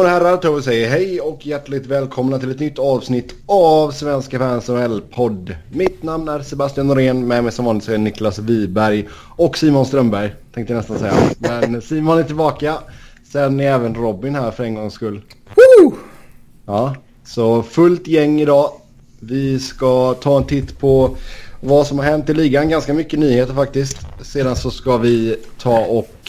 damer och herrar, Tove säger hej och hjärtligt välkomna till ett nytt avsnitt av Svenska Fans NHL-podd. Mitt namn är Sebastian Norén, med mig som vanligt så är Niklas Wiberg och Simon Strömberg, tänkte jag nästan säga. Men Simon är tillbaka, sen är även Robin här för en gångs skull. Woo! Ja, så fullt gäng idag. Vi ska ta en titt på vad som har hänt i ligan, ganska mycket nyheter faktiskt. Sedan så ska vi ta och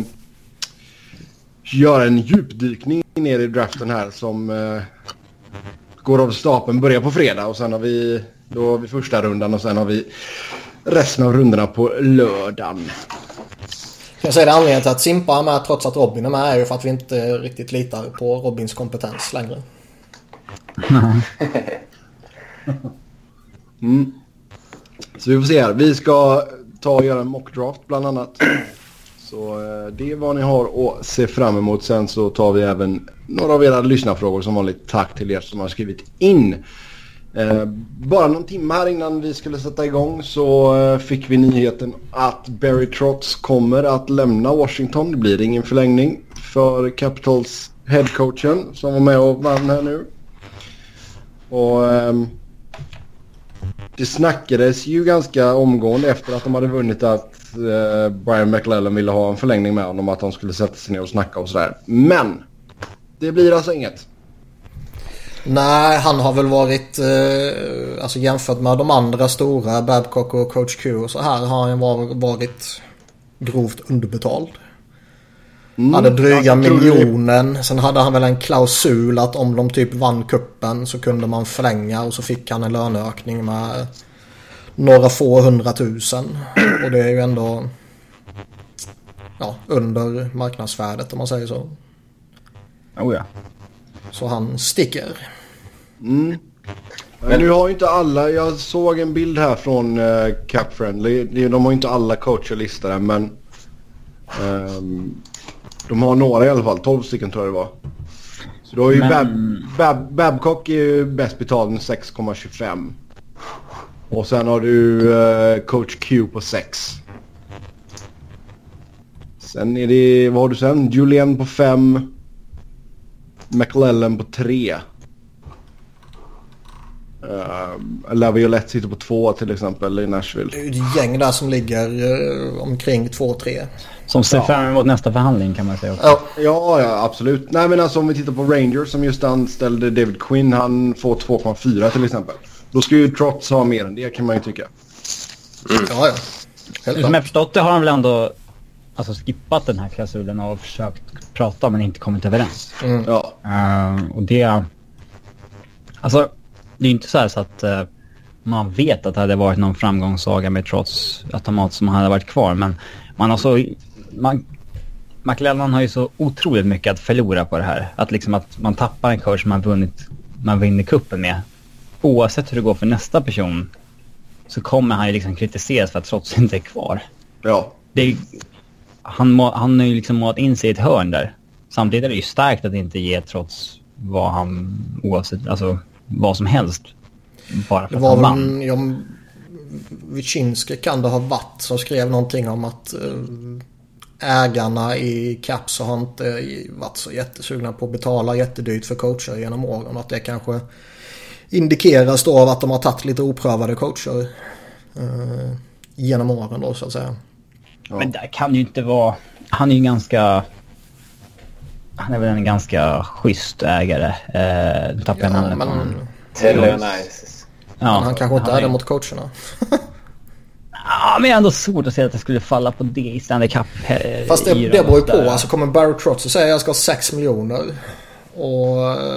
göra en djupdykning ner i draften här som går av stapeln, börjar på fredag och sen har vi första rundan och sen har vi resten av rundorna på lördagen. Jag säger det, anledningen till att Simpa är med trots att Robin är med är ju för att vi inte riktigt litar på Robins kompetens längre. Så vi får se här. Vi ska ta och göra en mockdraft bland annat. Så det är vad ni har att se fram emot. Sen så tar vi även några av era lyssnarfrågor som vanligt. Tack till er som har skrivit in. Bara någon timme här innan vi skulle sätta igång så fick vi nyheten att Barry Trotz kommer att lämna Washington. Det blir ingen förlängning för Capitals headcoachen som var med och vann här nu. Och det snackades ju ganska omgående efter att de hade vunnit att Brian McLellan ville ha en förlängning med honom, att de skulle sätta sig ner och snacka och sådär. Men det blir alltså inget. Nej, han har väl varit alltså jämfört med de andra stora, Babcock och Coach Q och så här, har han varit grovt underbetald. Hade dryga miljonen. Sen hade han väl en klausul att om de typ vann kuppen så kunde man förlänga, och så fick han en löneökning med några få 100 000. Och det är ju ändå under marknadsvärdet om man säger så. Oh ja. Så han sticker. Men nu har ju inte alla, jag såg en bild här från Cap Friendly. De har ju inte alla coacher listade, men de har några i alla fall, 12 stycken tror jag det var. Så då är ju Babcock är ju bäst betald med 6,25. Och sen har du Coach Q på 6. Sen är det, vad har du sen? Julien på 5. McLellan på 3. Laviolette sitter på 2 till exempel i Nashville. Det är ju ett gäng där som ligger omkring 2-3. Som ser fram emot nästa förhandling kan man säga också. Ja, absolut. Nej, men alltså om vi tittar på Rangers som just anställde David Quinn, han får 2,4 till exempel. Då ska ju Trotz ha mer än det, kan man ju tycka. Ja. Som jag förstått det har han väl ändå skippat den här klausulen och försökt prata men inte kommit överens. Ja. Och det... Alltså, det är inte så här så att man vet att det hade varit någon framgångssaga med Trotz automat som hade varit kvar. Men McLellan har ju så otroligt mycket att förlora på det här. Att man tappar en coach man vinner kuppen med. Oavsett hur det går för nästa person så kommer han ju kritiseras för att Trotz inte är kvar. Ja. Han har ju målat in sig i ett hörn där. Samtidigt är det ju starkt att inte ge Trotz vad som helst. Bara för att han vann. Wyszynski kan det ha varit som skrev någonting om att ägarna i Caps har inte varit så jättesugna på att betala jättedyrt för coacher genom åren. Att det kanske indikeras då av att de har tagit lite oprövade coacher genom åren då, så att säga. Ja. Men det kan ju inte vara... Han är väl en ganska schysst ägare. Tappar namnet på honom. Nice. Ja, han kanske inte är det mot coacherna. Ja, men ändå svårt att säga att det skulle falla på det i Stanley Cup. Fast det beror ju på. Alltså kommer Barry Trotz och säger jag ska ha 6 miljoner. Och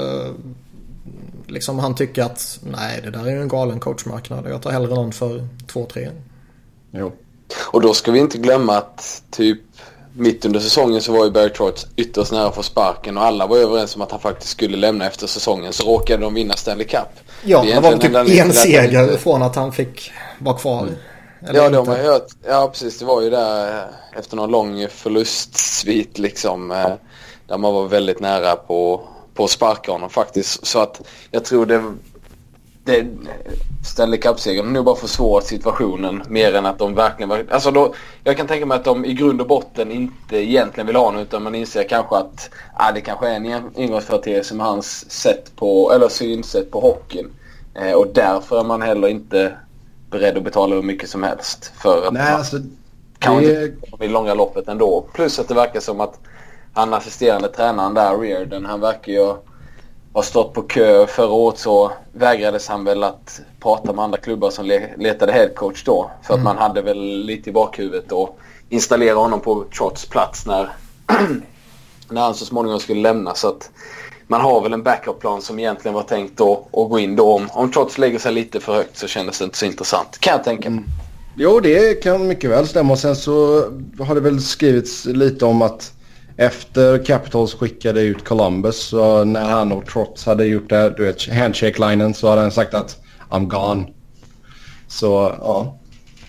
han tycker att nej, det där är ju en galen coachmarknad. Jag tar hellre någon för 2-3. Jo. Och då ska vi inte glömma att typ mitt under säsongen så var ju Barry Trotz ytterst nära att få sparken och alla var överens om att han faktiskt skulle lämna efter säsongen, så råkade de vinna Stanley Cup. Ja, det var typ en seger från att han fick vara kvar. Ja, de har hört. Ja, precis. Det var ju där efter någon lång förlustsvit där man var väldigt nära på att sparka honom faktiskt. Så att jag tror Stanley Cup-segern nu bara försvårat situationen mer än att de verkligen var... Alltså då, jag kan tänka mig att de i grund och botten inte egentligen vill ha något, utan man inser kanske att det kanske är en engångsföreteelse med hans synsätt på hockeyn. Och därför är man heller inte beredd att betala hur mycket som helst för att kan inte i långa loppet ändå. Plus att det verkar som att han assisterande tränaren där, Reardon, han verkar ju ha stått på kö förra året, så vägrades han väl att prata med andra klubbar som letade headcoach då. För att man hade väl lite i bakhuvudet och installera honom på Trotz plats när han så småningom skulle lämna. Så att man har väl en backup-plan som egentligen var tänkt att gå in då. Om Trotz lägger sig lite för högt så kändes det inte så intressant, kan jag tänka mig. Jo, det kan mycket väl stämma. Och sen så har det väl skrivits lite om att efter Capitals skickade ut Columbus, så när han och Trotz hade gjort det, du vet, handshake-linen, så hade han sagt att I'm gone. Så ja,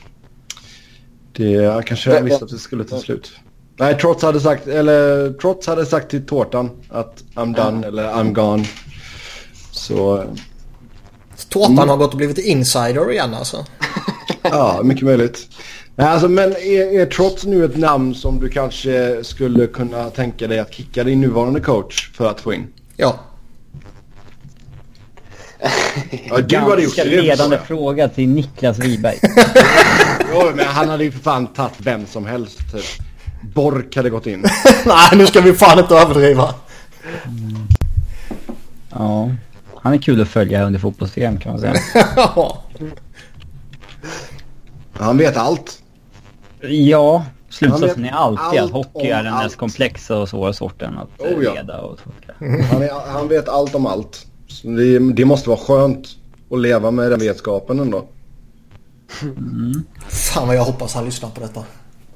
det kanske jag visste att det skulle ta slut. Nej, Trotz hade sagt till tårtan att I'm done eller I'm gone. Så tårtan har gått och blivit insider igen alltså. Ja, mycket möjligt. Alltså, men är Trotz nu ett namn som du kanske skulle kunna tänka dig att kicka din nuvarande coach för att få in? Ja. Ja, du hade gjort det. Ledande fråga till Niklas Wiberg. Ja, men han hade ju för fan tagit vem som helst. Typ. Bork hade gått in. Nej, nu ska vi fan inte överdriva. Ja, han är kul att följa under fotbolls-VM, kan man säga. Han vet allt. Ja, slutsatsen är alltid att hockey är den mest komplexa och svåra sorten att leda och han vet allt om allt. Så det måste vara skönt att leva med den vetskapen ändå. Fan vad jag hoppas han lyssnar på detta.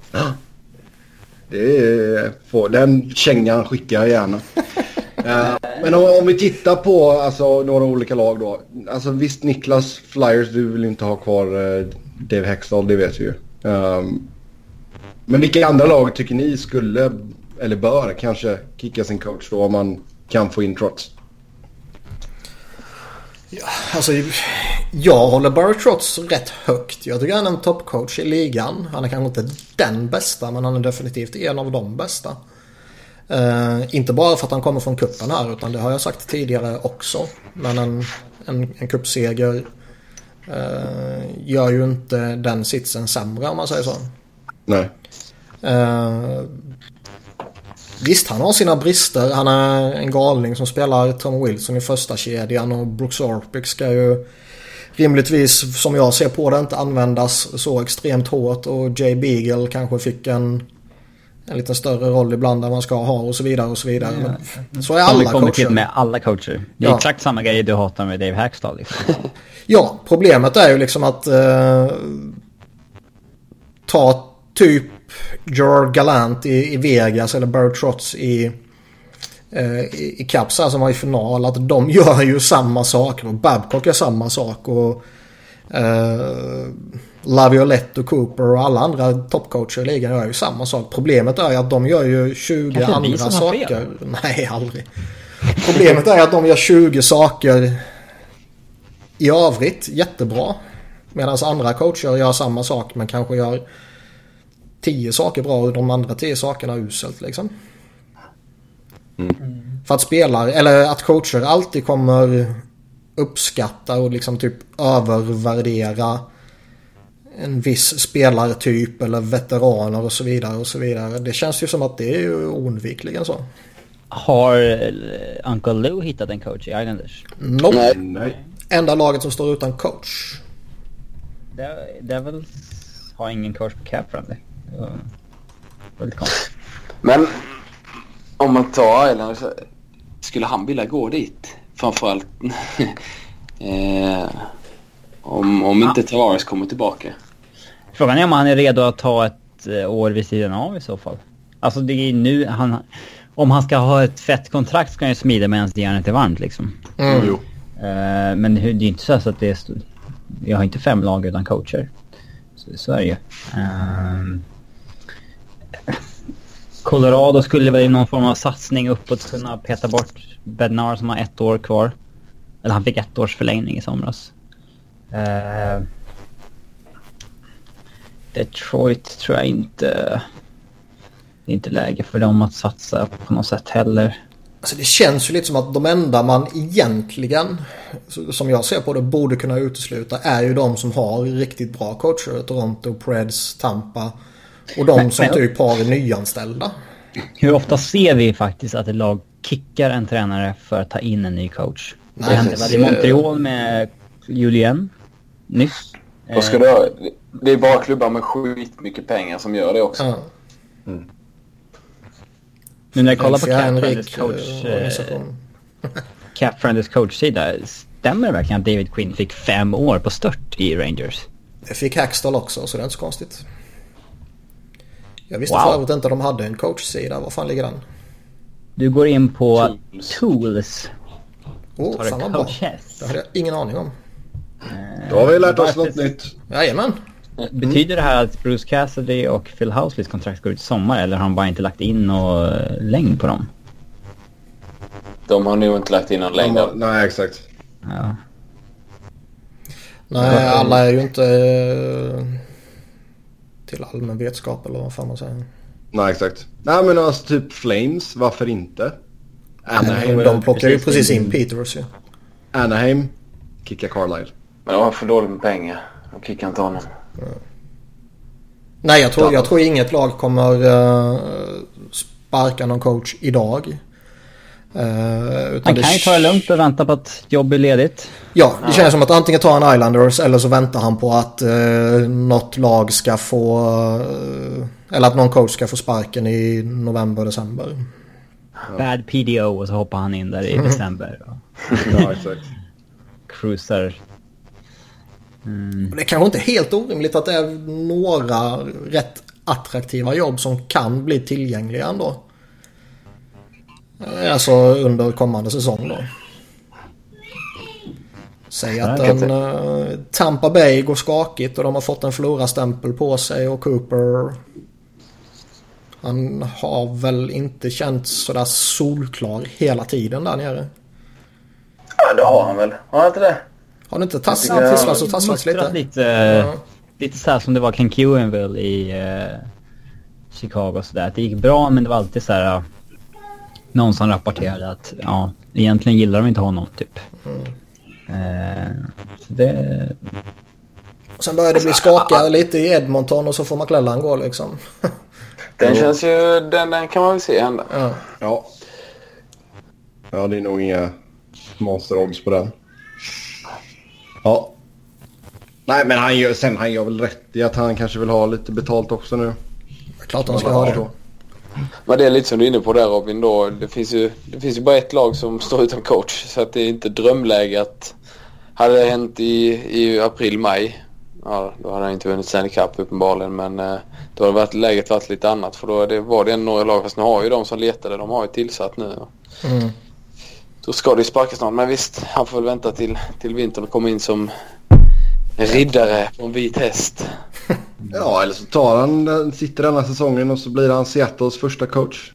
Det är den kängan skickar jag gärna. Men om vi tittar på alltså, några olika lag då. Alltså visst, Niklas Flyers, du vill inte ha kvar Dave Hextall, det vet vi ju. Men vilka andra lag tycker ni skulle eller bör kanske kicka sin coach då, om man kan få in Trotz? Ja, alltså jag håller Barry Trotz rätt högt. Jag tycker han är en toppcoach i ligan. Han är kanske inte den bästa, men han är definitivt en av de bästa. Inte bara för att han kommer från kuppen här, utan det har jag sagt tidigare också. Men en kuppseger gör ju inte den sitsen sämre, om man säger så. Nej. Visst, han har sina brister. Han är en galning som spelar Tom Wilson i första kedjan, och Brooks Orpik ska ju rimligtvis, som jag ser på det, inte användas så extremt hårt, och Jay Beagle kanske fick en lite större roll ibland än man ska ha, och så vidare och så vidare. Men så är alla coacher. Kommer till med alla coacher. Det är exakt samma grej du hatar med Dave Hextall liksom. Ja, problemet är ju liksom att ta typ Gerard Gallant i Vegas eller Barry Trotz i Caps här som var i final, att de gör ju samma sak, och Babcock gör samma sak, och Laviolette och Cooper och alla andra toppcoacher i ligan gör ju samma sak. Problemet är att de gör ju 20 kanske andra saker. Nej, aldrig. Problemet är att de gör 20 saker i övrigt jättebra, medan andra coacher gör samma sak men kanske gör 10 saker bra och de andra 10 sakerna uselt liksom. För att spelare eller att coacher alltid kommer uppskatta och liksom typ övervärdera en viss spelartyp eller veteraner och så vidare och så vidare. Det känns ju som att det är ju oundvikligen så. Har Uncle Lou hittat en coach i Islanders? Nope. Nej. Enda laget som står utan coach. Devils har ingen coach på cap från det. Väldigt konstigt. Men om man tar Islanders, skulle han vilja gå dit? Framförallt om inte Tavares kommer tillbaka. Frågan är om han är redo att ta ett år vid sidan av i så fall. Alltså det är nu om han ska ha ett fett kontrakt ska han ju smida medan det järnet är varmt liksom. Jo. Men det är inte så att det är jag har inte 5 lag utan coacher. Så är det ju. Colorado skulle väl i någon form av satsning uppåt kunna peta bort Bednar som har 1 år kvar. Eller han fick 1 års förlängning i somras. Detroit tror jag inte... Det är inte läge för dem att satsa på något sätt heller. Alltså det känns ju lite som att de enda man egentligen, som jag ser på det, borde kunna utesluta är ju de som har riktigt bra coacher. Toronto, Preds, Tampa och de som typ har nyanställda. Hur ofta ser vi faktiskt att ett lag kickar en tränare för att ta in en ny coach? Det hände väl i Montreal med Julien nyss. Vad ska det, det är bara klubbar med skitmycket pengar som gör det också. Nu när jag kollar på Cap Friendly's coach-sida, stämmer det verkligen att David Quinn fick 5 år på stört i Rangers? Det fick Hackstall också, så det är inte så konstigt. Jag visste förut inte att de hade en coach-sida. Var fan ligger den? Du går in på Tools. Fan vad bra. Det hade jag ingen aning om. Då har vi lärt oss något nytt. Jajamän. Betyder det här att Bruce Cassidy och Phil Housleys kontrakt går ut i sommar, eller har han bara inte lagt in någon längd på dem? De har nog inte lagt in någon längd. Nej, exakt. Ja. Nej, alla är ju inte till allmän vetskap eller vad fan man säger. Nej, exakt. Nej, men alltså typ Flames, varför inte? Anaheim, de plockar ju precis in Peters ju. Anaheim, kickar Carlisle. Men de har för dåligt med pengar. De kickar inte honom. Nej, jag tror inget lag kommer sparka någon coach idag. Han kan ju ta det lugnt och vänta på att jobb är ledigt. Ja, det känns som att antingen tar han Islanders eller så väntar han på att något lag ska få eller att någon coach ska få sparken i november, december. Bad PDO och så hoppar han in där i december. Ja, exakt. Cruiser. Det är kanske inte helt orimligt att det är några rätt attraktiva jobb som kan bli tillgängliga ändå. Alltså under kommande säsong då. Säg att Tampa Bay går skakigt och de har fått en Flora-stämpel på sig och Cooper, han har väl inte känts sådär solklar hela tiden där nere. Ja, det har han väl. Har han inte det? Har du inte tasslats lite? Lite så här som det var Ken Quenville i Chicago så där. Det gick bra, men det var alltid så här någon som rapporterade att egentligen gillar de inte honom typ. Så det... Sen började det bli skakigare lite i Edmonton och så får McClellan gå liksom. Den känns ju, den kan man väl se hända. Ja, det är nog inga monster odds på den. Ja. Nej, men han gör väl rätt i att han kanske vill ha lite betalt också nu. Det är klart han ska ha det då. Men det är lite som du är inne på där, Robin, då. Det finns ju bara ett lag som står utan coach, så att det är inte drömläge att hade det hänt i april, maj, då hade han inte vunnit Stanley Cup uppenbarligen, men då hade läget varit lite annat, för då var det några lag, fast nu har ju de som letade, de har ju tillsatt nu. Då ska det ju sparkas snart, men visst, han får väl vänta till vintern och komma in som en riddare på en vit häst. Ja, eller så sitter denna säsongen och så blir han Seattles första coach.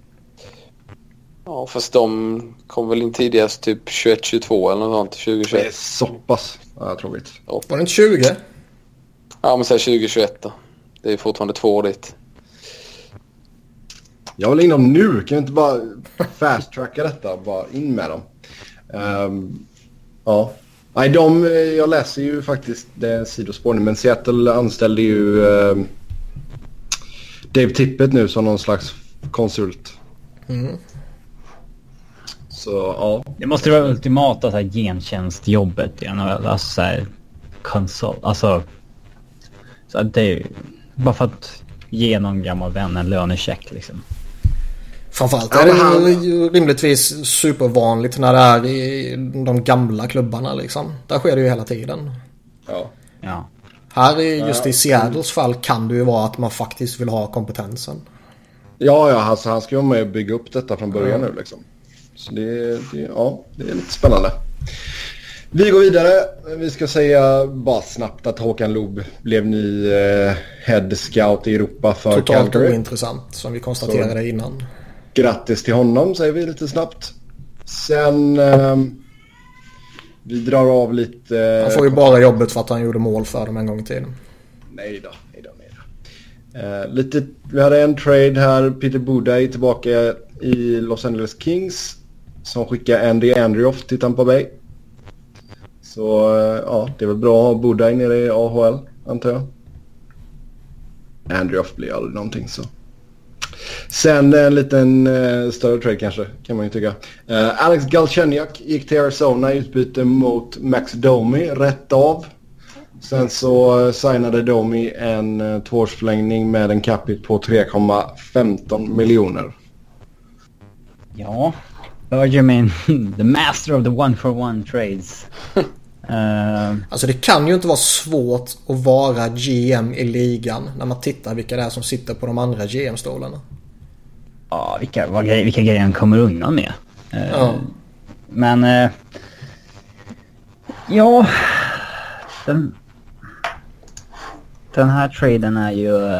Ja, fast de kom väl in tidigast typ 21-22 eller något sånt, 2021. Det är så pass tråkigt. Var det inte 20? Ja, men säg 2021 då. Det är fortfarande 2 år dit. Jag vill in dem nu. Kan vi inte bara fast-tracka detta? Bara in med dem. Ja. Nej, jag läser ju faktiskt det sidospårning, men Seattle anställde ju Dave Tippett nu som någon slags konsult. Så ja. Det måste vara ultimata så här gentjänstjobbet igen, alltså så här konsult, alltså så att det är ju bara för att ge någon gammal vän en lönecheck liksom. Framförallt är det ju rimligtvis supervanligt när det är i de gamla klubbarna liksom. Där sker det ju hela tiden. Ja. Här just i Seattles fall kan det ju vara att man faktiskt vill ha kompetensen. Ja, alltså han ska ju vara med och bygga upp detta från början nu liksom. Så det är lite spännande. Vi går vidare. Vi ska säga bara snabbt att Håkan Loob blev ny head scout i Europa för Totalt Calgary. ointressant som vi konstaterade innan. Grattis till honom säger vi lite snabbt. Sen Vi drar av lite... Han får ju bara jobbet för att han gjorde mål för dem en gång i tiden. Nej då. Vi hade en trade här. Peter Budaj tillbaka i Los Angeles Kings. Som skickar Andy Andrioff till Tampa Bay. Så ja, det är väl bra att ha Budaj nere i AHL, antar jag. Andrioff blir aldrig någonting så. Sen en liten större trade kanske, kan man ju tycka. Alex Galchenyuk gick till Arizona i utbyte mot Max Domi, rätt av. Sen så signade Domi en 2-årsförlängning med en capita på 3,15 miljoner. Ja, Bergerman, the master of the one-for-one trades. Alltså det kan ju inte vara svårt att vara GM i ligan när man tittar vilka det är som sitter på de andra GM-stolarna. Ja, vilka grejer han kommer undan med. Men ja, den här traden är ju...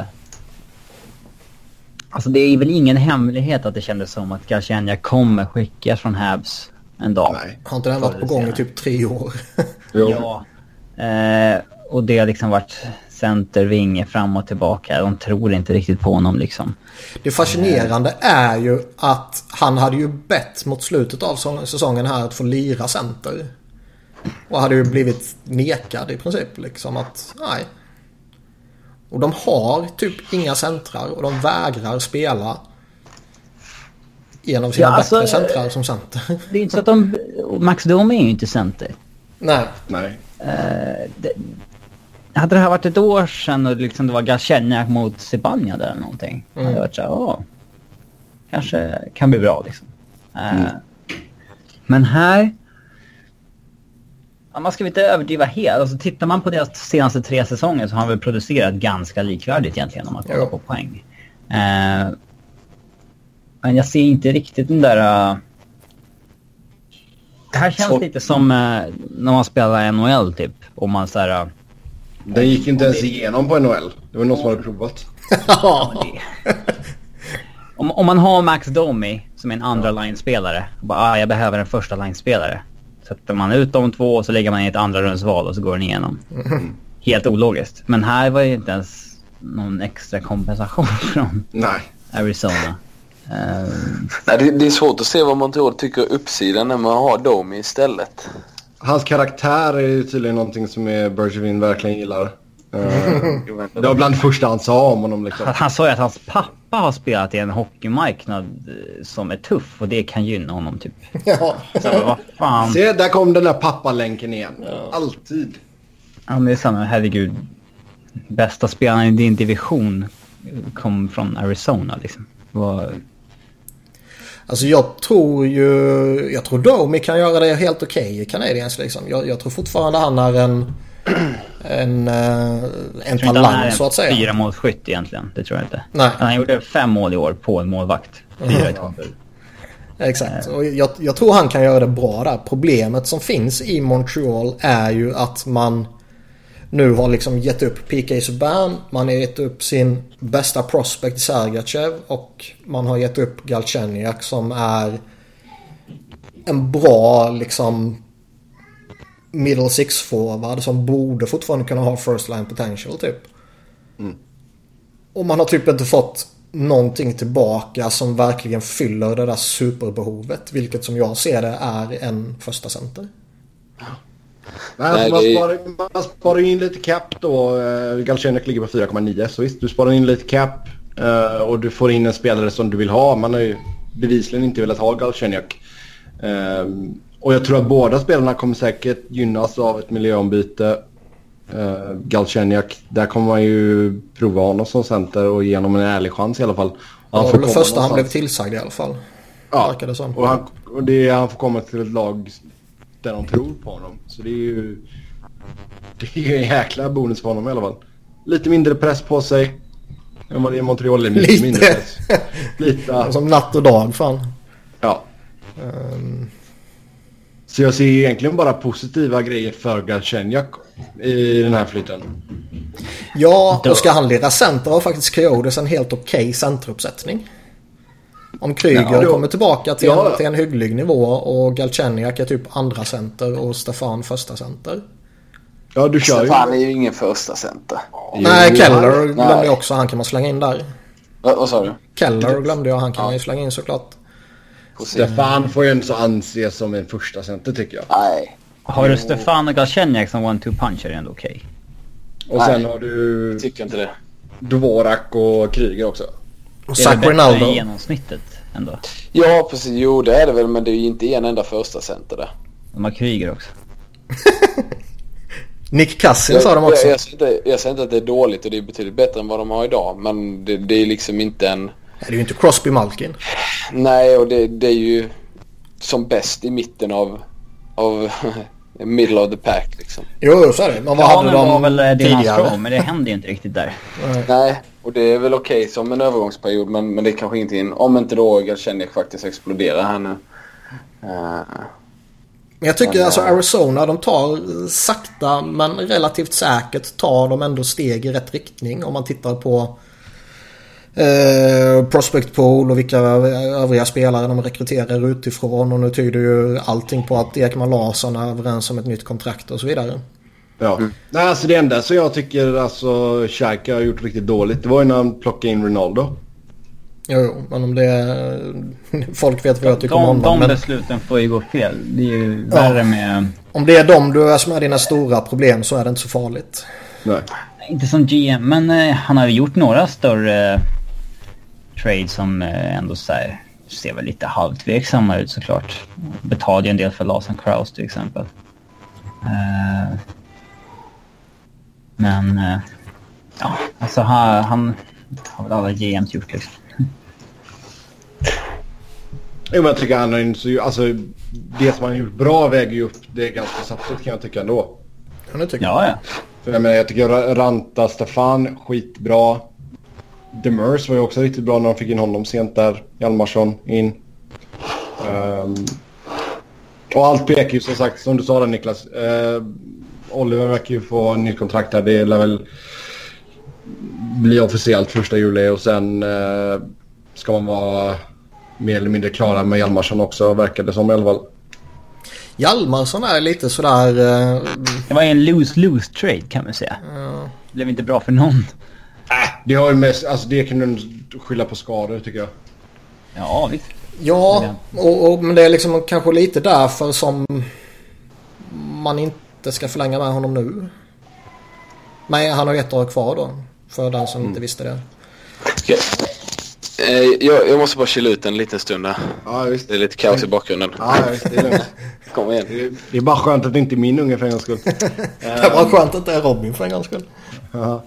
Alltså det är väl ingen hemlighet att det kändes som att Galchenyuk kommer skickas från Habs en dag. Nej. Har inte den varit på gång i typ 3 år? Ja. Och det har liksom varit center, vinge, fram och tillbaka. De tror inte riktigt på honom liksom. Det fascinerande är ju att han hade ju bett mot slutet av säsongen här att få lira center. Och hade ju blivit nekad i princip liksom att nej. Och de har typ inga centrar och de vägrar spela en av sina bättre centrar som center. Det är inte så att Max Domi är ju inte center. Nej. Hade det här varit ett år sedan och liksom det var Galchenyuk mot Zibanejad eller någonting. Hade jag varit så kanske kan bli bra liksom. Men här man ska inte överdriva helt. Alltså, tittar man på deras senaste 3 säsonger så har han väl producerat ganska likvärdigt egentligen om man kollar på poäng. Men jag ser inte riktigt den där... Det här känns lite som när man spelar NHL typ. Och man så här... Den gick inte ens igenom på NHL. Det var någon som hade provat. Om man har Max Domi som är en andra line-spelare. Och bara, jag behöver en första line-spelare. Sätter man ut de 2 och så lägger man i ett andra rundsval och så går den igenom. Helt ologiskt. Men här var ju inte ens någon extra kompensation från Arizona. Nej, det är svårt att se vad man tror tycker uppsidan när man har Domi istället. Hans karaktär är ju tydligen någonting som Bergevin verkligen gillar. Det var bland det första han sa om honom. Liksom. Han sa ju att hans pappa har spelat i en hockeymarknad som är tuff och det kan gynna honom typ. Ja. Så, vad fan. Se, där kom den där pappalänken igen. Ja. Alltid. Ja, men det är samma. Herregud. Bästa spelaren i din division kom från Arizona liksom. Alltså jag tror Domi kan göra det helt okej i Canadiens liksom. Jag tror fortfarande han är en talang så att säga. 4 målskytt egentligen, det tror jag inte. Nej. Han gjorde 5 mål i år på en målvakt. 4 i toppen. Exakt, och jag tror han kan göra det bra där. Problemet som finns i Montreal är ju att man nu har liksom gett upp P.K. Subban, man har gett upp sin bästa prospect Sergachev och man har gett upp Galchenyuk som är en bra liksom middle six forward som borde fortfarande kunna ha first line potential typ. Och man har typ inte fått någonting tillbaka som verkligen fyller det där superbehovet, vilket som jag ser det är en första center. Nej, man sparar in lite cap då. Galchenyuk ligger på 4,9. Så visst, du sparar in lite cap och du får in en spelare som du vill ha. Man har ju bevisligen inte velat ha Galchenyuk. Och jag tror att båda spelarna kommer säkert gynnas av ett miljöombyte. Galchenyuk, där kommer man ju prova honom som center och ge honom en ärlig chans i alla fall. Ja, det första han blev tillsagd i alla fall. Ja, och han får komma till ett lag där de tror på honom. Så det är ju en jäkla bonus för honom i alla fall. Lite mindre press på sig än vad det är i Montreal. Lite mindre press. Lite. Som natt och dag, fan. Ja. Så jag ser egentligen bara positiva grejer för Galchenyuk i den här flytten. Ja, och ska han leda center har faktiskt Coyotes en helt okej centeruppsättning. Om Kryger kommer tillbaka till en hygglig nivå och Galchenyuk är typ andra center och Stefan första center. Ja, du kör Stefan är ju ingen första center. Nej, Keller glömde jag också. Han kan man slänga in där. Vad sa du? Keller glömde jag. Han kan man ju slänga in såklart. Stefan får ju ändå anses som en första center tycker jag. Nej. Har du Stefan och Galchenyuk som 1-2 puncher är det ändå okej. Och sen har du... Jag tycker inte det. Dvorak och Kryger också. Och Det är Zach väl bättre Rinaldo. än genomsnittet ändå. Ja, precis. Jo, det är det väl. Men det är ju inte en enda första center där. De har Kryger också. Nick Cassin sa de också. Jag säger inte att det är dåligt och det är betydligt bättre än vad de har idag. Men det är liksom inte en... Det är ju inte Crosby Malkin. Nej, och det är ju som bäst i mitten av middle of the pack liksom. Jo, så är det. Men vad hade var de väl Dylan tidigare? Strome, men det hände ju inte riktigt där. Nej, och det är väl okej som en övergångsperiod, men det är kanske ingenting, om inte då Galchenyuk faktiskt exploderar här nu. Men jag tycker alltså Arizona, de tar sakta men relativt säkert tar de ändå steg i rätt riktning om man tittar på prospect pool och vilka övriga spelare de rekryterar utifrån, och nu tyder ju allting på att Ekman Larsson är överens om ett nytt kontrakt och så vidare. Ja. Nej, alltså det enda så jag tycker alltså Scheika har gjort riktigt dåligt, det var ju när han plockade in Ronaldo. Jo, men om det är... Folk vet vad jag tycker om honom. De men... besluten får ju gå fel. Det är ju värre med... Om det är de du är som är dina stora problem så är det inte så farligt. Nej. Inte som GM, men han har ju gjort några större trades som ändå så här, ser väl lite halvtveksamma ut såklart. Betalade ju en del för Lawson Kraus till exempel. Men ja, alltså han har väl alla GMs gjort liksom. Jo, men jag tycker han har ju, alltså det som han har gjort bra väger ju upp det ganska saftigt kan jag tycka ändå. Ja, det tycker Ja. För jag tycker Ranta, Stefan, skitbra. Demers var ju också riktigt bra när de fick in honom sent där. Hjalmarsson in. Och allt pekar ju som sagt, som du sa där Niklas. Oliver verkar ju få en ny kontrakt där. Det lär väl bli officiellt 1 juli och sen ska man vara mer eller mindre klara med Hjalmarsson också, verkar det som i alla fall. Hjalmarsson är lite sådär... Det var en lose-lose trade kan man säga. Det blev inte bra för någon. Det har ju mest, alltså det kan du skylla på skador tycker jag. Ja, visst. Ja, men det är liksom kanske lite därför som man inte ska förlänga med honom nu. Nej, han har 1 år kvar då. För den som inte visste det. Okay. Jag måste bara chilla ut en liten stund där. Ja, visst. Det är lite kaos i bakgrunden. Ja, visst, det är lugnt. Kom igen. Det är bara skönt att det inte är min unge för en gångs skull. Det är bara skönt att det är Robin för en gångs skull. Ja.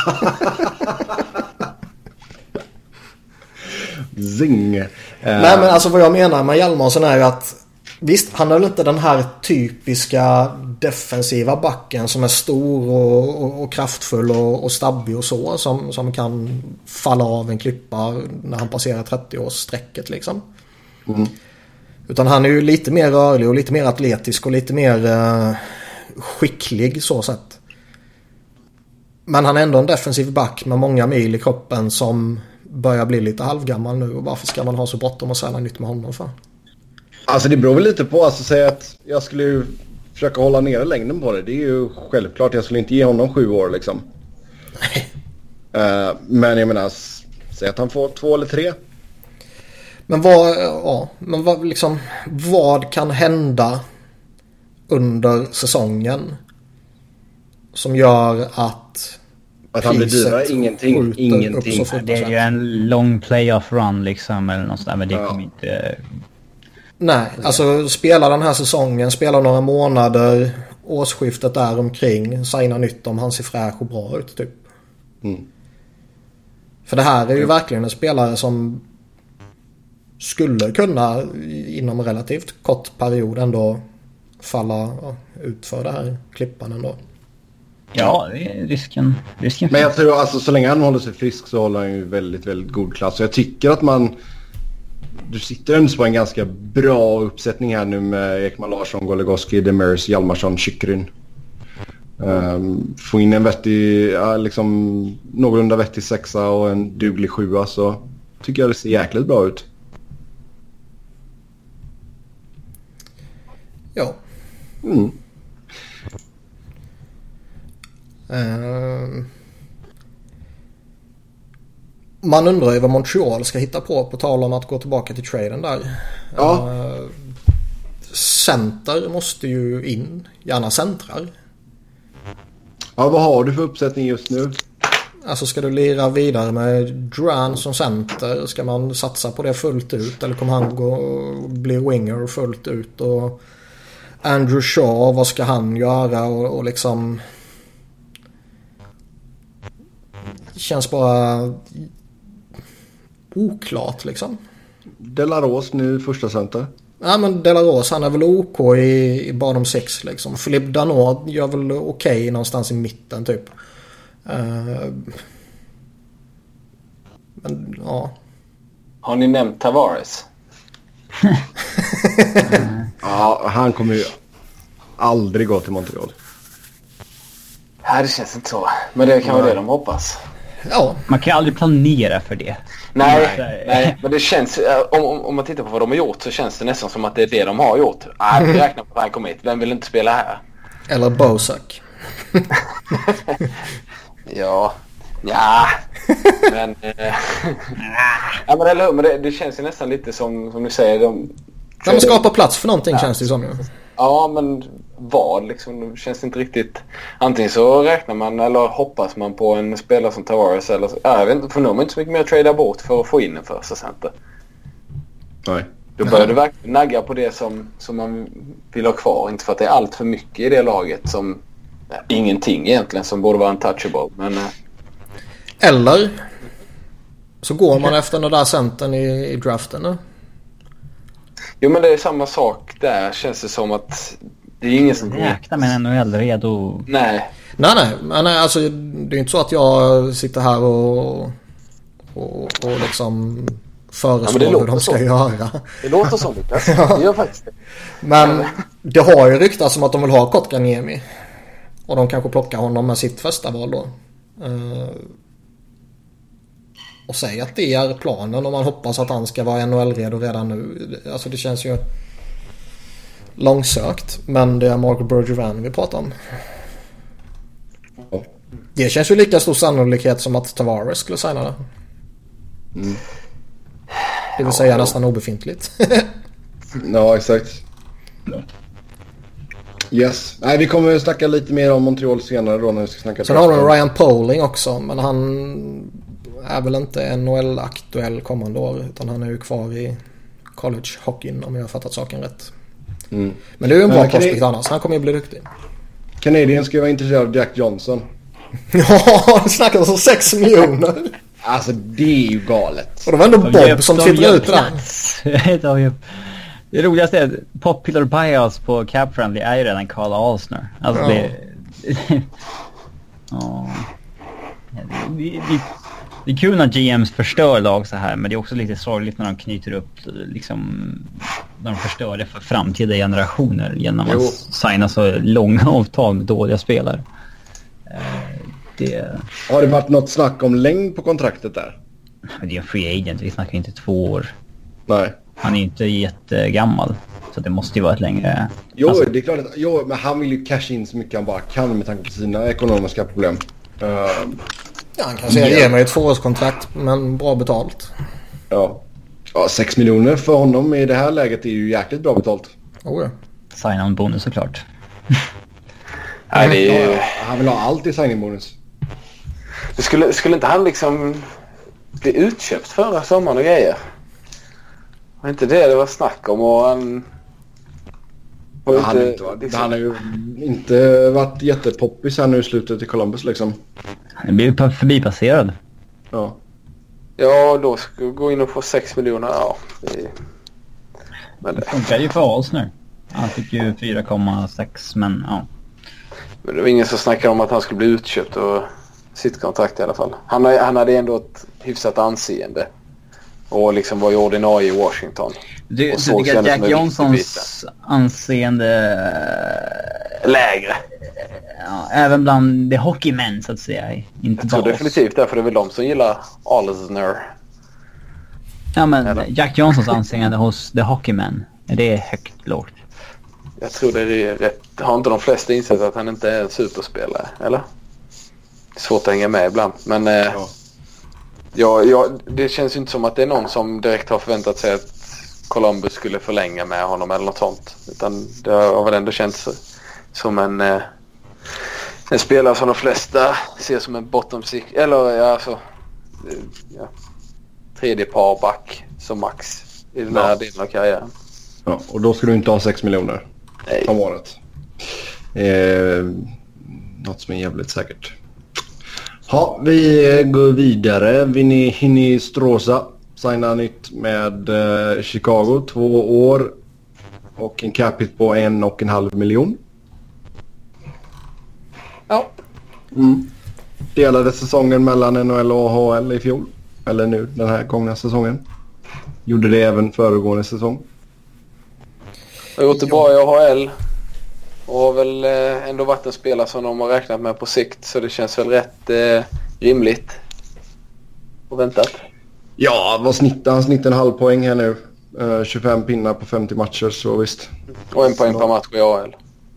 Zing. Nej, men alltså vad jag menar med Hjalmarsson är ju att visst, han är väl inte den här typiska defensiva backen som är stor och kraftfull och stabbig och så som kan falla av en klippa när han passerar 30-årssträcket liksom. Utan han är ju lite mer rörlig och lite mer atletisk och lite mer skicklig så sett. Men han är ändå en defensiv back med många mil i kroppen som börjar bli lite halvgammal nu, och varför ska man ha så bråttom och säga nytt med honom för? Alltså det beror väl lite på, alltså säga att jag skulle ju försöka hålla nere längden på det. Det är ju självklart, jag skulle inte ge honom 7 år liksom. Men jag menar, säg att han får 2 eller 3. Men vad kan hända under säsongen som gör att han blir dyrare? Ingenting. Det är ju en lång playoff run liksom eller något sånt där, men det kommer inte... Nej, alltså spela den här säsongen, spela några månader, årsskiftet där omkring, signa nytt om han ser fräsch och bra ut typ. För det här är ju verkligen en spelare som skulle kunna inom relativt kort period ändå falla ut för det här klippan ändå. Ja, det är risken. Men jag tror alltså så länge han håller sig frisk så håller han ju väldigt, väldigt god klass. Så jag tycker att du sitter ändå på en ganska bra uppsättning här nu med Ekman Larsson, Goligoski, Demers, Hjalmarsson, Chychryn. Få in en vettig, liksom någorlunda vettig 6 och en duglig 7, så tycker jag det ser jäkligt bra ut. Ja. Man undrar ju vad Montreal ska hitta på tal om att gå tillbaka till traden där. Ja. Center måste ju in, gärna centrar. Ja, vad har du för uppsättning just nu? Alltså ska du lira vidare med Drouin som center? Ska man satsa på det fullt ut? Eller kommer han bli winger fullt ut? Och Andrew Shaw, vad ska han göra? Och liksom... Det känns bara oklart liksom. Delaros nu första center. Ja, men Delaros, han är väl OK i bottom 6 liksom. Philippe Danault gör väl okej någonstans i mitten typ. Men ja. Har ni nämnt Tavares? Ja, han kommer ju aldrig gå till Montreal. Nej, det känns inte så. Men det kan vara det de hoppas. Ja. Man kan ju aldrig planera för det. Nej, men det känns, om man tittar på vad de har gjort så känns det nästan som att det är det de har gjort. Vi räknar på att han kommer hit. Vem vill inte spela här? Eller Bosak. Ja. Men ja, men eller hur, men det känns ju nästan lite som du säger, de skapar plats för någonting, känns det ju som ju. Ja, men vad liksom, det känns inte riktigt. Antingen så räknar man eller hoppas man på en spelare som Tavares eller jag vet inte, för nu har man inte så mycket mer att trada bort för att få in en första center. Nej. Då börjar du verkligen nagga på det som man vill ha kvar, inte för att det är allt för mycket i det laget som ingenting egentligen som borde vara untouchable, men eller så går man efter den där centern i draften nu. Jo, men det är samma sak där. Känns det som att det är ingen som räknar med en NHL redo. Nej, alltså det är inte så att jag sitter här och liksom föreslår hur de ska göra. Det låter som det. Det gör faktiskt det. Men det har ju ryktats som att de vill ha Kotkaniemi. Och de kanske plockar honom med sitt första val då. Och säga att det är planen och man hoppas att han ska vara NHL-redo redan nu. Alltså det känns ju långsökt. Men det är Mark Bergevin vi pratar om. Det känns ju lika stor sannolikhet som att Tavares skulle signa det. Det vill säga nästan obefintligt. Ja, exakt. Yes. Nej, vi kommer att snacka lite mer om Montreal senare då när vi ska snacka. Sen har de Ryan Poling också, men han är väl inte NHL-aktuell kommande år, utan han är ju kvar i college-hockeyn om jag har fattat saken rätt. Men det är ju en bra prospect annars, han kommer ju bli duktig. Canadiens ska vara intresserad av Jack Johnson. Ja, det snackas om 6 miljoner. Alltså det är ju galet. Och det var ändå Bob som twittrade ut det. Det roligaste är popular buyouts på Cap Friendly är ju redan Carl Alsner. Alltså det är kul när GMs förstör lag så här, men det är också lite sorgligt när de knyter upp liksom, när de förstör det för framtida generationer genom att signa så långa avtal med dåliga spelare. Har det varit något snack om längd på kontraktet där? Det är en free agent, vi snackar inte 2 år. Nej. Han är ju inte jättegammal, så det måste ju vara ett längre... Jo, det är klart att, men han vill ju casha in så mycket han bara kan med tanke på sina ekonomiska problem. Ja, han kan säga ge mig ett 2-årskontrakt men bra betalt. Ja, 6 miljoner för honom i det här läget är ju jäkligt bra betalt. Signa en bonus såklart. Nej, han vill ha allt i signing-bonus. Skulle inte han liksom bli utköpt förra sommaren och grejer? Var inte det var snack om? Och han har ju inte varit jättepoppis här nu i slutet i Columbus liksom. Han blir ju förbipasserad. Ja, då ska vi gå in och få 6 miljoner. Ja, men det funkar ju för Alsner. Han fick ju 4,6, men ja. Men det var ingen som snackade om att han skulle bli utköpt och sitt kontrakt i alla fall. Han hade ändå ett hyfsat anseende. Och liksom var ju ordinarie i Washington. Du tycker att Jack Johnsons anseende lägre? Ja, även bland the hockeymän så att säga. Inte jag tror definitivt därför det är väl de som gillar Alsner. Ja, men eller? Jack Johnsons anseende hos the hockeymän, är det högt lågt? jag tror det är rätt. Har inte de flesta insett att han inte är en superspelare, eller? Det är svårt att hänga med ibland. Men det känns ju inte som att det är någon som direkt har förväntat sig att Columbus skulle förlänga med honom eller något sånt. Utan det har väl ändå känts som en spelare som de flesta ser som en bottom six, eller tredje par back som max i den här delen av karriären. Ja, och då ska du inte ha 6 miljoner om året. Något som är jävligt säkert. Ja, vi går vidare. Vinny Strosa signar nytt med Chicago 2 år och en capita på 1,5 miljon. Ja. Delade säsongen mellan NHL och AHL i fjol. Eller nu, den här gångna säsongen. Gjorde det även föregående säsong. Har gjort det bra i AHL. Och har väl ändå varit en spelare som de har räknat med på sikt. Så det känns väl rätt rimligt. Och väntat. Ja, han snittar en halv poäng här nu. 25 pinnar på 50 matcher, så visst. Och 1 poäng per match i AHL.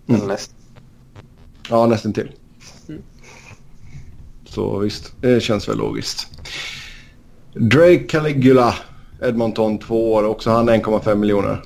Ja, nästan till. Så visst, det känns väl logiskt. Drake Caligula, Edmonton 2 år, också han 1,5 miljoner.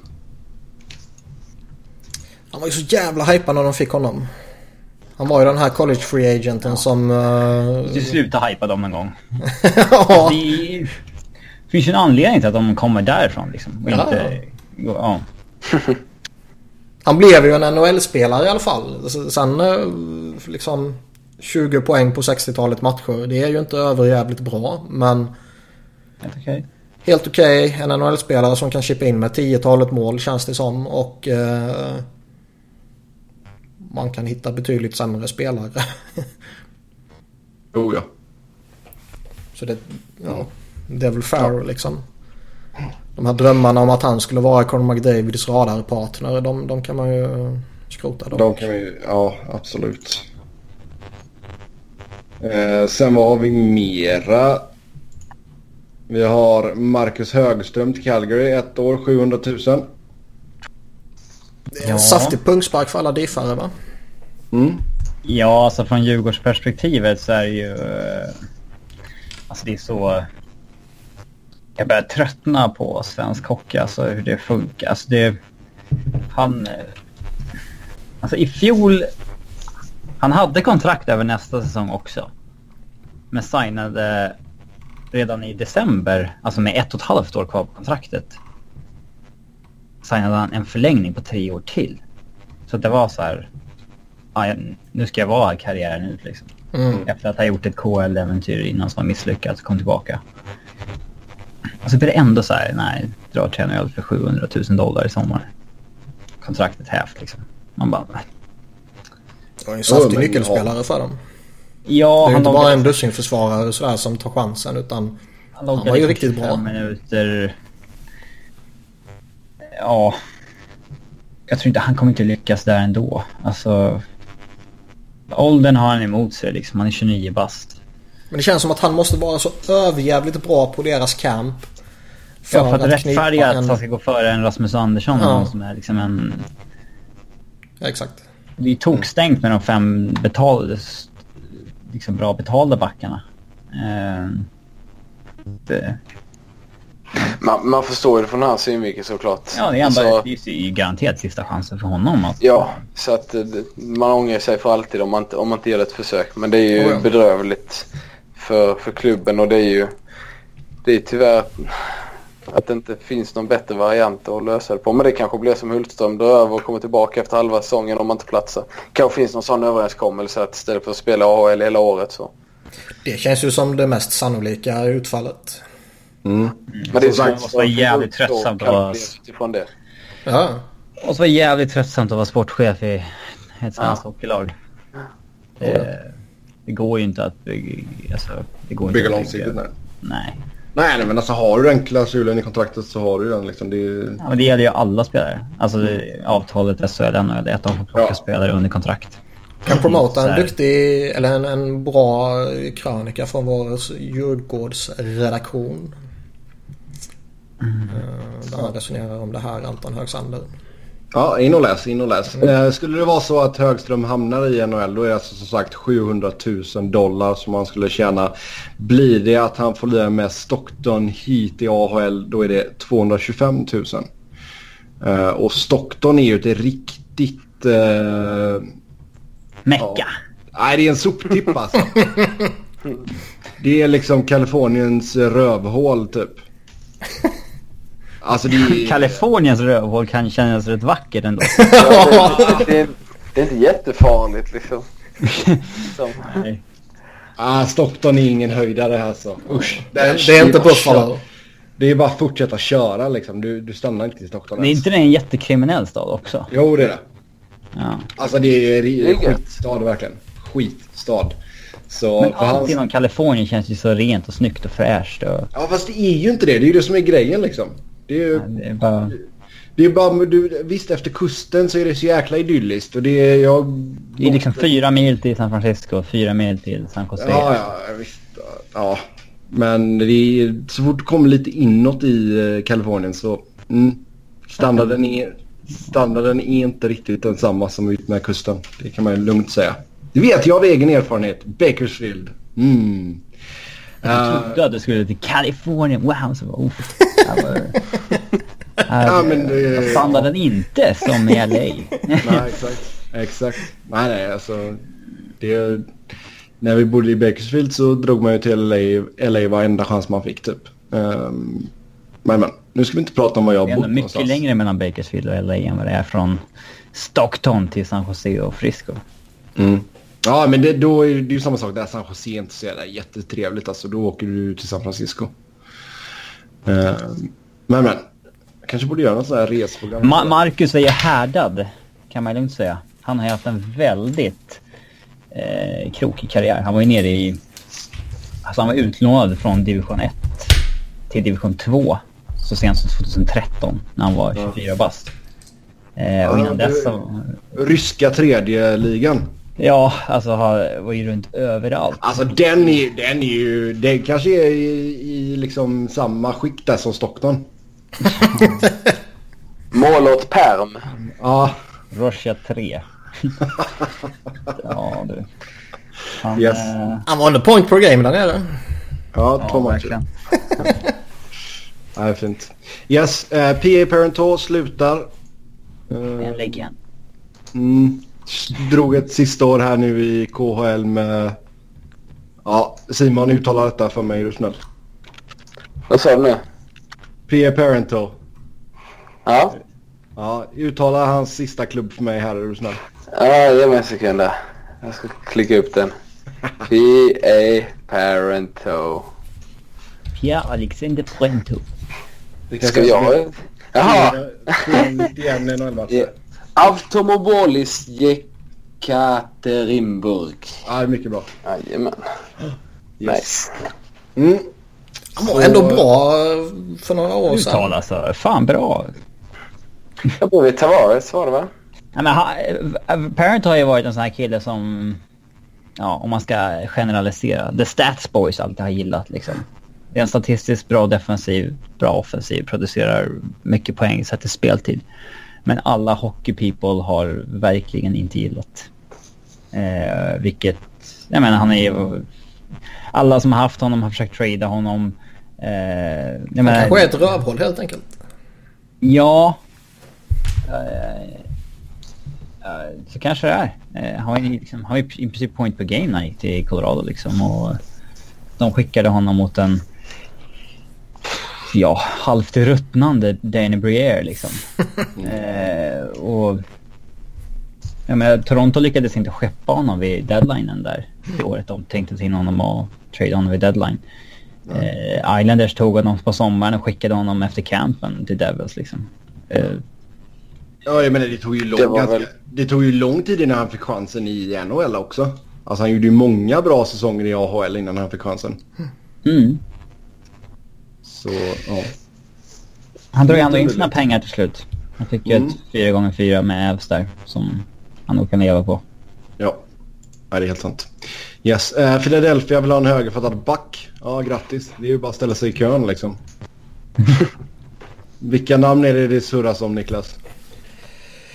Han var ju så jävla hypad när de fick honom. Han var ju den här college free agenten som... Du slutar hypa dem en gång. Ja. Det finns ju en anledning till att de kommer därifrån liksom. Och inte... Ja. Han blev ju en NHL-spelare i alla fall. Sen liksom 20 poäng på 60-talet matcher. Det är ju inte överjävligt bra, men... Helt okej. En NHL-spelare som kan chippa in med 10-talet mål, känns det som. Och man kan hitta betydligt sämre spelare. Ja. Så det är väl fair liksom. De här drömmarna om att han skulle vara Conor McDavids radarpartner, de kan man ju skrota. De kan vi ju, ja, absolut. Sen vad har vi mera? Vi har Marcus Högström till Calgary, 1 år, 700 000. Det är en saftig punkspark för alla diffare, va? Ja, alltså från Djurgårdsperspektivet så är det ju... Alltså det är så... Jag börjar tröttna på svensk hockey, alltså hur det funkar. Alltså Alltså i fjol... Han hade kontrakt över nästa säsong också. Men signade redan i december, alltså med 1,5 år kvar på kontraktet, signade han en förlängning på 3 år till. Så det var så här... nu ska jag vara här karriären ut liksom. Efter att ha gjort ett KL-äventyr innan som var misslyckat, kom tillbaka. Och så blir det ändå så här, nej, drar till NHL för $700,000 i sommar. Kontraktet hävt liksom. Man bara... Det var en saftig nyckelspelare för dem. Ja, det är inte bara en dussinförsvarare så här som tar chansen, utan han var ju riktigt bra. 5 minuter. Ja. Jag tror inte han kommer inte lyckas där ändå. Alltså, åldern har han emot sig liksom. Han är 29 bast. Men det känns som att han måste vara så överjävligt bra på deras camp. För att rättfärdiga att han ska gå före en Rasmus Andersson, någon som är liksom en... Ja, exakt. Det är tokstängt med de 5 liksom bra betalda backarna. Man förstår det från hans synvinkel såklart. Ja, det är ju garanterat sista chansen för honom. Alltså. Ja, så att man ångrar sig för alltid om man inte gör ett försök. Men det är ju bedrövligt för klubben, och det är tyvärr att det inte finns någon bättre variant att lösa det på. Men det kanske blir som Hultström drar över och kommer tillbaka efter halva säsongen om man inte platsar. Kanske finns någon sån överenskommelse att istället för att spela AHL hela året så. Det känns ju som det mest sannolika utfallet. Men det är så jävligt tröttsamt att vara... Ja. Och så var jävligt tröttsamt att vara sportchef i ett svenskt hockeylag. Det går ju inte att bygga långsiktigt. Nej. Nej, men alltså har du den klausulen i kontraktet så har du den liksom. Ja, men det gäller ju alla spelare. Alltså avtalet SHL är att de får plocka spelare under kontrakt. Kan promota en duktig eller en bra krönika från vår Djurgårdsredaktion. Där han resonerar om det här, Anton Högsander. Ja, in och läs. Skulle det vara så att Högström hamnar i NHL, då är det alltså som sagt $700,000 som han skulle tjäna. Blir det att han får lira med Stockton hit i AHL, då är det 225,000. Och Stockton är ju ett riktigt... Mecka. Ja. Nej, det är en soptipp alltså. Det är liksom Kaliforniens rövhål typ. Alltså det är... Kaliforniens rövhål kan kännas rätt vackert ändå. Det är inte jättefarligt liksom. Nej. Stockton är ingen höjdare här så. Usch. Det är inte Buffalo. Det är bara att fortsätta köra liksom. Du stannar inte i Stockton. Det är inte det en jättekriminell stad också? Jo, det är det. Ja. Alltså det är skitstad verkligen. Skitstad. Så men allt inom Kalifornien känns ju så rent och snyggt och fräscht. Och... Ja, fast det är ju inte det. Det är ju det som är grejen liksom. Det är ju... Ja, det är bara... Visst, efter kusten så är det så jäkla idylliskt. Och det är... Det är liksom 4 mil till San Francisco, 4 mil till San Jose. Ja, visst. Ja. Men det är, så fort du kommer lite inåt i Kalifornien så... standarden är inte riktigt densamma som ut med kusten. Det kan man ju lugnt säga. Det vet jag av egen erfarenhet. Bakersfield. Jag trodde att du skulle till Kalifornien. Wow, så var ja, men standarden inte som i LA. Nej, exakt. Nej, alltså när vi bodde i Bakersfield så drog man ju till LA varenda chans man fick typ. Men nu ska vi inte prata om vad jag bor någonstans. Det är mycket längre mellan Bakersfield och LA än vad det är från Stockton till San Jose och Frisco. Ja, men det är ju samma sak där. San Jose är inte så jättetrevligt. Alltså, då åker du till San Francisco. Men jag kanske borde göra något sån här resprogram. Marcus är ju härdad, kan man lugnt säga. Han har haft en väldigt krokig karriär. Han var ju nere i... Alltså han var utlånad från division 1 till division 2 så sent som 2013 när han var 24 bast. Och innan dess så... Ryska tredje ligan. Ja, alltså var ju runt överallt. Alltså den är ju... Det kanske är i liksom samma skick där som Stockton. Mål åt perm. Ja. Russia 3. Ja, du. Han var under point per game där nere. Ja, 2 matcher. Ja, fint. Yes, PA Parent slutar. En legend. Drog ett sista år här nu i KHL med... Ja, Simon uttalar detta för mig, är du snäll. Vad sa du nu? PA Parental. Ja. Ja, uttalar hans sista klubb för mig här, är du snäll. Ja, ge mig en sekund där. Jag ska klicka upp den. PA Parental. Pierre Alexander Parental. Ska jag... Jaha! Automobilis Jekaterinburg. Ja, det är mycket bra. Jajamän. Yes. Nice. Han var ändå bra för några år sedan. Uttala så. Fan bra. Jag bor vid Tavares, var det va? Ja, men Parent har ju varit en sån här kille som... Ja, om man ska generalisera. The Stats Boys alltid har gillat liksom. Det är en statistiskt bra defensiv, bra offensiv, producerar mycket poäng, sätter speltid. Men alla hockey people har verkligen inte gillat. Vilket, jag menar, han är ju... Alla som har haft honom har försökt trada honom. Jag menar, kanske är ett rövhåll helt enkelt. Ja. Så kanske det är. Han har ju i princip point per game night i Colorado liksom. Och de skickade honom mot en... Ja, halvt ruttnande Danny Briere liksom. Och jag menar, Toronto lyckades inte skeppa honom vid deadlinen där det året. De tänkte till honom och trade honom vid deadline. Islanders tog honom på sommaren och skickade honom efter campen till Devils liksom. Ja, jag menar, det tog ju lång tid innan han fick chansen i NHL också. Alltså han gjorde ju många bra säsonger i AHL innan han fick chansen. Så, ja. Han drog ändå in sina pengar till slut. Han fick ju ett 4x4 med Avs där som han nog kan leva på. Ja, det är helt sant. Yes, Philadelphia vill ha en högerfattad back. Ja, grattis. Det är ju bara att ställa sig i kön liksom. Vilka namn är det surras om, Niklas?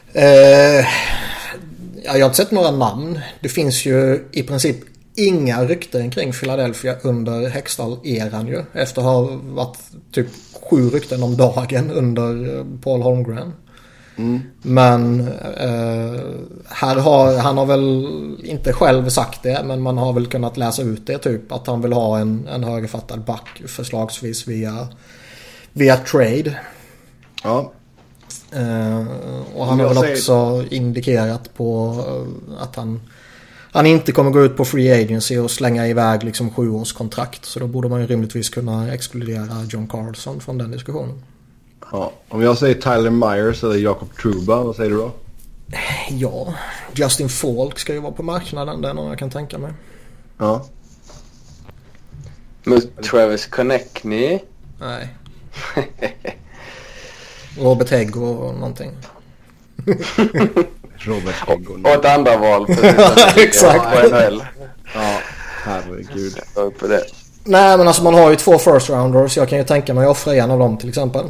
Jag har inte sett några namn. Det finns ju i princip inga rykten kring Philadelphia under Hextall-eran ju. Efter att ha varit typ 7 rykten om dagen under Paul Holmgren. Men han har väl inte själv sagt det, men man har väl kunnat läsa ut det typ att han vill ha en högerfattad back förslagsvis via trade. Ja. Och han har väl också indikerat på att han inte kommer gå ut på free agency och slänga iväg liksom 7-årskontrakt. Så då borde man ju rimligtvis kunna exkludera John Carlson från den diskussionen. Ja, om jag säger Tyler Myers eller Jakob Trouba, vad säger du då? Ja, Justin Falk ska ju vara på marknaden, det är någon jag kan tänka mig. Ja. Travis Konechny? Nej. Robert Hägg och någonting. Robert Hägg och ett andra val. Exakt. Ja, herregud. På det. Nej, men alltså man har ju 2 first rounders. Jag kan ju tänka mig att offra en av dem till exempel.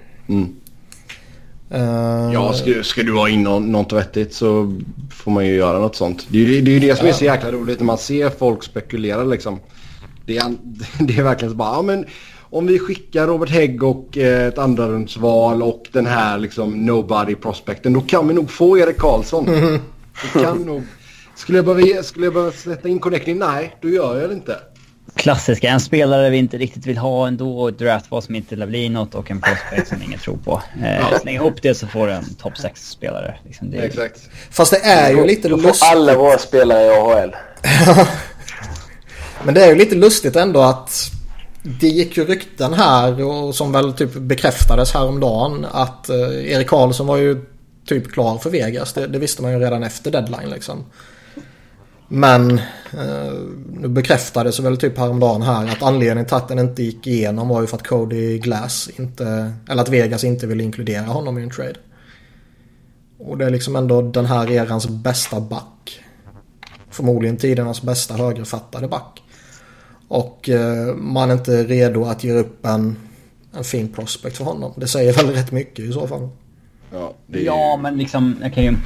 Ja, ska du ha in något vettigt så får man ju göra något sånt. Det är ju det som är så jäkla roligt när man ser folk spekulera liksom. Det är verkligen så bara, ja, men om vi skickar Robert Hägg och ett andra rundsval och den här liksom nobody prospecten, då kan vi nog få Erik Karlsson. Det kan nog. Skulle jag behöva sätta in connecting? Nej, då gör jag det inte. Klassiska, en spelare vi inte riktigt vill ha ändå, och ett draftval som inte lär bli något och en prospect som ingen tror på. Släng ihop det så får du en topp 6-spelare. Liksom det är... Exakt. Fast det är ju lite lustigt. Då får alla våra spelare i AHL. Men det är ju lite lustigt ändå att det gick ju rykten här och som väl typ bekräftades häromdagen att Erik Karlsson var ju typ klar för Vegas. Det visste man ju redan efter deadline liksom. Men nu bekräftades väl typ häromdagen här att anledningen till att den inte gick igenom var ju för att Cody Glass eller att Vegas inte ville inkludera honom i en trade. Och det är liksom ändå den här erans bästa back. Förmodligen tidernas bästa högerfattade back. Och man är inte redo att ge upp en fin prospect för honom. Det säger väl rätt mycket i så fall. Ja, men liksom jag kan ju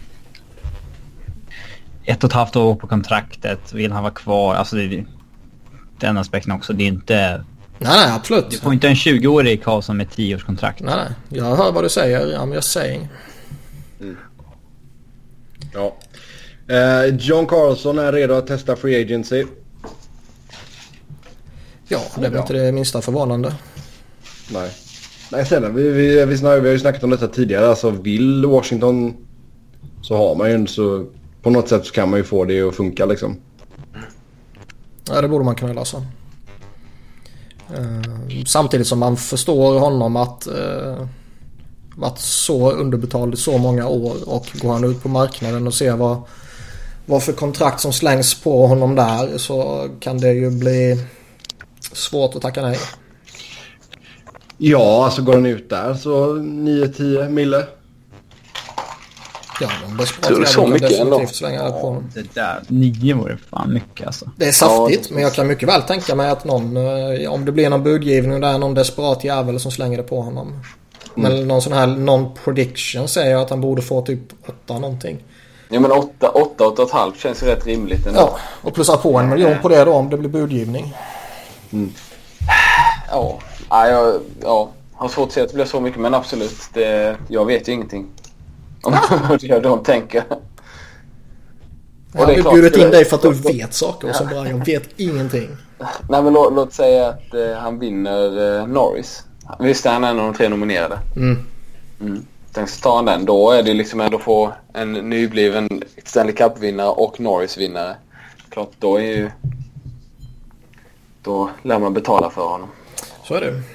1,5 år på kontraktet, vill han vara kvar, alltså den aspekten också, det är inte... Nej, absolut. Du får inte en 20-årig Karlsson med 10-årskontrakt. Nej, jag hör vad du säger, I'm just saying. Ja. John Carlson är redo att testa free agency. Ja, det är väl inte det minsta förvånande. Nej, sedan vi har ju snackat om detta tidigare, alltså vill Washington så har man ju så på något sätt så kan man ju få det att funka liksom. Ja, det borde man kunna lösa. Samtidigt som man förstår honom att varit så underbetald i så många år och går han ut på marknaden och ser vad för kontrakt som slängs på honom där, så kan det ju bli svårt att tacka nej. Ja, alltså går han ut där så 9-10 mille. Ja, men det tror du så mycket ändå? Slänga på honom. Det där 9 vore fan mycket alltså. Det är saftigt, men jag kan mycket väl tänka mig att någon, om det blir någon budgivning där är någon desperat jävel som slänger det på honom. Men någon sån här non-prediction säger att han borde få typ 8 någonting. Ja, men 8,5 känns ju rätt rimligt ändå. Ja, och plussa på 1 miljon på det då om det blir budgivning. Ja, jag har svårt att säga att det blir så mycket, men absolut, jag vet ju ingenting om hur de tänker. Jag har bjudit in dig för att du vet saker och så bara jag vet ingenting. Nej, men låt säga att han vinner Norris. Visst är han en av de 3 nominerade. Tänk så tar han den. Då är det liksom ändå få en nybliven Stanley Cup-vinnare och Norris-vinnare. Klart, då lär man betala för honom. Så är det.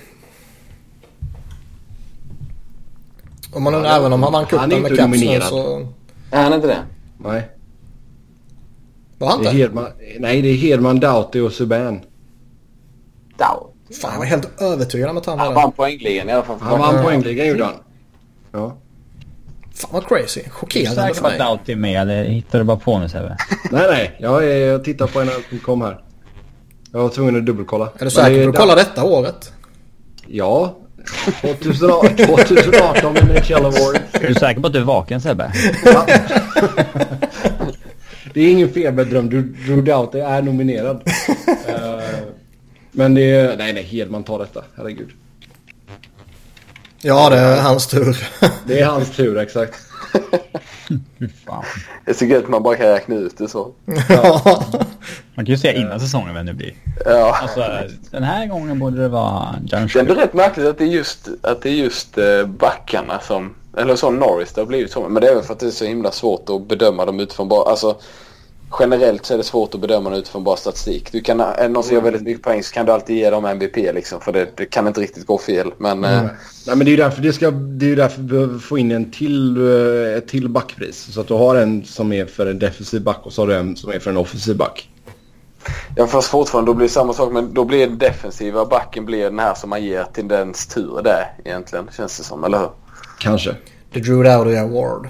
Om man även om han vann cupen med Caps så... Är han inte det? Nej. Var han inte? Det är Hedman, Doughty och Subban. Fan, jag var helt övertygad om att han var där. Han vann poängligan i alla fall. Han vann poängligan, gjorde han. Ja. Fan vad crazy. Chockerande säker för mig. på att Doughty är med, eller hittar du bara på nu, Sebbe? Nej. Jag tittar på NHL.com här. Jag var tvungen att dubbelkolla. Är du säker på att kolla detta året? Ja. 2018 med NHL Award. Är du säker på att du är vaken, Sebbe? Ja. Det är ingen feberdröm. Drew Doughty är nominerad. Men det är... Nej, Hedman tar detta. Herregud. Ja, det är hans tur. Det är hans tur, exakt. Fan. Det är så gött att man bara kan räkna ut det så. Ja. Man kan ju säga innan säsongen vem det blir. Ja. Alltså, den här gången borde det vara John Det är ändå rätt märkligt att det är just backarna som... Eller så Norris, det har blivit så. Men det är väl för att det är så himla svårt att bedöma dem utifrån bara... Alltså, generellt så är det svårt att bedöma dem utifrån bara statistik. Du kan, är någon som gör väldigt mycket poäng så kan du alltid ge dem MVP liksom. För det kan inte riktigt gå fel. Men, Nej, men det är ju därför det är ju därför vi behöver få in ett till backpris. Så att du har en som är för en defensiv back och så har du en som är för en offensiv back. Ja, fast fortfarande då blir det samma sak. Men då blir den defensiva backen blir den här som man ger till dens tur där egentligen. Känns det som, eller hur? Kanske. The Drew Doughty Award.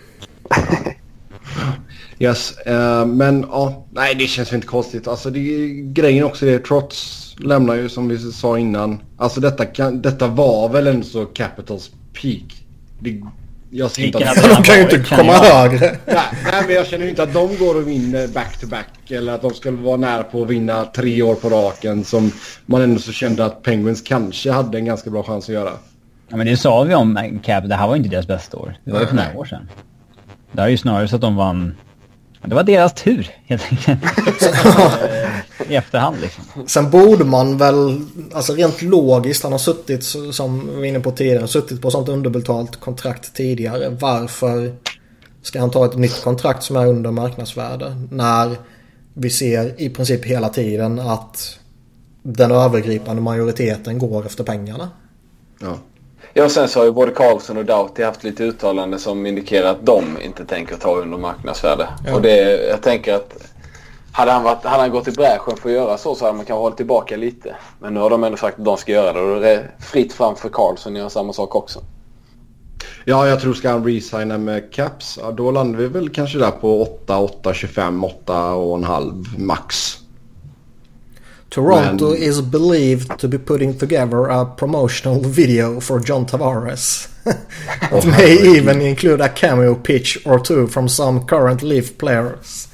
Yes, men ja, nej det känns inte konstigt. Alltså grejen också är trots lämnar ju som vi sa innan. Alltså detta var väl en så Capitals peak. Jag ser inte att De kan ju inte komma högre. Nej, men jag känner ju inte att de går och vinner back to back eller att de skulle vara nära på att vinna 3 år på raken som man ändå så kände att Penguins kanske hade en ganska bra chans att göra. Ja, men det sa vi om Cap. Det här var inte deras bästa år. Det var ju för några år sedan. Det är ju snarare så att de vann... Det var deras tur, helt enkelt. I efterhand, liksom. Sen borde man väl, alltså rent logiskt, han har suttit, som vi var inne på tidigare, suttit på sånt underbetalt kontrakt tidigare. Varför ska han ta ett nytt kontrakt som är under marknadsvärde? När vi ser i princip hela tiden att den övergripande majoriteten går efter pengarna. Ja. Ja, sen så har ju både Karlsson och Doughty haft lite uttalande som indikerar att de inte tänker ta under marknadsvärde. Ja. Och det, jag tänker att hade han gått i bräschen för att göra så hade man kanske hållit tillbaka lite. Men nu har de ändå sagt att de ska göra det och det är fritt fram för Karlsson att göra samma sak också. Ja, jag tror ska han resigna med Caps, ja, då landar vi väl kanske där på 8,25, 8,5 max. Toronto is believed to be putting together a promotional video for John Tavares. It may even include a cameo pitch or two from some current Leaf players.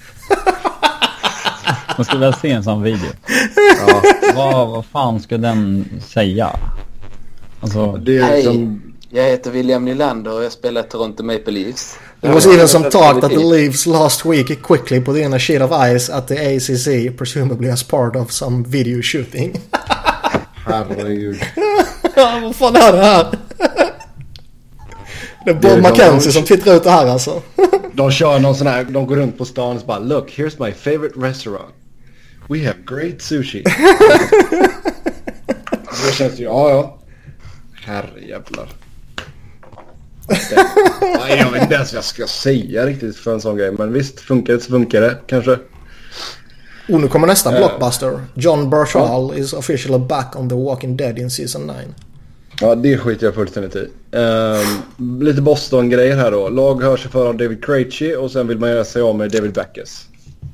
Man skulle väl se en sån video. Ja. Vad fan ska den säga? Alltså, det är liksom... Jag heter William Nylander och jag spelar Toronto Maple Leafs. There was even some talk that the Leafs last week quickly put in a sheet of ice at the ACC, presumably as part of some video shooting. Herregud. Vad fan är det här? Det är Bob McKenzie som twittrar ut det här alltså. De kör någon sån här, de går runt på stan och bara look, here's my favorite restaurant. We have great sushi. Det känns ju, ja. Herrejävlar. Nej, jag vet inte ens vad jag ska säga riktigt för en sån grej. Men visst, funkar det så funkar det kanske. Och nu kommer nästa blockbuster. John Barshall is officially back on The Walking Dead in season 9. Ja, det skiter jag fullständigt i. Lite Boston-grejer här då. Lag hör sig för av David Krejci och sen vill man göra sig av med David Backes.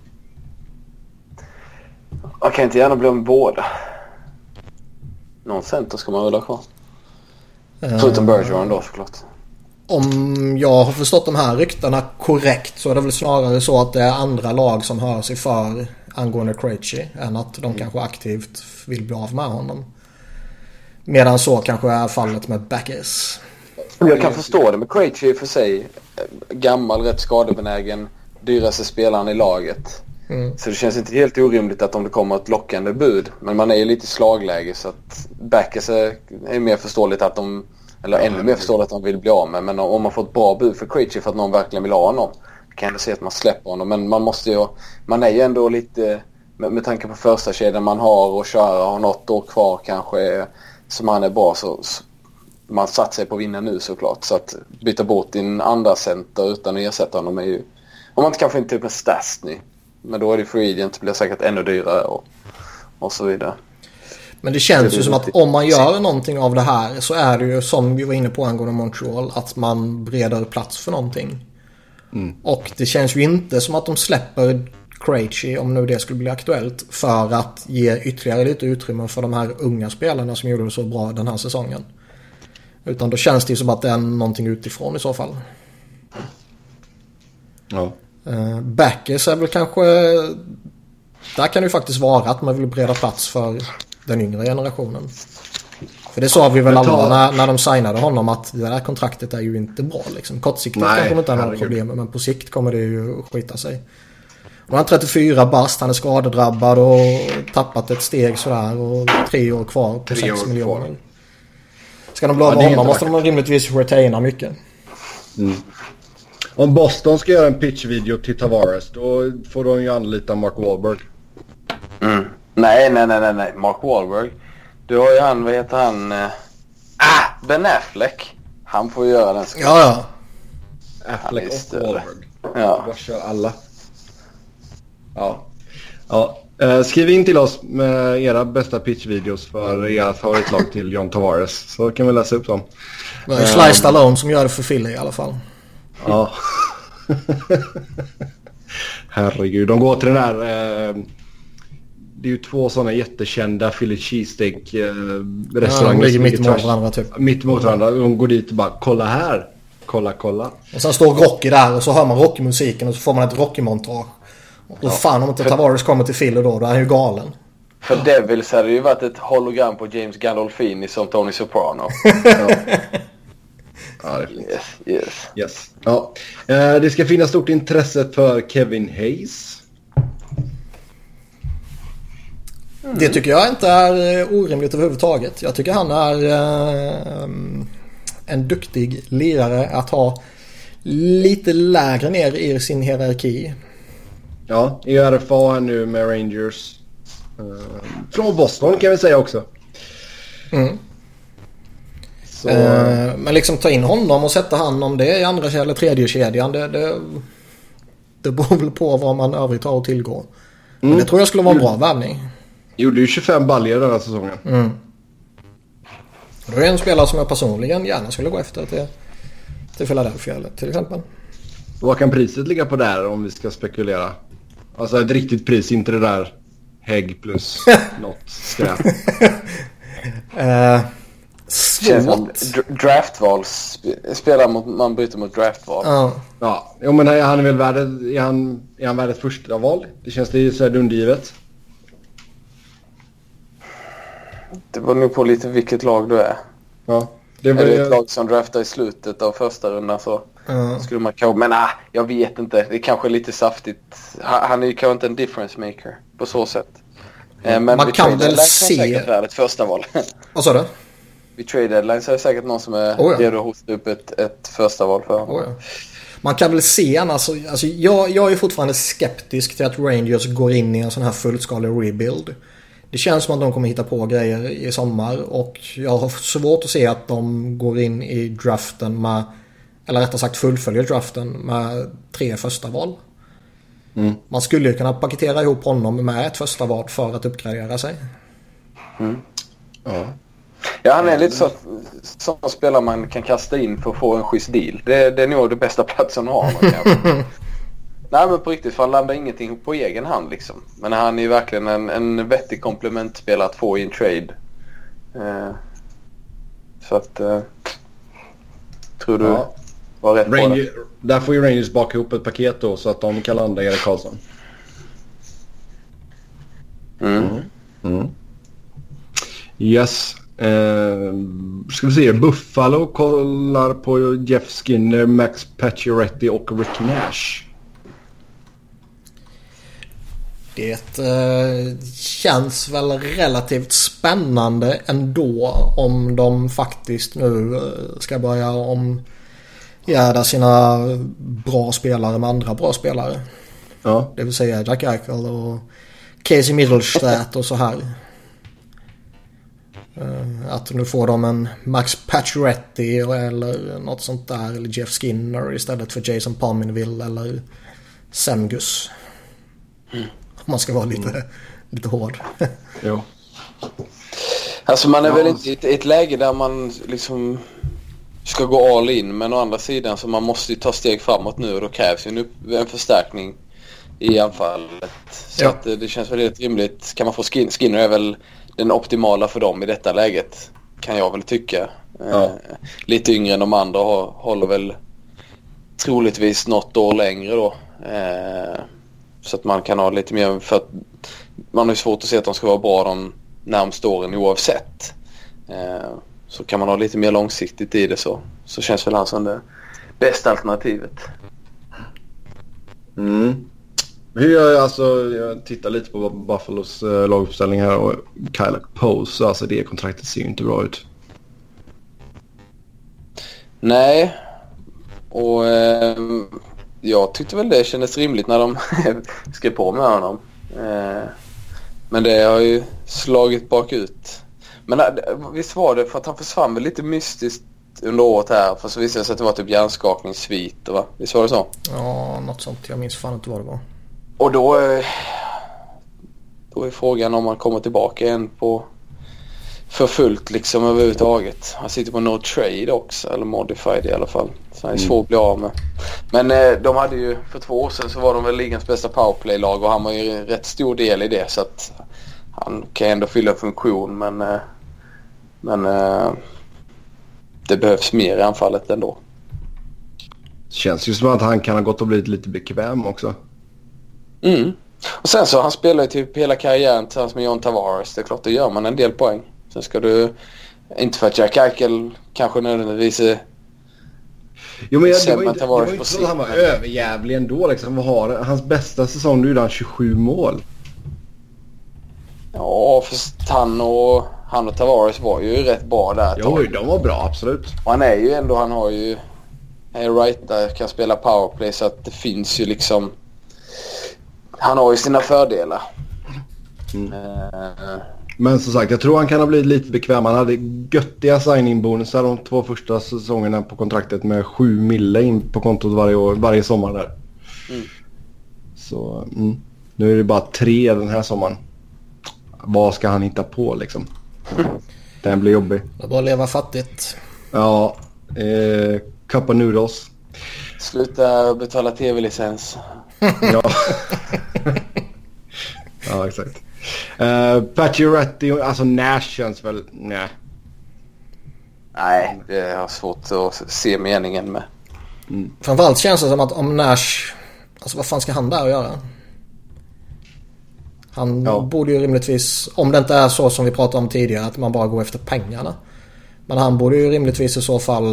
Jag kan inte gärna bli med båda. Någon center ska man väl ha kvar. Förutom Bergeron då såklart. Om jag har förstått de här ryktena korrekt så är det väl snarare så att det är andra lag som hör sig för angående Krejci än att de kanske aktivt vill bli av med honom. Medan så kanske är fallet med Backes. Jag kan förstå det med Krejci för sig. Gammal, rätt skadebenägen, dyraste spelaren i laget. Så det känns inte helt orimligt att om det kommer ett lockande bud. Men man är ju lite i slagläge så att Backes är mer förståeligt att de... Eller ännu mer förståeligt att de vill bli av med. Men om man får ett bra bud för Krejci för att någon verkligen vill ha honom, kan jag se att man släpper honom. Men man måste ju... Man är ju ändå lite... Med tanke på första kedjan man har och köra, har något år kvar kanske som han är bra, så man satt sig på att vinna nu såklart. Så att byta bort din andra center utan att ersätta honom är ju... Om man inte kanske inte typ en Stastny. Men då är det free agent, blir säkert ännu dyrare och så vidare. Men det känns ju som att om man gör någonting av det här så är det ju som vi var inne på angående Montreal, att man breder plats för någonting. Och det känns ju inte som att de släpper Krejci, om nu det skulle bli aktuellt, för att ge ytterligare lite utrymme för de här unga spelarna som gjorde det så bra den här säsongen. Utan då känns det ju som att det är någonting utifrån i så fall. Ja. Backers är väl kanske... Där kan det ju faktiskt vara att man vill bereda plats för den yngre generationen. För det sa vi väl alla när de signade honom, att det där kontraktet är ju inte bra. Liksom. Kortsiktigt kanske de inte har några problem, men på sikt kommer det ju skita sig. Och han är 34 bast, han är skadedrabbad och tappat ett steg sådär och 3 år kvar på 6 miljoner. Ska de bli av honom måste de rimligtvis retaina mycket. Mm. Om Boston ska göra en pitchvideo till Tavares, då får de ju anlita Mark Wahlberg. Mm. Nej. Mark Wahlberg. Du har ju han, vad heter han? Ben Affleck. Han får ju göra den. Ja. Affleck och Wahlberg. Ja. Vad kör alla? Ja. Skriv in till oss med era bästa pitchvideos för era favoritlag till John Tavares, så kan vi läsa upp dem. Det är Sly Stallone som gör det för Philly i alla fall. Ja. Herregud, de går till den där... det är ju 2 sådana jättekända Philly cheesesteak restauranger. De ligger mitt emot varandra typ. Mitt emot varandra. De går dit och bara, kolla här. Kolla. Och sen står Rocky där och så hör man Rocky-musiken och så får man ett Rocky-montage. Och fan om inte Tavares kommer till Philly då är han ju galen. För Devils hade det ju varit ett hologram på James Gandolfini som Tony Soprano. Ja, Yes. Ja. Det ska finnas stort intresse för Kevin Hayes. Det tycker jag inte är orimligt överhuvudtaget. Jag tycker han är en duktig lirare att ha lite lägre ner i sin hierarki. Ja, i RFA här nu med Rangers. Från Boston kan vi säga också. Mm. Så... men liksom ta in honom och sätta han om det är i andra eller tredje kedjan. Det beror väl på vad man övrigt har att tillgå. Men det tror jag skulle vara en bra värvning. Gjorde ju 25 baljor den här säsongen. Mm. Det är en spelare som jag personligen gärna skulle gå efter till Philadelphia till exempel. Vad kan priset ligga på där om vi ska spekulera? Alltså ett riktigt pris, inte det där Hägg plus något skräp. Svårt. Draftval spelar mot, man byter mot draftval. Ja, men han är väl värd är han värd ett första val? Det känns det så här undergivet. Det var nu på lite vilket lag du är. Ja. Det var ett lag som draftar i slutet av första rundan så skulle man kanske, men jag vet inte. Det är kanske lite saftigt. Han är ju kanske inte en difference maker på så sätt. Men man kan väl se ett första val. Vad sa du? Vid trade deadline så är det säkert någon som är redo att hosta upp ett första val för honom. Ja. Man kan väl se alltså jag är fortfarande skeptisk till att Rangers går in i en sån här fullskalig rebuild. Det känns som att de kommer hitta på grejer i sommar och jag har svårt att se att de går in i draften med, eller rättare sagt fullföljer draften med 3 första val. Mm. Man skulle ju kunna paketera ihop honom med ett första val för att uppgradera sig. Mm. Ja, han är lite så spelare man kan kasta in för att få en schysst deal. Det är nog det bästa platsen att ha honom kanske. Nej, men på riktigt, för han landar ingenting på egen hand liksom. Men han är ju verkligen en vettig komplementspelare att få i en trade. Så att tror du var rätt på det. Där får ju Rangers baka ihop ett paket då så att de kan landa Erik Karlsson. Yes. Ska vi se. Buffalo kollar på Jeff Skinner, Max Pacioretty och Rick Nash. Det känns väl relativt spännande ändå om de faktiskt nu ska börja omgärda sina bra spelare med andra bra spelare. Ja. Det vill säga Jack Eichel och Casey Middlestat och så här. Att nu får de en Max Pacioretty eller något sånt där, eller Jeff Skinner istället för Jason Pominville eller Semgus. Om man ska vara lite hård. Jo. Alltså man är väl inte i ett läge där man liksom ska gå all in, men å andra sidan så man måste ju ta steg framåt nu och då krävs ju en förstärkning i anfallet. Så att det känns väldigt rimligt. Kan man få Skinner är väl den optimala för dem i detta läget. kan jag väl tycka. Ja. Lite yngre än de andra håller väl troligtvis något år längre då. Så att man kan ha lite mer, för att man har ju svårt att se att de ska vara bra de närmaste åren oavsett. Så kan man ha lite mer långsiktigt i det, så känns väl han som det bästa alternativet. Hur gör jag, alltså, jag tittar lite på Buffalos laguppställning här och Kyle Pose, alltså det kontraktet ser ju inte bra ut. Nej, och jag tyckte väl det kändes rimligt när de skrev på med honom. Men det har ju slagit bakut. Men visst var det för att han försvann väl lite mystiskt under året här, för så visade det sig att det var typ hjärnskakningssvit, va? Visst var det så? Ja, något sånt. Jag minns fan inte vad det var. Och då är frågan om man kommer tillbaka igen på för fullt liksom överhuvudtaget. Han sitter på no trade också, eller modified i alla fall. Så han är svår att bli av med. Men de hade ju, för 2 år sedan så var de väl ligans bästa powerplay-lag, och han var ju rätt stor del i det, så att han kan ändå fylla funktion, men det behövs mer i anfallet ändå. Känns ju som att han kan ha gått och blivit lite bekväm också. Och sen så han spelar ju typ hela karriären tillsammans med John Tavares. Det är klart, det gör man en del poäng. Sen ska du, inte för att Jack Eichel kanske nödvändigtvis är... Jo, men det var inte så att han var överjävlig ändå liksom. Vad har hans bästa säsong, då gjorde han 27 mål. Ja, för han och Tavares var ju rätt bra där. Jo, de var bra, absolut. Och han är ju ändå, han har ju right där, kan spela powerplay, så att det finns ju liksom, han har ju sina fördelar. Men som sagt, jag tror han kan ha blivit lite bekväm. Han hade göttiga signing-bonusar de 2 första säsongerna på kontraktet med 7 mille in på kontot varje sommar där. Så nu är det bara 3 den här sommaren. Vad ska han hitta på liksom? Den blir jobbig. Det är bara att leva fattigt. Ja, cup of noodles. Sluta betala tv-licens. Ja. Ja, exakt. Pacioretty, alltså Nash känns väl... Nej, det har svårt att se meningen med. Framförallt känns det som att om Nash... Alltså vad fan ska han där att göra? Han borde ju rimligtvis... Om det inte är så som vi pratade om tidigare, att man bara går efter pengarna. Men han borde ju rimligtvis i så fall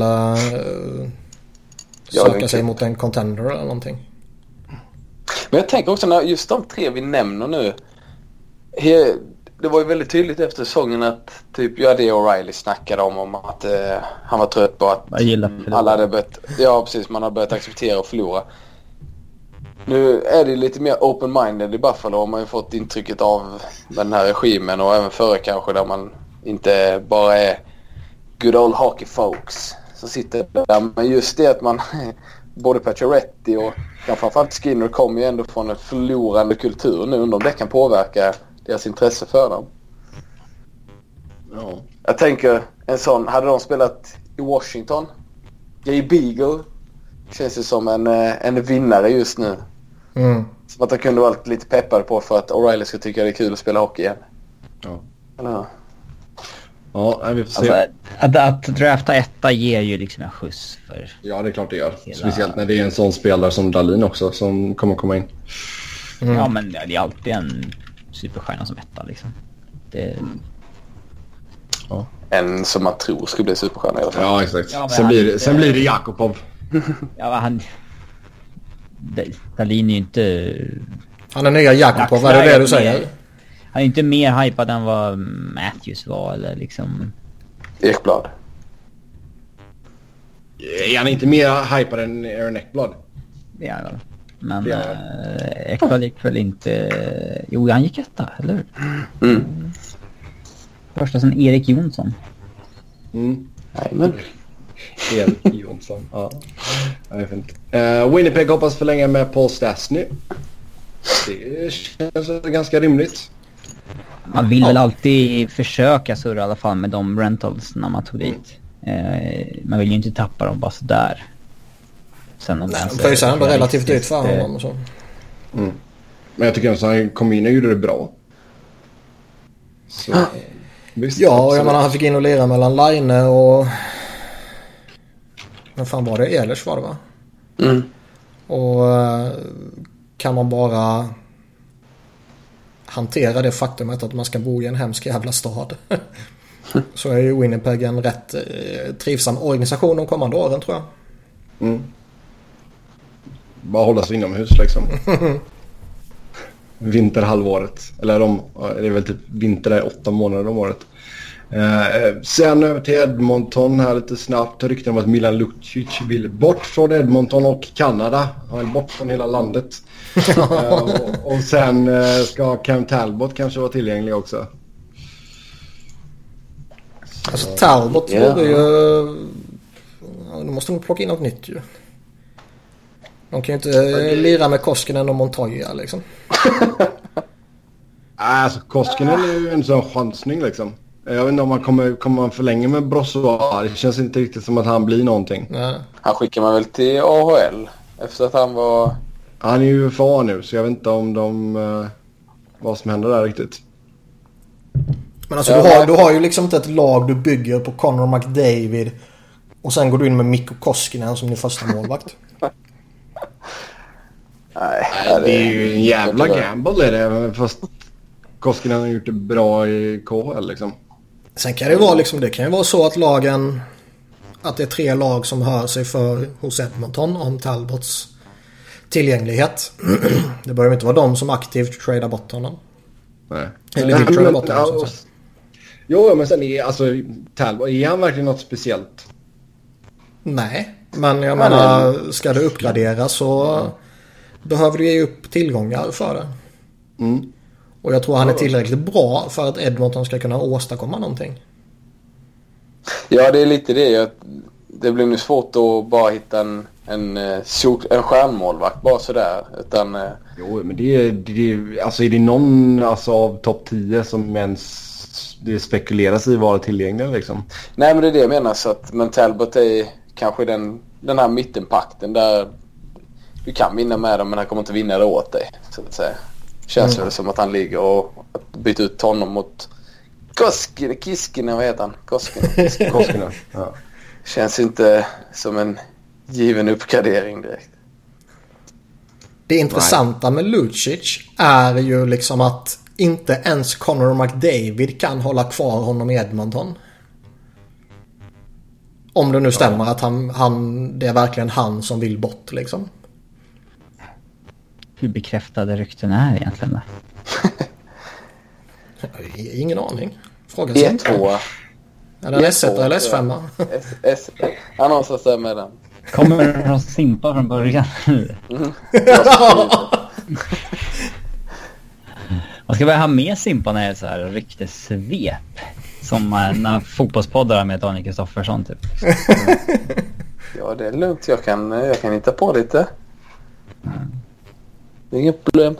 söka sig mot en contender eller någonting. Men jag tänker också, när just de 3 vi nämner nu, det var ju väldigt tydligt efter säsongen att typ det O'Reilly snackade om att han var trött på att alla hade börjat, man hade börjat acceptera och förlora. Nu är det lite mer open-minded i Buffalo, har man ju fått intrycket av den här regimen, och även före kanske, där man inte bara är good old hockey folks som sitter där. Men just det att man, både Pacioretty och framförallt Skinner kommer ju ändå från en förlorande kultur nu, om det kan påverka deras intresse för dem. Ja. Jag tänker en sån, hade de spelat i Washington, Jay Beagle känns ju som en vinnare just nu. Som att de kunde vara lite peppad på för att O'Reilly ska tycka det är kul att spela hockey igen. Ja. Eller? Ja, vi får se. Alltså, att drafta 1 ger ju liksom en skjuts för... Ja, det är klart det gör. Speciellt när det är en sån spelare som Dahlin också som kommer komma in. Ja, men det är alltid en superstjärna som 1 liksom. Det... Ja. En som man tror skulle bli superstjärna i alla fall. Ja, exakt. Ja, sen blir det Jakubov. Ja, Dahlin är ju inte... Han är nya Jakubov, vad är det du säger? Han är inte mer hypad än vad Matthews var, eller liksom... Ekblad. Är han inte mer hypad än Aaron Ekblad? Det är väl. Men Ekblad gick väl inte... Jo, han gick 1, eller hur? Första som Erik Jonsson. Nej, men... Erik Jonsson, ja. Winnipeg hoppas förlänga med Paul Stastny. Det känns ganska rimligt. Man vill väl alltid försöka surra i alla fall med de rentals när man tog dit. Man vill ju inte tappa dem bara så där. Sen om det är ändå relativt dyrt för honom och så. Men jag tycker att han kom in och gjorde det bra. Så. Visst, ja, och jag menar han fick in och lira mellan Line och... Men fan var det? Ehlers var det, va? Mm. Och kan man bara hantera det faktumet att man ska bo i en hemsk jävla stad så är ju Winnipeg en rätt trivsam organisation de kommande åren, tror jag. Mm. Bara hålla sig inomhus liksom. Vinterhalvåret. Eller det är väl typ vinter där 8 månader om året. Sen över till Edmonton här lite snabbt. Rykten om att Milan Lucic vill bort från Edmonton och Kanada. Han vill bort från hela landet. och sen ska Cam Talbot kanske vara tillgänglig också. Alltså Talbot vore ju... Nu måste de plocka in något nytt ju. De kan ju inte lira med Koskinen och Montoya liksom. Alltså Koskinen är ju en sån chansning liksom. Jag vet inte om man kommer man förlänga med Brossoir. Det känns inte riktigt som att han blir någonting. Nej. Han skickar man väl till AHL efter att han var... Han är ju UFA nu, så jag vet inte om vad som händer där riktigt. Men alltså du har ju liksom inte ett lag du bygger på Connor McDavid och sen går du in med Mikko Koskinen som din första målvakt. Nej, det är ju en jävla gamble är det. Fast Koskinen har gjort det bra i KHL liksom. Sen kan det vara liksom, det kan ju vara så att lagen, att det är 3 lag som hör sig för hos Edmonton om Talbots tillgänglighet. Det behöver inte vara de som aktivt tradar bort honom. Nej. Eller vill trada bort honom. Jo, men sen Talbot, är han verkligen något speciellt? Nej, men jag menar, ska det uppgraderas så behöver du ge upp tillgångar för det. Mm. Och jag tror han är tillräckligt bra för att Edmonton ska kunna åstadkomma någonting. Ja, det är lite det. Det blir nu svårt att bara hitta en stjärnmålvakt bara sådär. Utan, jo, men det alltså är det någon av topp 10 som ens det spekuleras i vara tillgänglig liksom? Nej, men det är det jag menar. Så att, men Talbot är kanske den här mittenpakten där du kan vinna med dem men han kommer inte vinna det åt dig, så att säga. Känns väl som att han ligger och att byta ut honom mot Kiskinen, vad heter han? Koskinen, ja. Känns inte som en given uppgradering direkt. Det intressanta med Lucic är ju liksom att inte ens Connor McDavid kan hålla kvar honom i Edmonton. Om det nu stämmer att det är verkligen han som vill bort liksom. Hur bekräftade rykten är egentligen? Ingen aning. Fråga sig. E2. Är det en S1 eller S5? S1. Han har så stämmer med den. Kommer det från Simpa från början? Man ska väl ha med Simpa när det är så här ryktesvep. Som när fotbollspoddar med Daniel Kristoffersson typ. Ja, det är lugnt. Jag kan hitta på lite. Det är inget problem.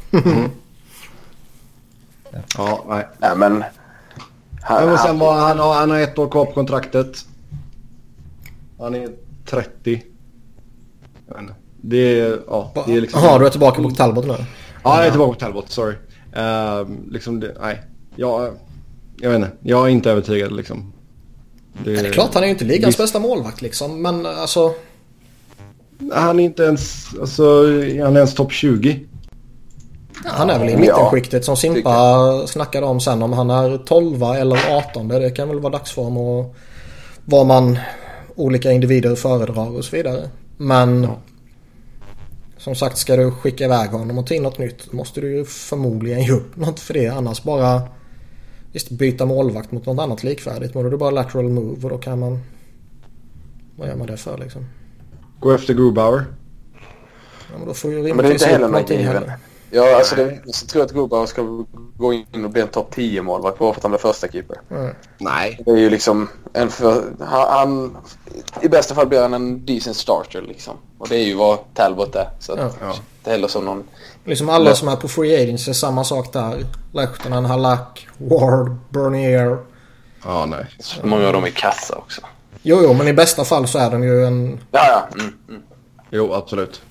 Ja, nej. Nej, men... Han har 1 år kvar på kontraktet. Han är 30. Jag vet inte. Det är liksom... Jaha, du är tillbaka på Talbot nu? Ja, jag är tillbaka på Talbot, sorry. Liksom det, nej. Jag vet inte. Jag är inte övertygad liksom. Det är klart, han är ju inte ligans bästa målvakt liksom, men alltså... Han är inte ens, han är ens topp 20. Ja, han är väl i mittenskiktet som Simpa snackade om sen. Om han är 12 eller 18, det kan väl vara dagsform och vad man olika individer föredrar och så vidare. Men som sagt, ska du skicka iväg honom och ta in något nytt måste du ju förmodligen ge upp något för det. Annars bara byta målvakt mot något annat likvärdigt. Men då är det bara lateral move och då kan man... Vad gör man det för liksom? Gå efter Grubauer. Ja, men då får ju men det är inte heller någonting heller. Ja, alltså jag tror att Grubauer ska gå in och bli en topp 10 målvakt bara för att han blir första keeper. Nej. Det är ju liksom han i bästa fall blir han en decent starter liksom. Och det är ju vad Talbot är. Så det är heller som någon... Liksom alla som är på free agents är samma sak där. Lehtonen, Halak, Ward, Bernier. Ja, nej. Så många av dem är kassa också. Jo, men i bästa fall så är de ju en... Ja. Jo, absolut.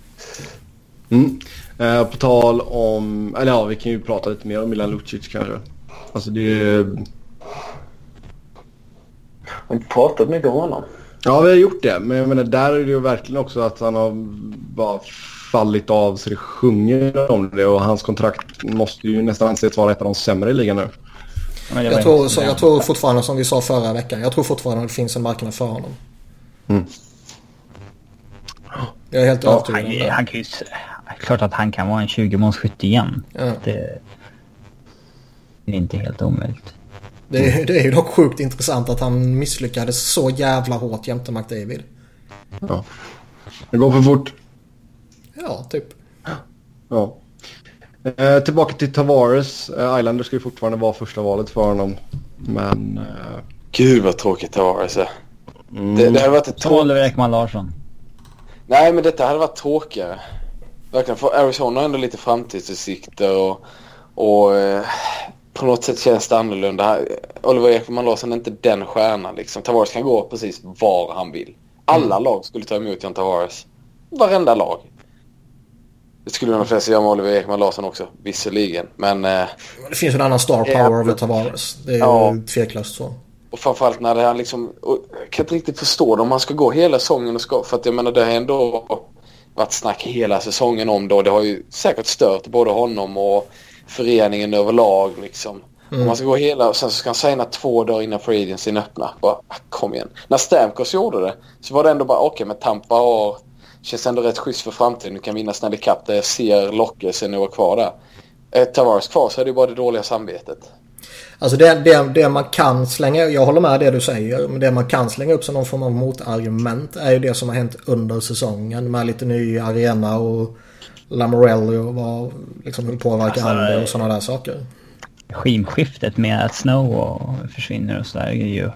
På tal om... Eller vi kan ju prata lite mer om Milan Lucic kanske. Alltså det är... har inte pratat mycket om honom. Ja, vi har gjort det. Men jag menar, där är det ju verkligen också att han har bara fallit av så det sjunger om det. Och hans kontrakt måste ju nästan anses vara ett av de sämre i ligan nu. Jag tror fortfarande, som vi sa förra veckan, jag tror fortfarande att det finns en marknad för honom. Jag är helt övertygad om det. Han kan ju, klart att han kan vara en 20-målsskytt igen. Ja. Det är inte helt omöjligt. Det är ju dock sjukt intressant att han misslyckades så jävla hårt jämte McDavid. Ja. Det går för fort. Ja, typ. Ja. Tillbaka till Tavares. Islanders ska ju fortfarande vara första valet för honom. Men... Gud vad tråkigt Tavares är. Det hade varit ett Oliver Ekman Larsson. Nej, men detta hade varit tråkigare. Verkligen, för Arizona har ändå lite framtidsutsikter och på något sätt känns det annorlunda. Oliver Ekman Larsson är inte den stjärnan liksom. Tavares kan gå precis var han vill. Alla lag skulle ta emot John Tavares. Varenda lag. Det skulle de flesta göra med Oliver Ekman Larsson också, visserligen. Men det finns en annan star power över Tavares. Det är ju tveklöst så. Och framförallt när det här liksom... Jag kan inte riktigt förstå det om man ska gå hela säsongen och ska... För att jag menar, det har ändå varit snack hela säsongen om det. Det har ju säkert stört både honom och föreningen överlag liksom. Om man ska gå hela och sen så ska han signa 2 dagar innan free agencyn öppnar. Bara, kom igen. När Stamkos gjorde det så var det ändå bara okej, men Tampa har... Känns ändå rätt schysst för framtiden. Du kan vinna Stanley Cup där jag ser lockelsen och kvar där. Tavares kvar så är det ju bara det dåliga samvetet. Alltså det man kan slänga, jag håller med det du säger, men det man kan slänga upp som någon form av motargument är ju det som har hänt under säsongen med lite ny arena och Lamorelli och vad liksom hur påverkar han det och sådana där saker. Regimskiftet med att Snow och försvinner och sådär är ju...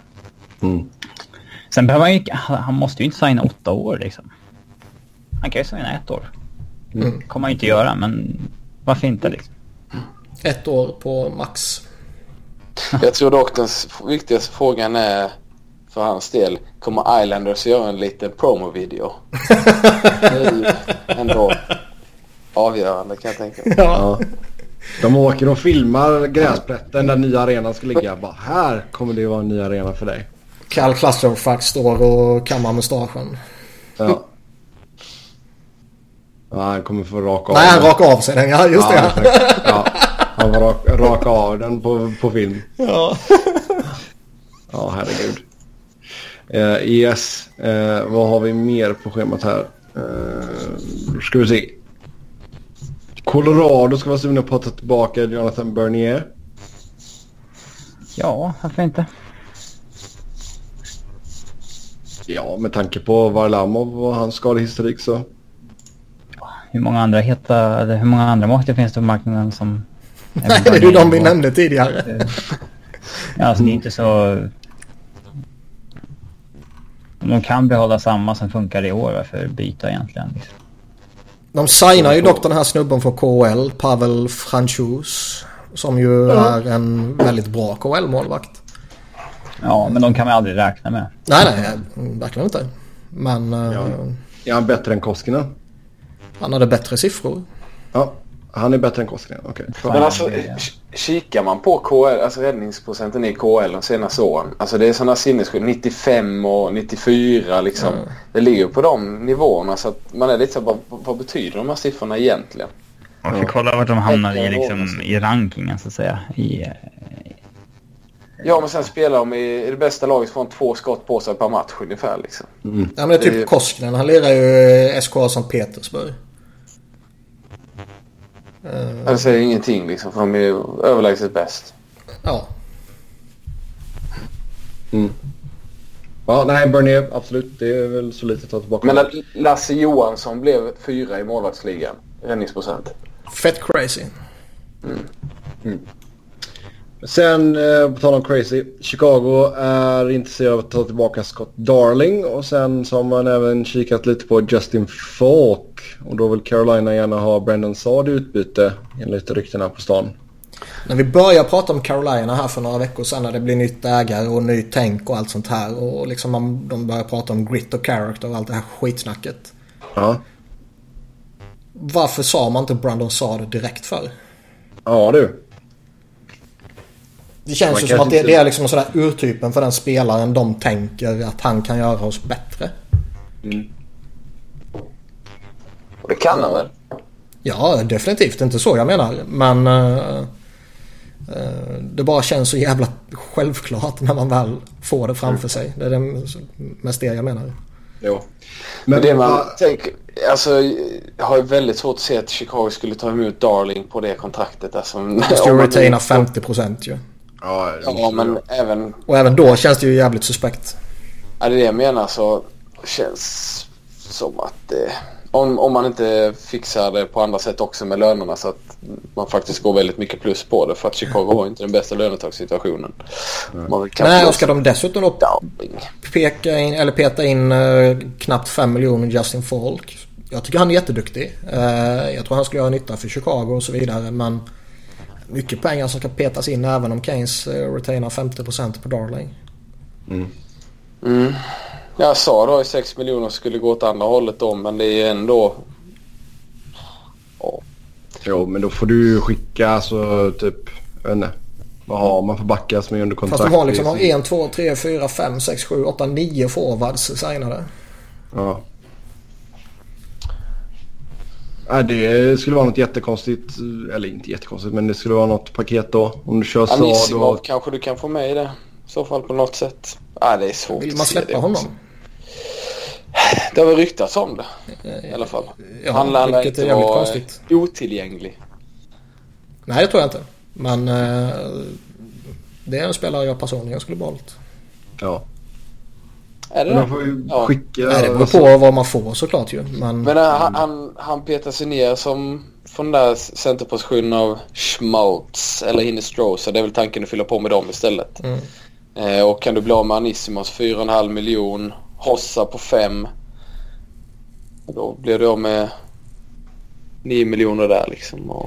Sen behöver han måste ju inte signa 8 år liksom. Han kan ju signa 1 år. Kommer han inte göra, men varför inte liksom? 1 år på max. Jag tror dock den viktigaste frågan är för hans del, kommer Islanders göra en liten promo-video? Det är ju ändå avgörande, kan jag tänka mig. Ja. De åker och filmar gräsplätten där nya arenan ska ligga. Bara, här kommer det vara en ny arena för dig. Kall Clusterfax står och kammar mustaschen. Ja. Ja, han kommer få raka av. Nej, han rakar av sig den. Ja, just det. Ja, han får raka av den på film. Ja. Ja, herregud. Yes. Vad har vi mer på schemat här? Ska vi se. Colorado ska vara sugna på att ta tillbaka Jonathan Bernier. Ja, varför inte? Ja, med tanke på Varlamov och hans skadehistorik så... Hur många andra målvakter finns det på marknaden som... Nej, det är ju de vi nämnde tidigare. Ja, alltså det är inte så... De kan behålla samma som funkar i år, varför byta egentligen? De signar ju dock den här snubben för KHL, Pavel Franchus, som ju är en väldigt bra KHL-målvakt. Ja, men de kan man aldrig räkna med. Nej, verkligen inte. Men... Är han bättre än Koskinen? Han hade bättre siffror. Ja, han är bättre än Koskinen. Okej. Men alltså, kikar man på KHL, alltså räddningsprocenten i KHL de senaste åren, alltså det är sådana sinnesskydd, 95 och 94 liksom. Det ligger på de nivåerna, så att man är lite så, vad betyder de här siffrorna egentligen? Man får kolla vart de hamnar i, liksom, i rankingen så att säga. Ja, men sen spelar de i det bästa laget från 2 skott på sig per match ungefär liksom. Ja, men det är typ Koskinen. Han lirar ju SKA Sankt Petersburg. Jag säger ingenting liksom, för de är överlägset bäst. Ja. Ja, nej, Bernier, absolut. Det är väl så lite att ta tillbaka. Men att Lasse Johansson blev 4 i målvaktsligan, räddningsprocent. Fett crazy. Sen, på tal om crazy, Chicago är intresserad av att ta tillbaka Scott Darling. Och sen så har man även kikat lite på Justin Falk. Och då vill Carolina gärna ha Brendan Saad i utbyte, enligt ryktena på stan. När vi började prata om Carolina här för några veckor sedan, när det blir nytt ägare och ny tänk och allt sånt här, och liksom de börjar prata om grit och character och allt det här skitsnacket. Ja. Varför sa man inte Brandon Saad direkt för? Ja, du. Det känns ju som att det är liksom sådär urtypen för den spelaren de tänker att han kan göra oss bättre. Och det kan han väl? Ja, definitivt inte så jag menar. Men det bara känns så jävla självklart när man väl får det framför sig. Det är det mest det jag menar. Jo. Men det man tänker, alltså, jag har ju väldigt svårt att se att Chicago skulle ta emot Darling på det kontraktet. Alltså, måste ju retaina 50% ju. Ja, men även... Och även då känns det ju jävligt suspekt. Ja, det är det jag menar, så känns som att om man inte fixar det på andra sätt också med lönerna så att man faktiskt går väldigt mycket plus på det, för att Chicago har inte den bästa lönetagssituationen. Nej, och ska de dessutom då peta in knappt 5 miljoner Justin Falk. Jag tycker han är jätteduktig. Jag tror han skulle göra nytta för Chicago och så vidare, men mycket pengar som ska petas in även om Keynes retainar 50% på Darling. Jag sa då i 6 miljoner skulle gå åt andra hållet då, men det är ändå... Jo, men då får du skicka alltså typ, jag vet inte, vad har man för backar som är under kontrakt? Fast de har liksom 1, 2, 3, 4, 5, 6, 7, 8, 9 forwards signade. Ja. Det skulle vara något jättekonstigt, eller inte jättekonstigt, men det skulle vara något paket då. Om du kör Anisimov kanske du kan få med i det. I så fall på något sätt. Det är svårt. Vill man släppa honom? Det har väl ryktats om det i alla fall. Ja, han lär inte inte vara konstigt. Otillgänglig. Nej, det tror jag inte. Men det är en spelare jag personligen skulle valt. Ja. Är det men man får ju skicka... Nej, det beror på vad man får såklart ju. Men han petar sig ner som från den där centerpositionen av Schmaltz eller Hinestroh, så det är väl tanken att fylla på med dem istället. Och kan du bli av med Anisimos 4,5 miljon, Hossa på 5, då blir det av med 9 miljoner där liksom. Och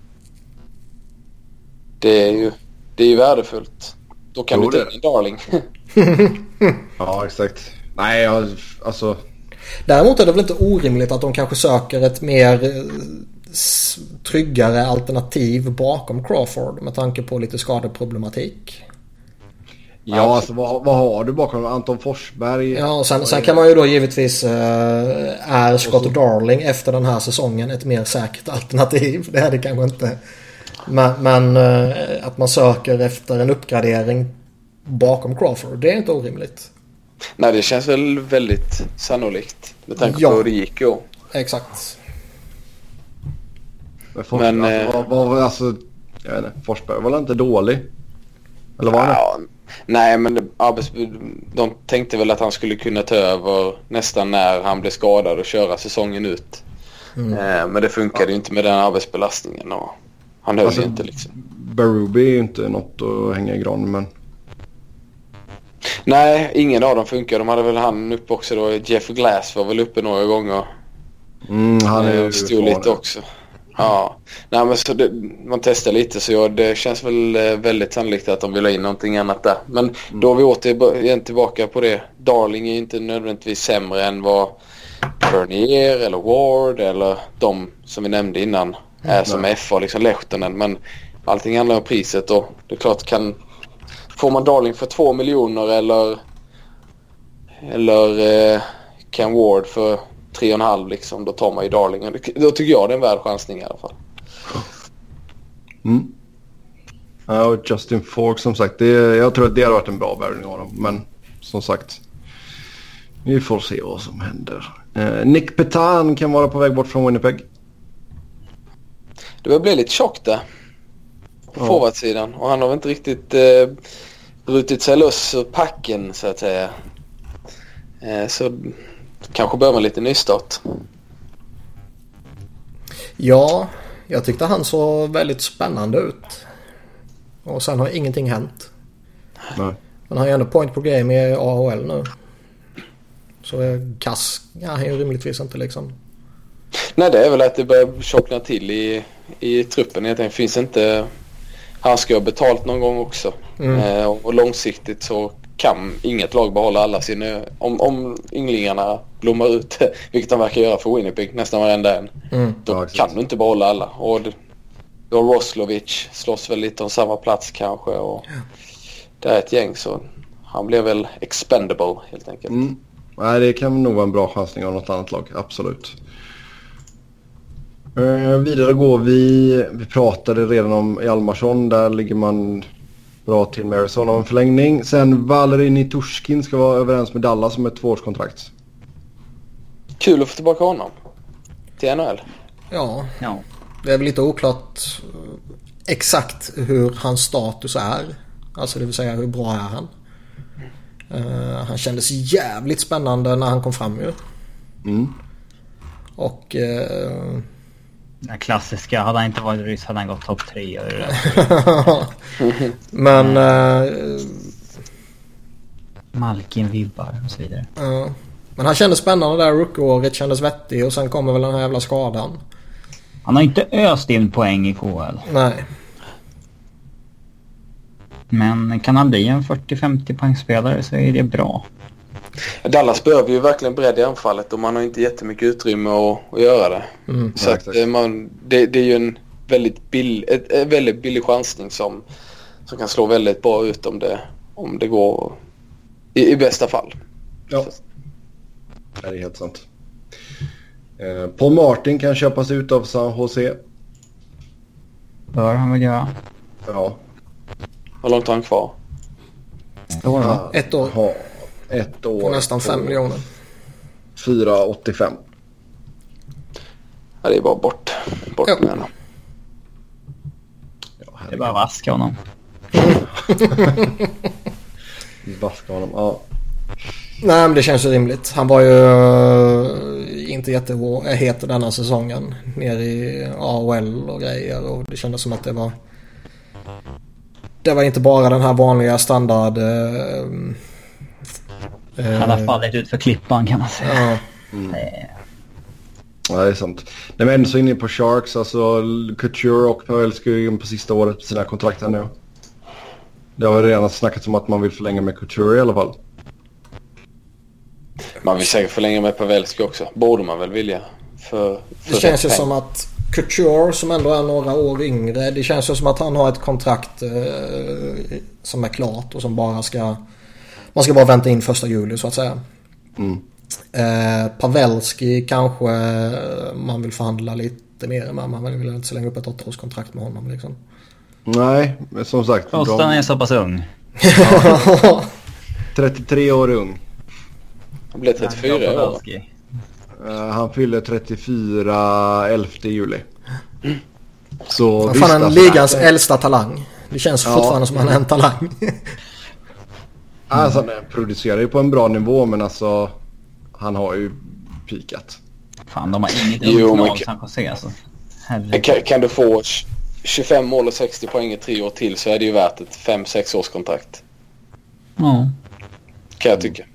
det är ju värdefullt. Då kan du ta in Darling. Ja, exakt. Nej, alltså... Däremot är det väl inte orimligt att de kanske söker ett mer tryggare alternativ bakom Crawford med tanke på lite skadeproblematik. Ja, alltså vad har du bakom Anton Forsberg? Ja, och sen kan man ju då givetvis är Scott Darling efter den här säsongen ett mer säkert alternativ. Det är det kanske inte. Men att man söker efter en uppgradering bakom Crawford, det är inte orimligt. Nej, det känns väl väldigt sannolikt med tanke på hur det gick ju. Exakt. Men alltså, jag vet inte, Forsberg var inte dålig? Eller var han? Nej, men de tänkte väl att han skulle kunna ta över nästan när han blev skadad och köra säsongen ut. Men det funkade ju inte med den arbetsbelastningen och han höll ju inte liksom. Berube är ju inte något att hänga i granen, men... Nej, ingen av dem funkar. De hade väl han uppe också då. Jeff Glass var väl uppe några gånger. Han är stod lite också. Ja. Nej, men så man testar lite, så det känns väl väldigt sannolikt att de vill ha in någonting annat där. Men då är vi återigen tillbaka på det. Darling är inte nödvändigtvis sämre än vad Bernier eller Ward eller de som vi nämnde innan är som FA, liksom Lehtonen. Men allting handlar om priset, och det är klart, får man Darling för 2 miljoner eller Ken Ward för 3,5 liksom, då tar man ju Darling. Då tycker jag det är en värd chansning i alla fall. Ja, och Justin Falk som sagt, jag tror att det har varit en bra värvning av dem, men som sagt, vi får se vad som händer. Nick Petan kan vara på väg bort från Winnipeg. Det blir lite tjockt där på forwardsidan, och han har väl inte riktigt brutit sig loss ur packen så att säga. Så kanske bör man lite nystart. Ja, jag tyckte han såg väldigt spännande ut. Och sen har ingenting hänt. Nej. Men han är ändå point per game i AHL nu. Så kass, han är ju rimligtvis inte liksom. Nej, det är väl att det börjar tjockna till i truppen. Jag tänkte, finns inte... Han ska ha betalt någon gång också. Och långsiktigt så kan inget lag behålla alla sina... Om ynglingarna blommar ut, vilket de verkar göra för Winnipeg nästan varenda en, då kan du inte behålla alla. Och Och Roslovic slåss väl lite om samma plats kanske. Och det är ett gäng, så han blev väl expendable helt enkelt. Nej, det kan nog vara en bra chansning av något annat lag, absolut. Vidare går vi pratade redan om Hjalmarsson. Där ligger man bra till med Arizona av en förlängning. Sen Valeri Nitushkin ska vara överens med Dallas om ett 2-årskontrakt. Kul att få tillbaka honom till NHL. Ja. Det är väl lite oklart exakt hur hans status är. Alltså det vill säga hur bra är han. Han kändes jävligt spännande när han kom fram ju. Och den klassiska, hade han inte varit ryss hade han gått topp 3. Men Malkin-vibbar och så vidare. Men han kändes spännande där, rookie-året kändes vettig och sen kommer väl den här jävla skadan. Han har inte öst in poäng i KHL. Nej. Men kan han bli en 40-50 poängspelare så är det bra. Dallas behöver ju verkligen bredd i anfallet och man har inte jättemycket utrymme att göra det. Så att det är ju en väldigt billig chansning som kan slå väldigt bra ut om det går i bästa fall. Ja, det är helt sant. Paul Martin kan köpas ut av San Jose. Bör han väl göra? Ja. Hur långt har han kvar? Ett år. Ja, ett år. På nästan 5 miljoner. 4,85. Ja, det är bara bort med honom. Ja, det är bara vaska honom. Vaska honom, ja. Nej, men det känns ju rimligt. Han var ju inte jättehet denna säsongen. Ner i AHL och grejer. Och det kändes som att det var inte bara den här vanliga standard... Han har fallit ut för klippan kan man säga. Ja, det är sant. Nej, men så inne på Sharks, alltså Couture och Pavelski är in på sista året på sina kontrakt här nu. Det har redan snackats om att man vill förlänga med Couture i alla fall. Man vill säkert förlänga med Pavelski också. Borde man väl vilja. Det känns ju som att Couture, som ändå är några år yngre, det känns ju som att han har ett kontrakt som är klart och som man ska bara vänta in 1 juli så att säga. Pavelski kanske man vill förhandla lite mer med. Man vill inte slänga upp ett 8-årskontrakt med honom liksom. Nej, men som sagt. Kostan är så pass ung. 33 år ung. Han blev 34 år. Han fyller 34 11 juli. Så visst, han är ligans äldsta talang. Det känns fortfarande som han är en talang. Alltså han producerar ju på en bra nivå, men alltså han har ju pikat. Fan, de har inget lag San Jose alltså. Kan du få 25 mål och 60 poäng i 3 år till så är det ju värt ett 5-6 års kontrakt. Ja. Kan jag tycka.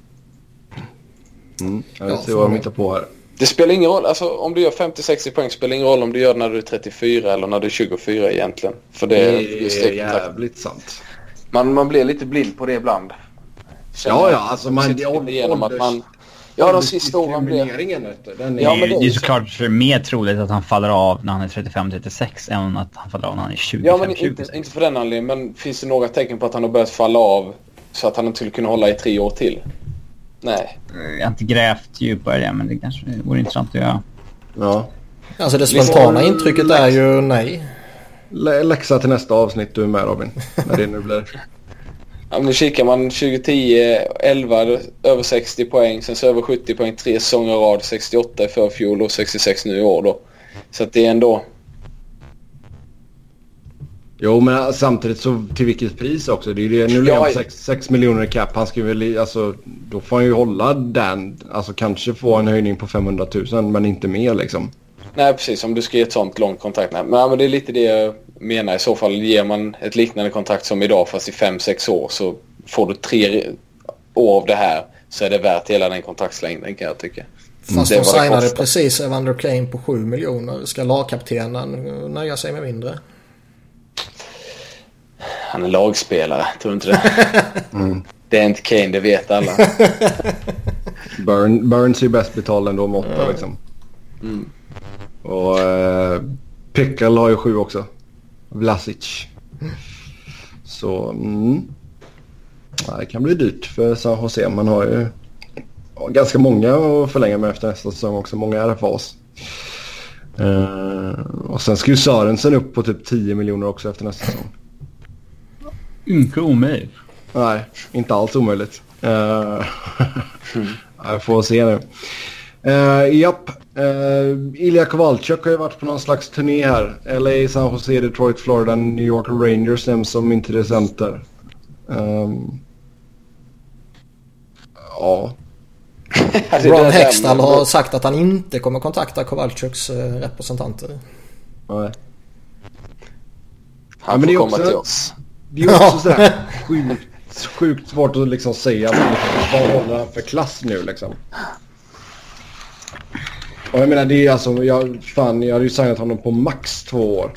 Jag ser vad de hittar på här. Det spelar ingen roll, alltså om du gör 50-60 poäng spelar ingen roll om du gör det när du är 34 eller när du är 24 egentligen. För det är jävligt sant. Man blir lite blind på det ibland. Alltså man genom att man de sista åren blir det är såklart mer troligt att han faller av när han är 35-36 än att han faller av när han är 20-25. Ja, men inte för den anledningen, men finns det några tecken på att han har börjat falla av så att han inte skulle kunna hålla i 3 år till? Nej. Jag har inte grävt djupare det, men det kanske vore intressant att göra. Ja. Alltså det spontana intrycket är ju nej. Läxa till nästa avsnitt du är med, Robin. När det nu blir. Ja, men nu kikar man 2010, 11 över 60 poäng, sen så över 70 poäng 3 säsonger rad, 68 i förfjol och 66 nu i år då. Så att det är ändå... Jo, men samtidigt så till vilket pris också. Det är ju det, nu lever 6 miljoner i cap. Han ska väl, alltså, då får han ju hålla den. Alltså kanske få en höjning på 500 000, men inte mer liksom. Nej, precis. Om du ska ge ett sånt långt kontrakt. Men det är lite det jag menar. I så fall ger man ett liknande kontrakt som idag fast i 5-6 år, så får du 3 år av det här, så är det värt hela den kontraktslängden, kan jag tycka. Fast de signade precis Evander Kane på 7 miljoner. Ska lagkaptenen nöja sig med mindre? Han är lagspelare, tror inte det? Det är inte Kane, det vet alla. Burns är bäst betald ändå om 8 liksom. Och Pickle har ju 7 också. Vlasic. Så det kan bli dyrt för San Jose. Man har ju ganska många att förlänga med efter nästa säsong också. Många RFAs. Och sen ska ju Sörensen upp på typ 10 miljoner också efter nästa säsong. Inte omöjligt. Nej, inte alls omöjligt. Jag får se nu. Ilja Kovalchuk har ju varit på någon slags turné här. LA, San Jose, Detroit, Florida, New York Rangers nämns som intressenter. Ja. Ron Hextall har sagt att han inte kommer kontakta Kovalchuks representanter. Nej. Han får komma till oss. Det är också sådär sjukt svårt att liksom säga vad håller han för klass nu liksom. Och jag menar det är alltså jag hade ju signat honom på max 2 år.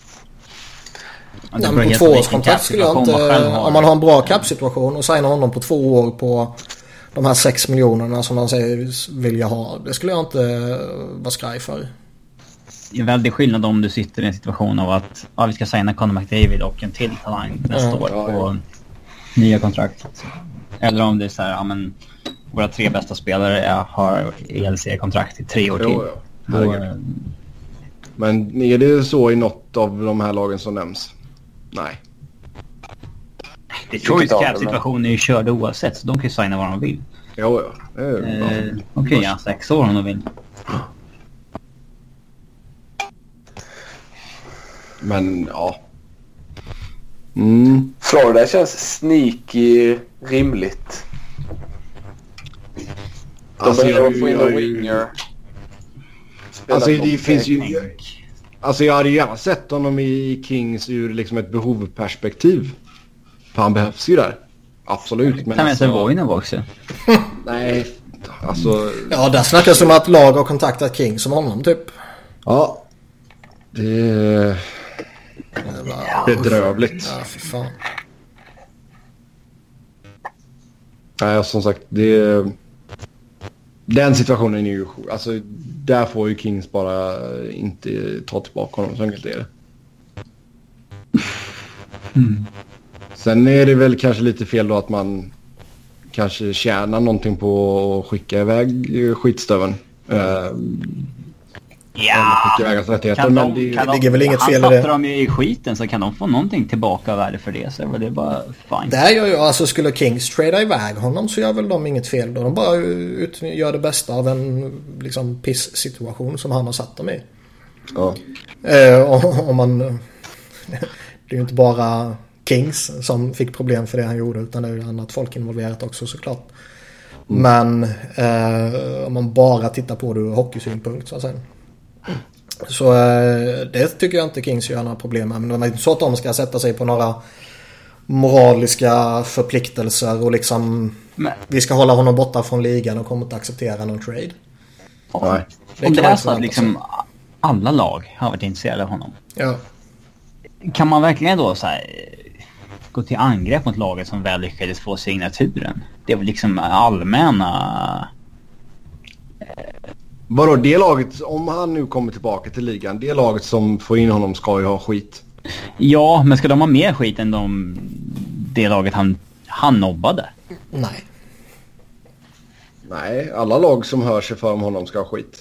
Ja, men på 2-årskontrakt skulle jag inte, om man har en bra cap-situation och signar honom på 2 år på de här 6 miljonerna som de säger vill jag ha. Det skulle jag inte vara skraj för. Det är en väldigt skillnad om du sitter i en situation av att vi ska signa Conor McDavid och en till talang nästa år på nya kontrakt. Eller om det är så här, men våra 3 bästa spelare har ELC-kontrakt i 3 år till. Men är det så i något av de här lagen som nämns? Nej. Detroits cap-situation är ju körd oavsett, så de kan ju signa vad de vill. Okej, 6 år om de vill. Men ja. Florida känns sneaky rimligt. Alltså jag få in en winger. Alltså det finns ju... Alltså jag hade gärna sett honom i Kings ur liksom ett behovperspektiv. För han behövs ju där. Absolut. Men alltså... Vojnov också. Nej, alltså... Ja, där snackas om att lag har kontaktat Kings som honom typ. Ja. Det är bedrövligt. Ja, för fan. Nej, som sagt, den situationen är ju... Alltså, där får ju Kings bara inte ta tillbaka honom. Så enkelt är det. Sen är det väl kanske lite fel då att man kanske tjänar någonting på att skicka iväg skitstöven. Det ligger väl inget fel i det. Han de i skiten så kan de få någonting tillbaka värde för det. Så det är bara fine. Där gör jag, alltså skulle Kings trada iväg honom så gör väl de inget fel då. De bara gör det bästa av en liksom piss-situation som han har satt dem i. Ja. Om man... Det är ju inte bara Kings som fick problem för det han gjorde, utan det är ju annat folk involverat också såklart. Men om man bara tittar på det ur hockeysynpunkt så att säga. Så det tycker jag inte Kings gör några problem med. Men det är inte så att de ska sätta sig på några moraliska förpliktelser och liksom vi ska hålla honom borta från ligan och kommer inte acceptera någon trade. Nej. Om det är så att liksom alla lag har varit intresserade av honom. Ja. Kan man verkligen då så här, gå till angrepp mot laget som väl lyckades få signaturen? Det är väl liksom allmänna... Vadå, det laget, om han nu kommer tillbaka till ligan, det laget som får in honom ska ju ha skit. Ja, men ska de ha mer skit än det laget han nobbade? Nej. Nej, alla lag som hör sig för om honom ska ha skit.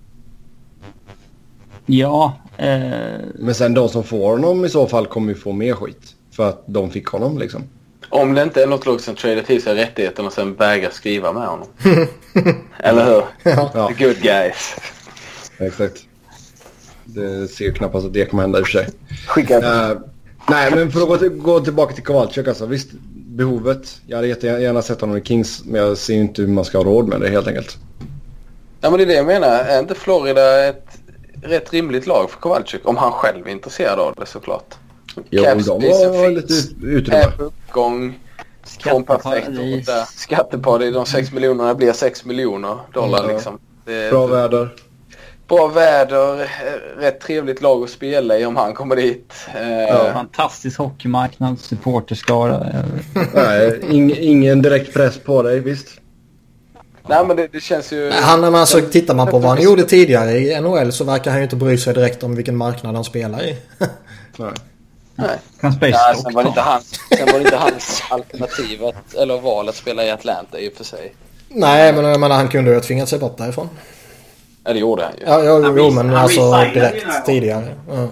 Ja. Men sen de som får honom i så fall kommer ju få mer skit. För att de fick honom liksom. Om det inte är något lag som tradar till sig rättigheten och sen vägrar skriva med honom. Eller hur? Ja. The good guys. Exakt. Det ser ju knappast att det kommer hända i och för sig. Skicka. Nej, men för att gå tillbaka till Kovalchuk alltså. Visst, behovet. Jag hade gärna sett honom i Kings. Men jag ser inte hur man ska ha råd med det helt enkelt. Ja, men det är det jag menar. Är inte Florida ett rätt rimligt lag för Kovalchuk? Om han själv är intresserad av det såklart. Jo, de har lite utrymme. Uppgång från perfekt år. Skatteparadis, de 6 miljonerna blir 6 miljoner dollar liksom. Bra väder. Bra väder, rätt trevligt lag att spela i om han kommer dit. Fantastisk hockeymarknad, supporterskara. Nej, ingen direkt press på dig, visst. Nej, men det känns ju... Alltså, tittar man på vad han gjorde tidigare i NHL så verkar han ju inte bry sig direkt om vilken marknad han spelar i. Nej. Sen var det inte hans alternativ eller val att spela i Atlanta i och för sig. Nej, men jag menar, han kunde ju ha tvingat sig bort därifrån. Ja, det gjorde han ju. Ja, men alltså direkt tidigare. Ja.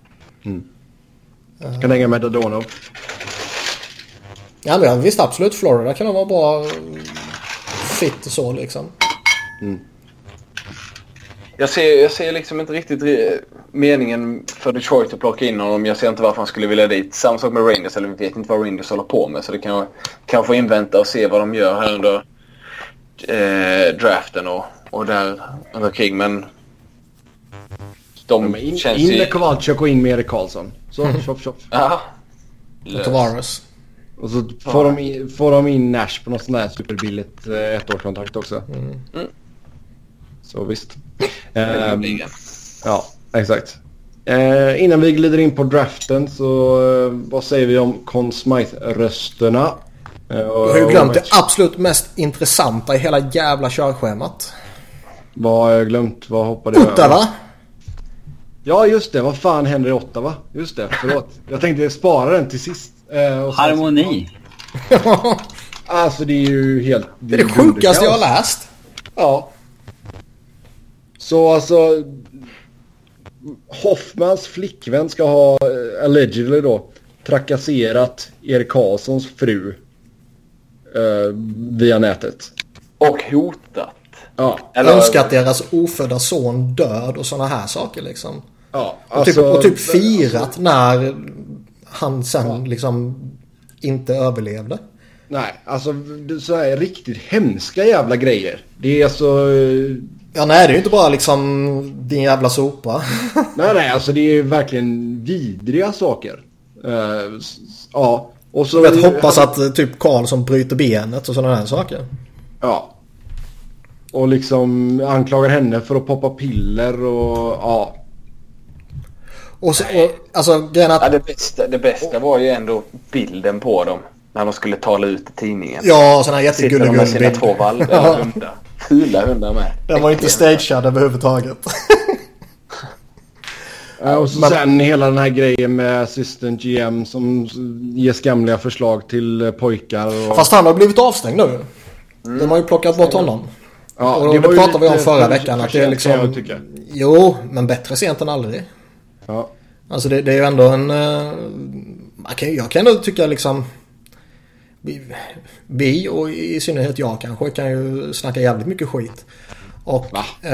Kan hänga med Dadonov. Ja, men visst, absolut. Florida kan vara bra fit och så liksom. Jag ser liksom inte riktigt meningen för Detroit att plocka in honom. Jag ser inte varför han skulle vilja dit. Samma sak med Rangers, eller vi vet inte vad Rangers håller på med. Så det kan få invänta och se vad de gör här under draften och där under krig. Men de känns in med Kowalczyk och in med Erik Karlsson. Så, chop. Ja. Tavares. Och så får de in Nash på något sånt där superbilligt ettårskontrakt också. Så visst. Ja, exakt. Innan vi glider in på draften så vad säger vi om Conn Smythe-rösterna? Jag har ju glömt det absolut mest intressanta i hela jävla körschemat. Vad har jag glömt? Vad hoppade jag? Ottawa? Ja, just det. Vad fan händer i Ottawa? Just det, förlåt. Jag tänkte spara den till sist. Harmoni. Alltså det är ju helt... Det är det sjukaste jag har läst. Ja. Så alltså... Hoffmans flickvän ska ha, allegedly då, trakasserat Erik Karlssons fru via nätet. Och hotat. Ja. Önskat deras ofödda son död och såna här saker liksom. Ja, alltså, och typ firat när han sen liksom inte överlevde. Nej, alltså så här riktigt hemska jävla grejer. Det är alltså... Ja, nej, det är ju inte bara liksom din jävla sopa. nej, alltså det är verkligen vidriga saker. Ja. Och så... Jag vet, hoppas att typ Karlsson bryter benet och sådana här saker. Ja. Och liksom anklagar henne för att poppa piller och ja. Och alltså grejen att... Ja, det bästa var ju ändå bilden på dem när de skulle tala ut i tidningen. Ja, sådana här jättegulliga med sina två valda hundar. Fula hundar med. Den var inte stagead överhuvudtaget. Och så sen hela den här grejen med assistant GM som ger skamliga förslag till pojkar. Och... Fast han har blivit avstängd nu. De har ju plockat bort honom. Ja, och det pratade vi om förra veckan. Att det är liksom... Jo, men bättre sent än aldrig. Ja. Alltså det är ju ändå en... Jag kan ändå tycka liksom... Vi och i synnerhet jag kanske kan ju snacka jävligt mycket skit. Och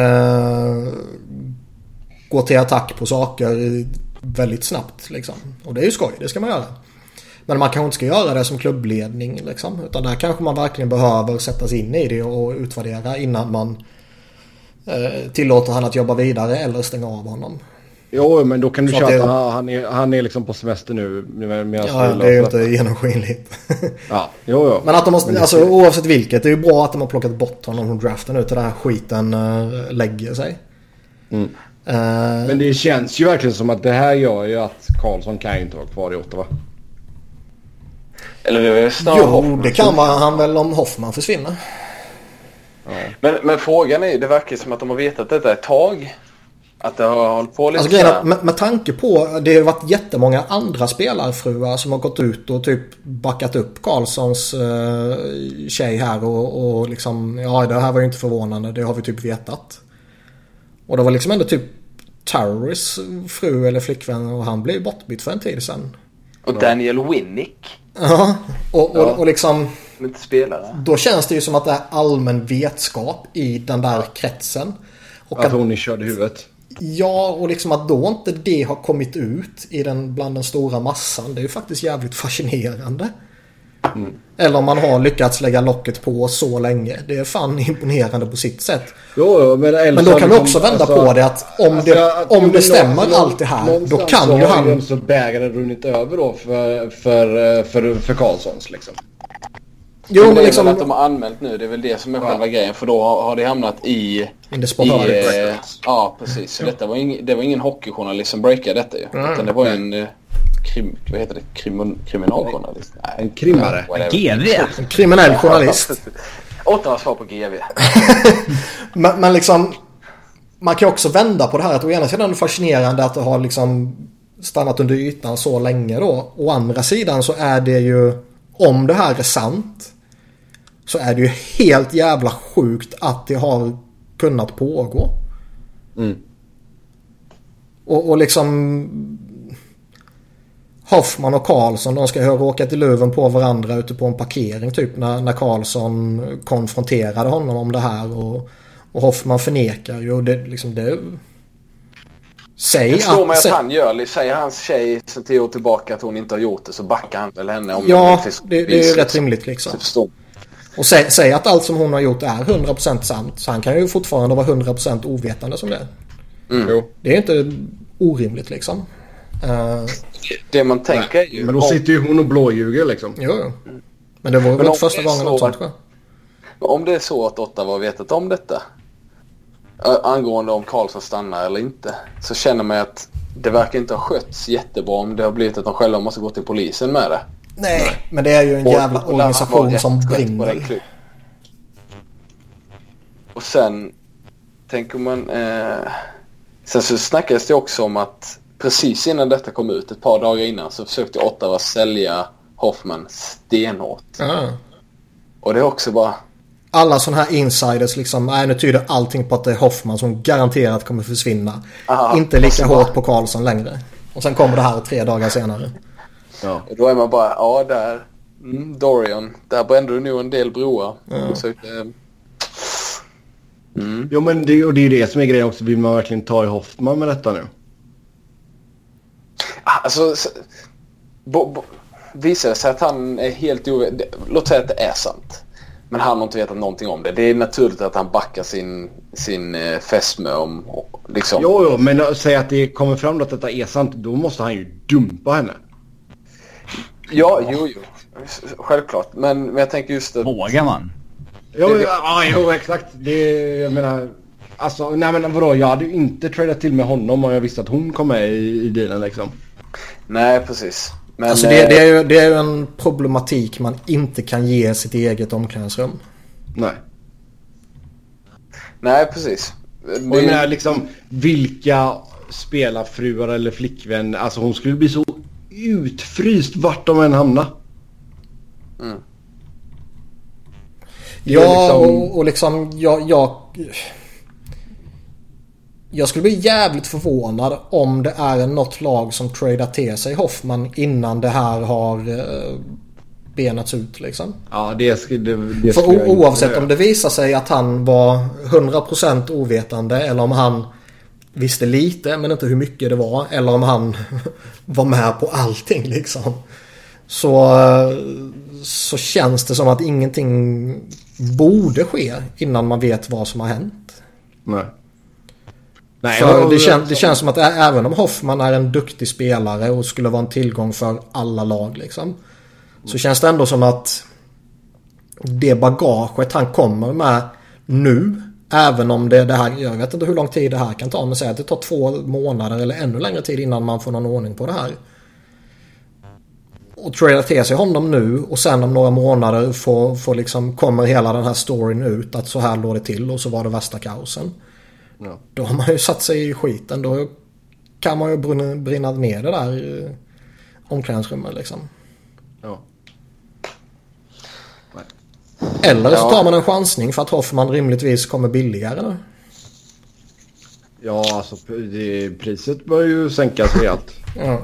gå till attack på saker väldigt snabbt liksom. Och det är ju skoj, det ska man göra. Men man kanske inte ska göra det som klubbledning liksom. Utan där kanske man verkligen behöver sätta sig in i det och utvärdera innan man tillåter han att jobba vidare eller stänga av honom. Jo, men då kan du köra att han är liksom på semester nu. Ja, det är ju inte genomskinligt. Ja, jo. Men att de måste, alltså, oavsett vilket, det är ju bra att de har plockat bort honom från draften nu till den här skiten lägger sig. Men det känns ju verkligen som att det här gör ju att Karlsson kan ju inte vara kvar i Ottawa. Eller det är jo, det kan vara han väl om Hoffman försvinner. Ja. Men frågan är, det verkar som att de har vetat detta ett tag. Att det har hållit på lite. Alltså grejen med tanke på, det har varit jättemånga andra spelarfruar som har gått ut och typ backat upp Karlssons tjej här och liksom, ja, det här var ju inte förvånande, det har vi typ vetat. Och det var liksom ändå typ Tarrys fru eller flickvän och han blev bortbytt för en tid sedan. Och Daniel Winnick. Ja, och liksom inte spelare. Då känns det ju som att det är allmän vetskap i den där kretsen. Och att hon är körd i huvudet. Ja, och liksom att då inte det har kommit ut bland den stora massan, det är ju faktiskt jävligt fascinerande. Eller om man har lyckats lägga locket på så länge. Det är fan imponerande på sitt sätt. Jo, men då kan vi också vända på det att om det stämmer allt det här, då kan ju han... Så bägaren runnit över då för Karlssons liksom. Jo, men liksom att de har anmält nu, det är väl det som är själva grejen, för då har det hamnat i ja, precis. Så det var ingen hockeyjournalist som breakade detta ju. Utan det var en kriminaljournalist. En krimmare. GV. En kriminell journalist. 8 svar på GV. men liksom, man kan också vända på det här. Att å ena sidan är det fascinerande att det har liksom stannat under ytan så länge då. Å andra sidan så är det ju, om det här är sant, så är det ju helt jävla sjukt att det har kunnat pågå. Och liksom Hoffman och Karlsson, de ska ha råkat i luven på varandra ute på en parkering typ när Karlsson konfronterade honom om det här, och Hoffman förnekar ju, och det liksom det står mig att han gör, säger hans tjej sen 10 år tillbaka att hon inte har gjort det, så backar han väl henne om det är ju rätt rimligt liksom. Och säg att allt som hon har gjort är 100% sant, så han kan ju fortfarande vara 100% ovetande som det. Det är inte orimligt liksom. Det man tänker är ju... Men då sitter ju hon och blåljuger liksom. Jo. Men det var väl första gången något sånt. Om det är så att Ottawa har vetat om detta, angående om Karlsson stannar eller inte, så känner man att det verkar inte ha skötts jättebra om det har blivit att de själva måste gå till polisen med det. Nej, men det är ju en jävla organisation som brinner. Och sen tänker man... sen så snackades det också om att precis innan detta kom ut, ett par dagar innan, så försökte Ottawa sälja Hoffman stenhårt. Och det är också bara... Alla sådana här insiders liksom, nu tyder allting på att det är Hoffman som garanterat kommer försvinna. Inte lika hårt på Karlsson längre. Och sen kommer det här 3 dagar senare. Ja. Och då är man bara, där Dorian, där brände du nog en del broar. Så, Jo, men det är ju det som är grejen också. Vill man verkligen ta i Hoffman med detta nu? Alltså, visar det sig att han är helt låt säga att det är sant, men han har inte vetat någonting om det. Det är naturligt att han backar sin fästmö om liksom. Jo, men säg att det kommer fram att detta är sant, då måste han ju dumpa henne. Ja, jo. Självklart. Men jag tänker just att... Vågar man? Jo, exakt. Jag menar... Alltså, nej men vadå? Jag hade ju inte tradat till med honom om jag visste att hon kom med i dealen liksom. Nej, precis. Men, alltså det är ju en problematik man inte kan ge sitt eget omklädningsrum. Nej, precis. Och jag menar liksom, vilka spelarfruar eller flickvän, alltså hon skulle bli så utfryst vart de än hamnar. Ja, och liksom jag skulle bli jävligt förvånad om det är något lag som tradar till sig Hoffman innan det här har benats ut liksom. Ja, det skulle för oavsett om det visar sig att han var 100% ovetande, eller om han visste lite men inte hur mycket det var, eller om han var med på allting liksom, så känns det som att ingenting borde ske innan man vet vad som har hänt. Nej, det känns som att även om Hoffman är en duktig spelare och skulle vara en tillgång för alla lag liksom, så känns det ändå som att det bagaget han kommer med nu, även om det här, jag vet inte hur lång tid det här kan ta, men säg att det tar 2 månader eller ännu längre tid innan man får någon ordning på det här, och trada till sig honom nu och sen om några månader får liksom, kommer hela den här storyn ut att så här låg det till och så var det värsta kaosen. Ja. Då har man ju satt sig i skiten. Då kan man ju brinna ner det där omklädningsrummet liksom. Ja. Eller så tar man en chansning för att Hoffman rimligtvis kommer billigare nu. Ja, alltså priset bör ju sänkas rejält. Ja.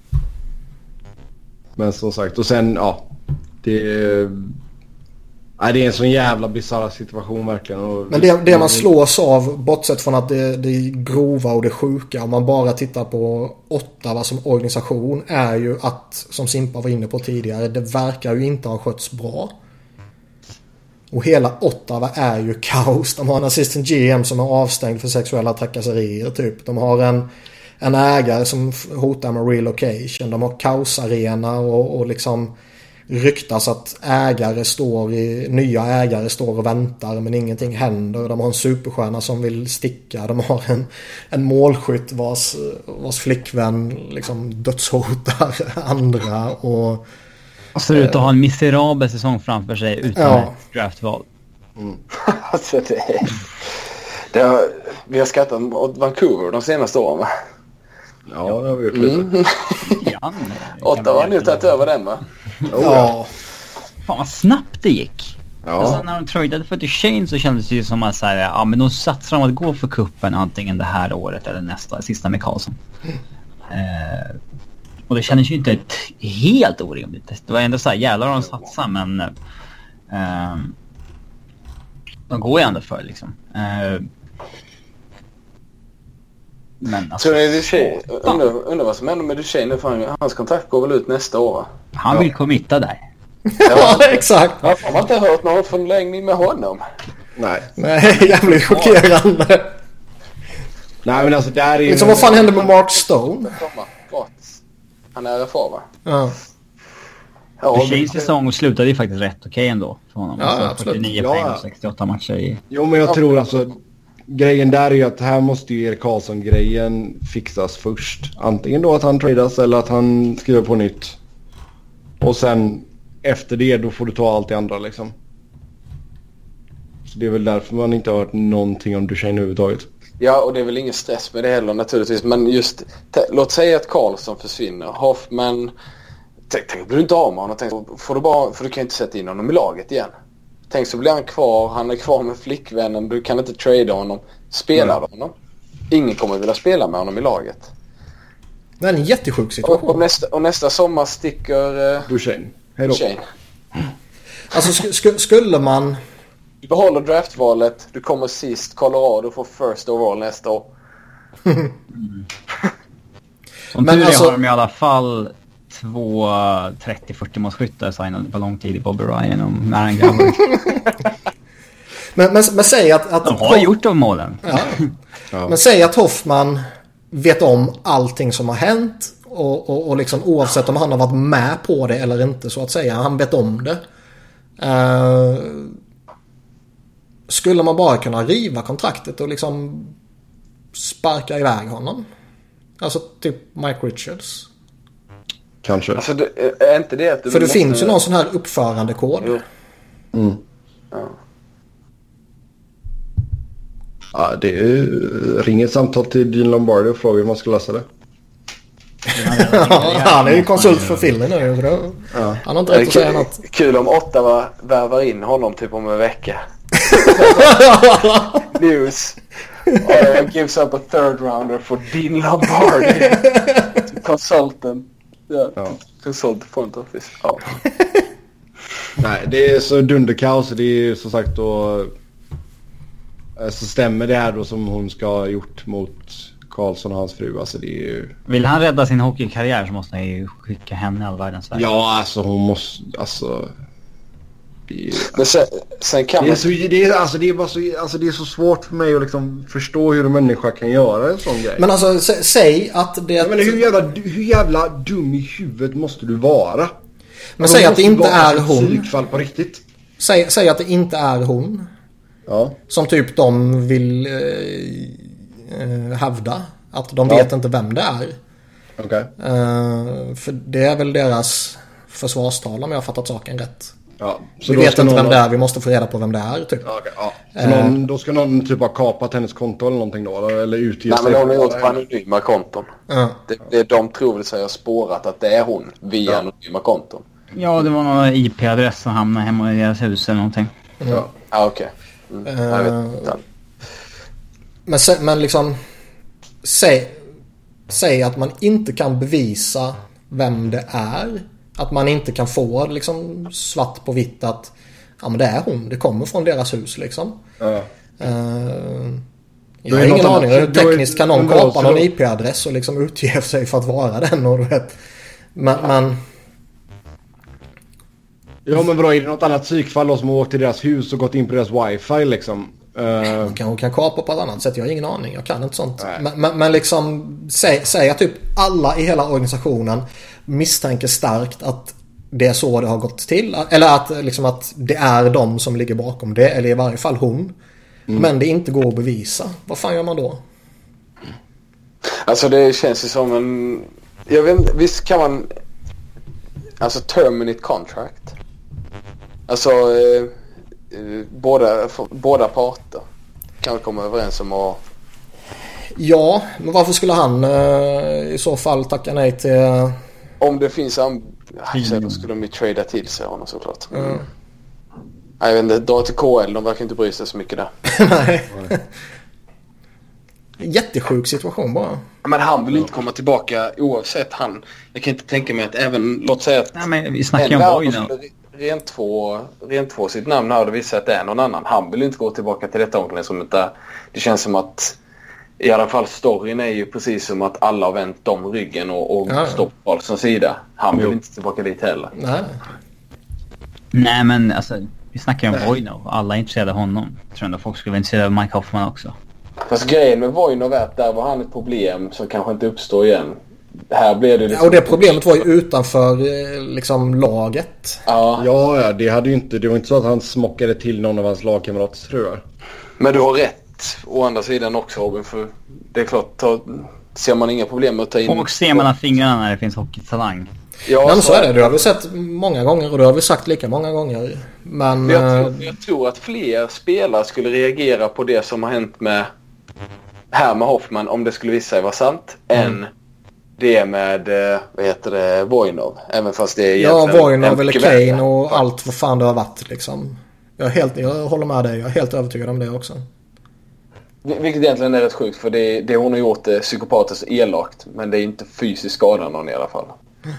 Men som sagt, och sen, det är en sån jävla bizarra situation verkligen. Och men det man slås av, bortsett från att det är grova och det sjuka, om man bara tittar på Ottawa som organisation, är ju att, som Simpa var inne på tidigare, det verkar ju inte ha skötts bra. Och hela Ottawa är ju kaos. De har en assistant GM som är avstängd för sexuella trakasserier typ. De har en ägare som hotar med relocation. De har kaosarena och liksom ryktas att nya ägare står och väntar men ingenting händer. De har en superstjärna som vill sticka. De har en målskytt vars flickvän liksom dödshotar andra och ser ut att ha en miserabel säsong framför sig utan ett draftval. Alltså vi har skattat åt Vancouver de senaste åren, va? Ja, det har vi gjort lite. Ja, Ottawa har nu tagit över den, va? Ja. Fan vad snabbt det gick. Ja. Alltså, när de tradade för Duchene så kändes det ju som att säga, ja men de satsar de att gå för kuppen antingen det här året eller nästa, sista med Karlsson. Och det kändes ju inte helt orimligt. Det var ändå så här, jävlar de satsar, men de går ju ändå för liksom. Men alltså, Så det är Duchene, undrar vad som händer med Duchene, för hans kontrakt går väl ut nästa år, va? han vill committa där. Ja, exakt. Jag har inte hört någon förlängning med honom. Nej. Nej, jävligt chockerande. Nej, men alltså där är ju... Liksom, vad fan hände med Mark Stone? Gratis. Han är RFA, va? Ja. Duchenes säsong slutade ju faktiskt rätt okej ändå för honom. Ja, Alltså, absolut. 49 poäng och 68 matcher i... Jo, men jag tror alltså... Grejen där är ju att här måste ju Erik Karlsson-grejen fixas först. Antingen då att han tradas eller att han skriver på nytt. Och sen efter det då får du ta allt det andra liksom. Så det är väl därför man inte har hört någonting om Duchene överhuvudtaget. Ja, och det är väl ingen stress med det heller naturligtvis. Men just, låt säga att Karlsson försvinner. Hoffman, tänk blir du inte av med honom. Tänk, för du kan inte sätta in honom i laget igen. Tänk så blir han kvar, han är kvar med flickvännen, du kan inte trada honom. Spela honom. Ingen kommer vilja spela med honom i laget. Det är en jättesjuk situation. Och nästa sommar sticker Duchene. Hej då. Duchene. Alltså skulle man... Du behåller draftvalet, du kommer sist, Colorado får first overall nästa år. Som Men tur är alltså- har de i alla fall 2 30-40 målskyttar signade på lång tid i Bobby Ryan och Maran Grabber. Men säg att De har gjort de målen. Ja. Men säg att Hoffman vet om allting som har hänt och liksom oavsett om han har varit med på det eller inte så att säga, han vet om det. Skulle man bara kunna riva kontraktet och liksom sparka iväg honom? Alltså typ Mike Richards. Kanske. Alltså, är inte det att du För det måste... finns ju någon sån här uppförandekod. Jo. Ja. Ja, det är ring ett samtal till Gene Lombardi och fråga hur man ska lösa det. Han är ju konsult för Philly nu. Så då, han har inte rätt att säga något. Kul om Ottawa värvar in honom typ om en vecka. News. Gives up a third rounder for Dean Lombardi. Consultant. Ja. Consult front office. Ja. Nej, det är så dunderkaos. Det är som sagt då... Så stämmer det här då som hon ska ha gjort mot Karlsson och hans fru. Alltså det är ju... Vill han rädda sin hockeykarriär så måste han ju skicka henne all världens väg. Ja, alltså hon måste... Alltså... Det är, Men sen kan det är, man... så, det är, alltså, det är bara så, alltså det är så svårt för mig att liksom förstå hur en människa kan göra en sån grej. Men alltså säg att det... Men hur jävla dum i huvudet måste du vara? Men säg att det inte är ett hon. psykfall på riktigt. Säg att det inte är hon. Ja. Som typ de vill hävda. Att de vet inte vem det är. Okej. För det är väl deras försvarstal om jag har fattat saken rätt. Ja. Vi vet inte vem det är, vi måste få reda på vem det är typ. Okay, ja. Så då ska någon typ ha kapat hennes konto eller någonting då? Eller utge Nej, sig? men hon har gjort på anonyma konton. Ja. Det de tror väl sig har spårat att det är hon via anonyma konton. Ja, det var någon IP-adress som hamnade hemma i deras hus eller någonting. Ja. Ja, okej. Jag vet inte. Men liksom säg att man inte kan bevisa vem det är. Att man inte kan få liksom svart på vitt att ja, men det är hon, det kommer från deras hus liksom. Ja. Jag har ingen aning hur tekniskt kan någon kapa någon IP-adress och liksom utge sig för att vara den och du vet. Men Ja, men vadå, är det något annat psykfall då som har åkt till deras hus och gått in på deras wifi liksom? hon kan kapa på ett annat sätt. Jag har ingen aning, jag kan inte sånt. Men liksom säg att typ alla i hela organisationen misstänker starkt att det är så det har gått till. Eller att, liksom att det är de som ligger bakom det. Eller i varje fall hon. Men det inte går att bevisa. Vad fan gör man då? Alltså det känns ju som en... Jag vet inte, visst kan man... Alltså terminate contract. Alltså båda parter kan vi komma överens om att... Ja, men varför skulle han i så fall tacka nej till... Om det finns då skulle de ju trada till sig honom såklart. Jag vet inte, dra till KL, de verkar inte bry sig så mycket där. Nej. Jättesjuk situation bara. Men han vill inte komma tillbaka oavsett han. Jag kan inte tänka mig att även, låt säga att... Nej, men vi snackar ju om Voinov. Rent två sitt namn här och det visar att det är någon annan. Han vill inte gå tillbaka till detta omklädningsrummet där. Det känns som att i alla fall storyn är ju precis som att alla har vänt dem ryggen och står på Karlssons sida. Han vill inte tillbaka dit heller. Nej, men alltså vi snackar ju om Voinov. Alla är intresserade av honom. Jag tror ändå folk skulle vara intresserade av Mike Hoffman också. Fast grejen med Voinov är att där var han ett problem som kanske inte uppstår igen. Här blev det liksom... Och det problemet var ju utanför liksom laget. Ja, det var inte så att han smockade till någon av hans lagkamrater, tror jag. Men du har rätt å andra sidan också, Robin, för det är klart, ser man inga problem med att ta in... Och ser man fingrarna när det finns hockeytalang. Ja, men så är det. Det har vi sett många gånger och det har vi sagt lika många gånger. Men jag tror att fler spelare skulle reagera på det som har hänt med Hoffman om det skulle visa sig vara sant än det med Voinov. Även fast det är egentligen... Ja, Voinov eller Kane och allt vad fan det har varit liksom. Jag håller med dig. Jag är helt övertygad om det också. Vilket egentligen är rätt sjukt, för det hon har gjort är psykopatiskt elakt, men det är inte fysiskt skadande någon i alla fall.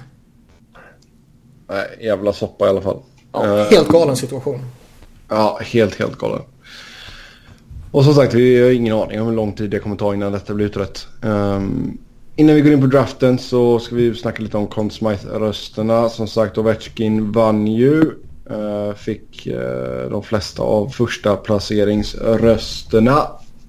Nej, jävla soppa i alla fall. Ja, helt galen situation. Ja, helt galen. Och som sagt, vi har ingen aning om hur lång tid det kommer ta innan detta blir utrett. Innan vi går in på draften så ska vi snacka lite om Conn Smythe-rösterna. Som sagt, Ovechkin vann ju. Fick de flesta av första placeringsrösterna.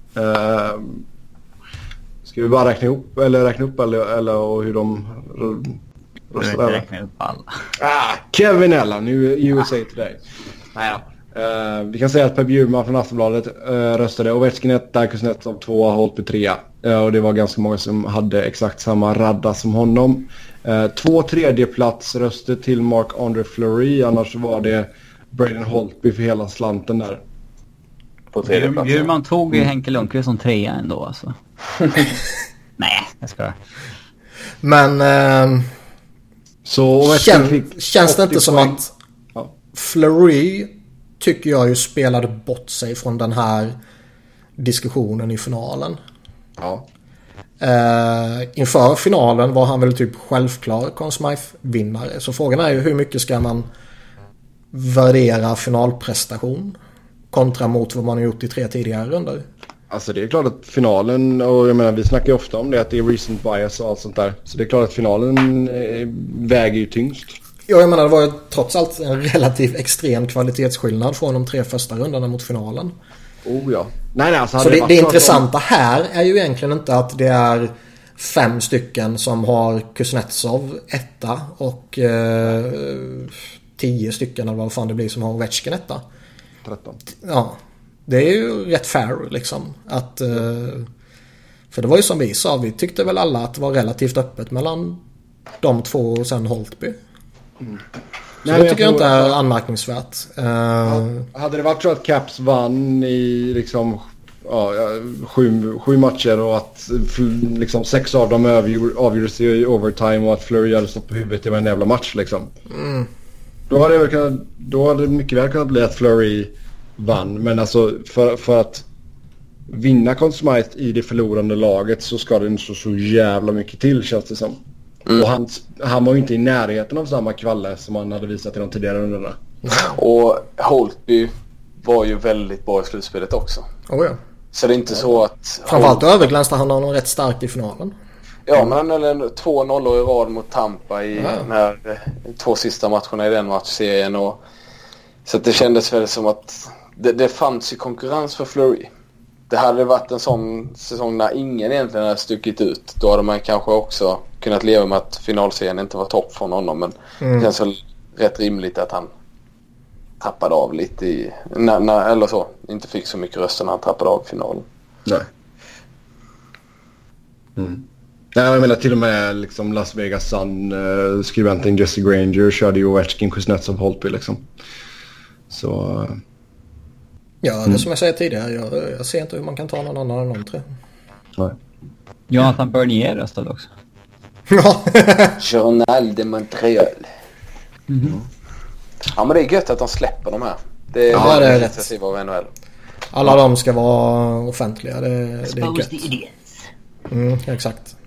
Ska vi bara räkna upp eller och hur de röstade? Räkna upp alla. Kevin Allen, USA Today. Vi kan säga att Per Bjurman från Aftonbladet röstade Ovechkin 1, Kuznetsov 2, Holtby 3. Och det var ganska många som hade exakt samma radda som honom. 2 tredjeplatsröster till Marc-Andre Fleury, annars var det Braden Holtby för hela slanten där. På tredjeplatsen. Bjurman tog Henke Lundqvist som 3 ändå alltså. Nej, jag ska. Men så känns det inte som att Fleury tycker jag ju spelade bort sig från den här diskussionen i finalen. Ja. Inför finalen var han väl typ självklar Conn Smythe-vinnare. Så frågan är ju hur mycket ska man värdera finalprestation kontra mot vad man har gjort i 3 tidigare runder. Alltså det är klart att finalen, och jag menar vi snackar ju ofta om det, att det är recent bias och allt sånt där. Så det är klart att finalen väger ju tyngst. Ja, jag menar det var ju trots allt en relativt extrem kvalitetsskillnad från de 3 första rundarna mot finalen. Oh ja. Nej, alltså så det intressanta här är ju egentligen inte att det är 5 stycken som har Kuznetsov 1 och 10 stycken eller vad fan det blir som har Ovechkin 1. 13. Ja, det är ju rätt fair liksom. Att, för det var ju som vi sa, vi tyckte väl alla att det var relativt öppet mellan de 2 och sen Holtby. Så det tycker jag inte är anmärkningsvärt. Hade det varit så att Caps vann i liksom 7 matcher och att liksom 6 av dem avgjordes i overtime och att Fleury hade stått på huvudet i en jävla match liksom. Då hade det mycket väl kunnat bli att Fleury vann, men alltså för att vinna Conn Smythe i det förlorande laget så ska det så jävla mycket till, känns det som. Och han var ju inte i närheten av samma kvalle som han hade visat i de tidigare rundarna. Och Holtby var ju väldigt bra i slutspelet också. Oh ja. Så det är inte så att... Framförallt överglänste han någon rätt starkt i finalen. Ja, men han hade 2-0 i rad mot Tampa i när 2 sista matcherna i den matchserien. Och, så att det kändes väl som att det fanns ju konkurrens för Fleury. Det hade varit en sån säsong när ingen egentligen hade stuckit ut. Då hade man kanske också kunnat leva med att finalserien inte var topp från honom. Men det känns väl rätt rimligt att han tappade av lite i... eller så. Inte fick så mycket röster när han tappade av finalen. Nej. Nej, jag menar till och med liksom Las Vegas Sun skribenten Jesse Granger körde ju Ovechkin, Kuznetsov, Holtby liksom. Så Ja, det som jag säger tidigare. Jag ser inte hur man kan ta någon annan än någon, tror jag. Nej. Jonathan Bernier röstade också. Ja. Journal de Montréal. Ja, men det är gött att de släpper de här. Det är det är rätt. Av NHL. Alla de ska vara offentliga. Det är gött. Exakt.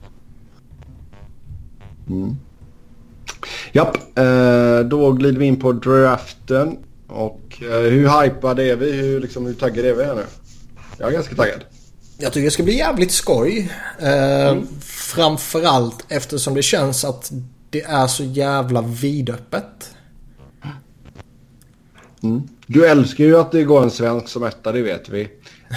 Japp, då glider vi in på draften. Och hur hypade är vi? Hur taggade är vi här nu? Jag är ganska taggad. Jag tycker det ska bli jävligt skoj. Framförallt eftersom det känns att det är så jävla vidöppet. Du älskar ju att det går en svensk som etta, det vet vi.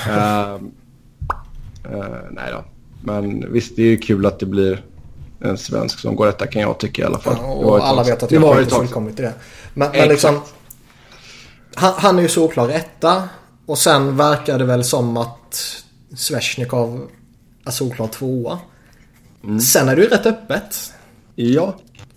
Nej då. Men visst, det är ju kul att det blir en svensk som går etta, kan jag tycka i alla fall. Ja, och alla vet att det var fullkomligt i det. Men liksom, han är ju såklart etta. Och sen verkar det väl som att Svechnikov är såklart tvåa. Sen är det ju rätt öppet. Ja.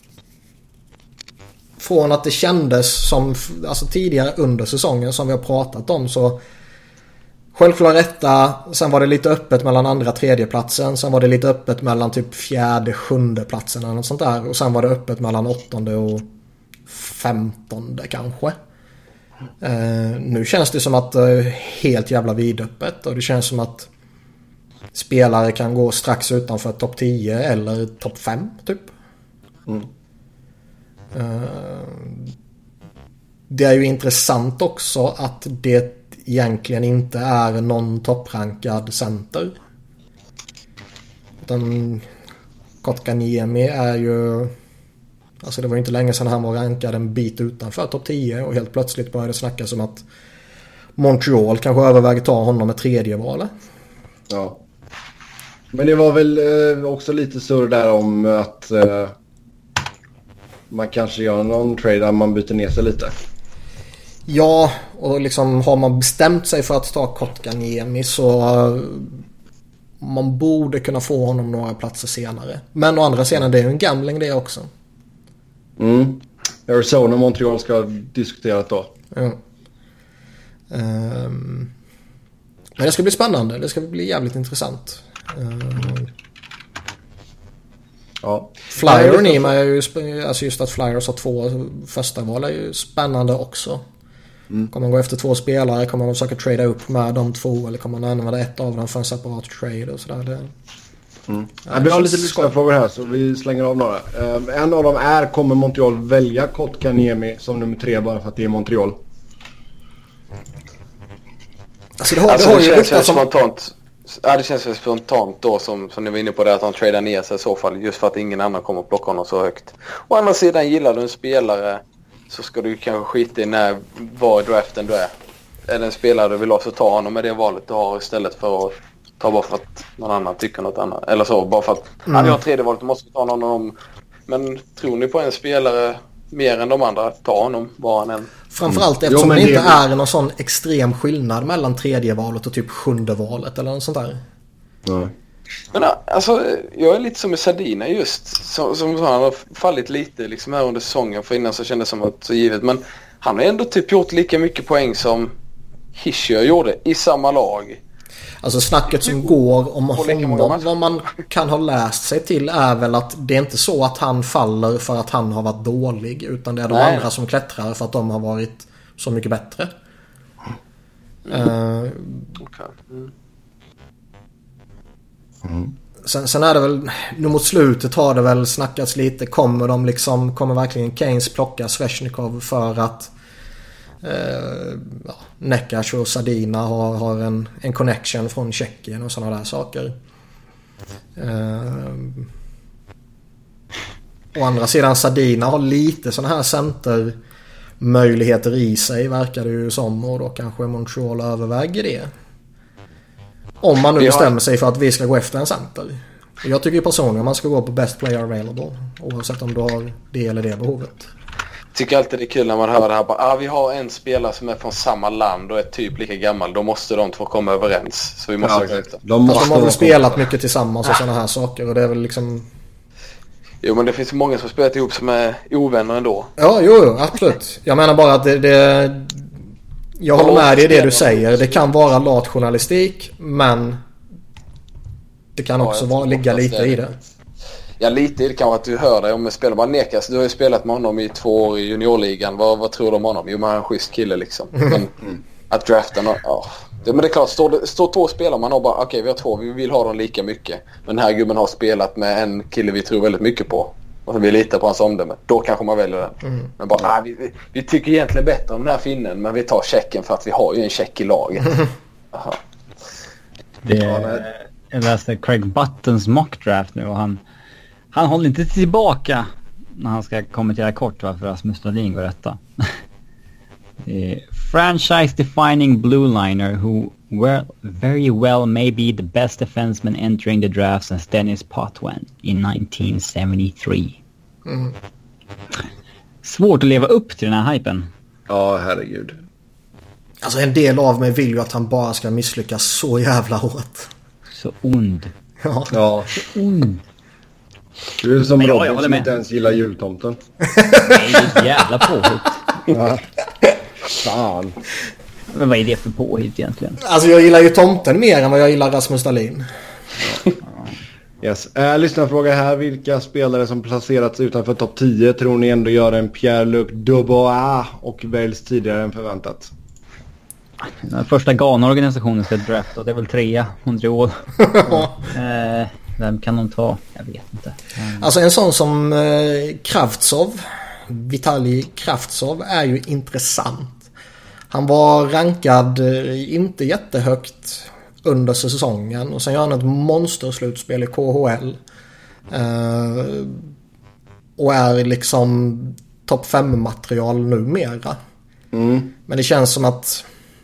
Från att det kändes som alltså tidigare under säsongen som vi har pratat om, så självklart rätta. Sen var det lite öppet mellan andra tredje platsen. Sen var det lite öppet mellan typ fjärde, sjunde platsen eller något sånt där. Och sen var det öppet mellan 8:e och 15:e kanske. Nu känns det som att det är helt jävla vidöppet. Och det känns som att spelare kan gå strax utanför topp 10 eller topp 5 typ. Det är ju intressant också att det egentligen inte är någon topprankad center. Utan Kotkaniemi är ju, alltså det var inte länge sedan han var rankad en bit utanför topp 10 och helt plötsligt började snacka som att Montreal kanske överväger ta honom med tredje valet. Ja. Men det var väl också lite större där om att man kanske gör någon trade där man byter ner sig lite. Ja, och liksom har man bestämt sig för att ta Kotkaniemi så man borde kunna få honom några platser senare. Men å andra sidan, det är ju en gambling det också. Arizona och Montreal ska diskutera då. Ja. Men det ska bli spännande. Det ska bli jävligt intressant. Ja. Flyer och Nima är ju, alltså just att Flyers har 2 första val är ju spännande också. Kommer man gå efter 2 spelare, kommer man försöka trada upp med de 2 eller kommer man använda ett av dem för en separat trade och sådär. Vi har lite lyssnarfrågor här så vi slänger av några. En av dem är, kommer Montreal välja Kotkaniemi som nummer 3 bara för att det är Montreal? Alltså det känns väl spontant. Ja, det känns väl spontant då som ni var inne på det, att han tradar ner sig i så fall just för att ingen annan kommer att plocka honom så högt. Å andra sidan, gillar du en spelare så ska du kanske skita i var i draften du är. Är det en spelare du vill ha så ta honom med det valet du har istället för att ta bara för att någon annan tycker något annat. Eller så, bara för att jag har tredje valet, du måste ta någon av dem. Men tror ni på en spelare mer än de andra, ta honom var han än. Framförallt eftersom det inte är någon sån extrem skillnad mellan tredje valet och typ sjunde valet eller något sånt där. Nej. Men alltså, jag är lite som med Zadina just. Som han har fallit lite liksom här under säsongen. För innan så kändes det som att så givet. Men han har ändå typ gjort lika mycket poäng som Hischier gjorde i samma lag. Alltså snacket som går om honom, vad man kan ha läst sig till är väl att det är inte så att han faller för att han har varit dålig, utan det är de andra som klättrar för att de har varit så mycket bättre. Sen är det väl, nu mot slutet har det väl snackats lite, kommer verkligen Keynes plocka Svechnikov för att Necas och Zadina har en connection från Tjeckien och sådana där saker. Å andra sidan, Zadina har lite sådana här centermöjligheter i sig, verkar det ju som, och då kanske Montreal överväger det. Om man nu bestämmer sig för att vi ska gå efter en center. Jag tycker personligen man ska gå på best player available, oavsett om du har det eller det behovet. Tycker alltid det är kul när man hör det här bara, vi har en spelare som är från samma land och är typ lika gammal, då måste de två komma överens, så vi måste acceptera. De har väl spelat mycket tillsammans och sådana här saker, och det är väl liksom... Jo, men det finns många som spelat ihop som är ovänner ändå. Ja, jo, absolut. Jag menar bara att det Jag håller med dig i det du säger. Det kan vara lat journalistik, men det kan också ligga lite i det. Ja, lite i det kan vara att du hör dig om spelar bara Nekas. Du har ju spelat med honom i 2 år i juniorligan. Vad tror du om honom? Jo, man är en schysst kille liksom. Men att drafta någon, men det är klart, står 2 spelare man har bara okej, vi har 2, vi vill ha dem lika mycket. Men den här gubben har spelat med en kille vi tror väldigt mycket på. Och vi litar på hans omdöme. Då kanske man väljer den. Men bara, vi tycker egentligen bättre om den här finnen, men vi tar checken för att vi har ju en check i laget. Jag läste Craig Buttons mock draft nu och han håller inte tillbaka när han ska kommentera kort varför Rasmus Dahlin går rätta. Franchise-defining blue liner who very well may be the best defenseman entering the draft since Dennis Potvin in 1973. Svårt att leva upp till den här hypen. Ja, herregud. Alltså en del av mig vill ju att han bara ska misslyckas så jävla hårt. Så ond. Ja. Så ond. Du är som Robin som inte ens gillar jultomten. Nej, jävla påhitt. Ja. Fan. Men vad är det för påhitt egentligen? Alltså jag gillar ju tomten mer än vad jag gillar Rasmus Dahlin. Yes. Lyssnarfråga här. Vilka spelare som placerats utanför topp 10 tror ni ändå gör en Pierre-Luc Dubois och väljs tidigare än förväntat? Den första Ghana-organisationen ska drafta, det är väl 3 Montreal. Vem kan de ta? Jag vet inte. Alltså en sån som Kravtsov, Vitalij Kravtsov, är ju intressant. Han var rankad inte jättehögt under säsongen och sen gör han ett monsterslutspel i KHL. Och är liksom topp 5-material numera. Men det känns som att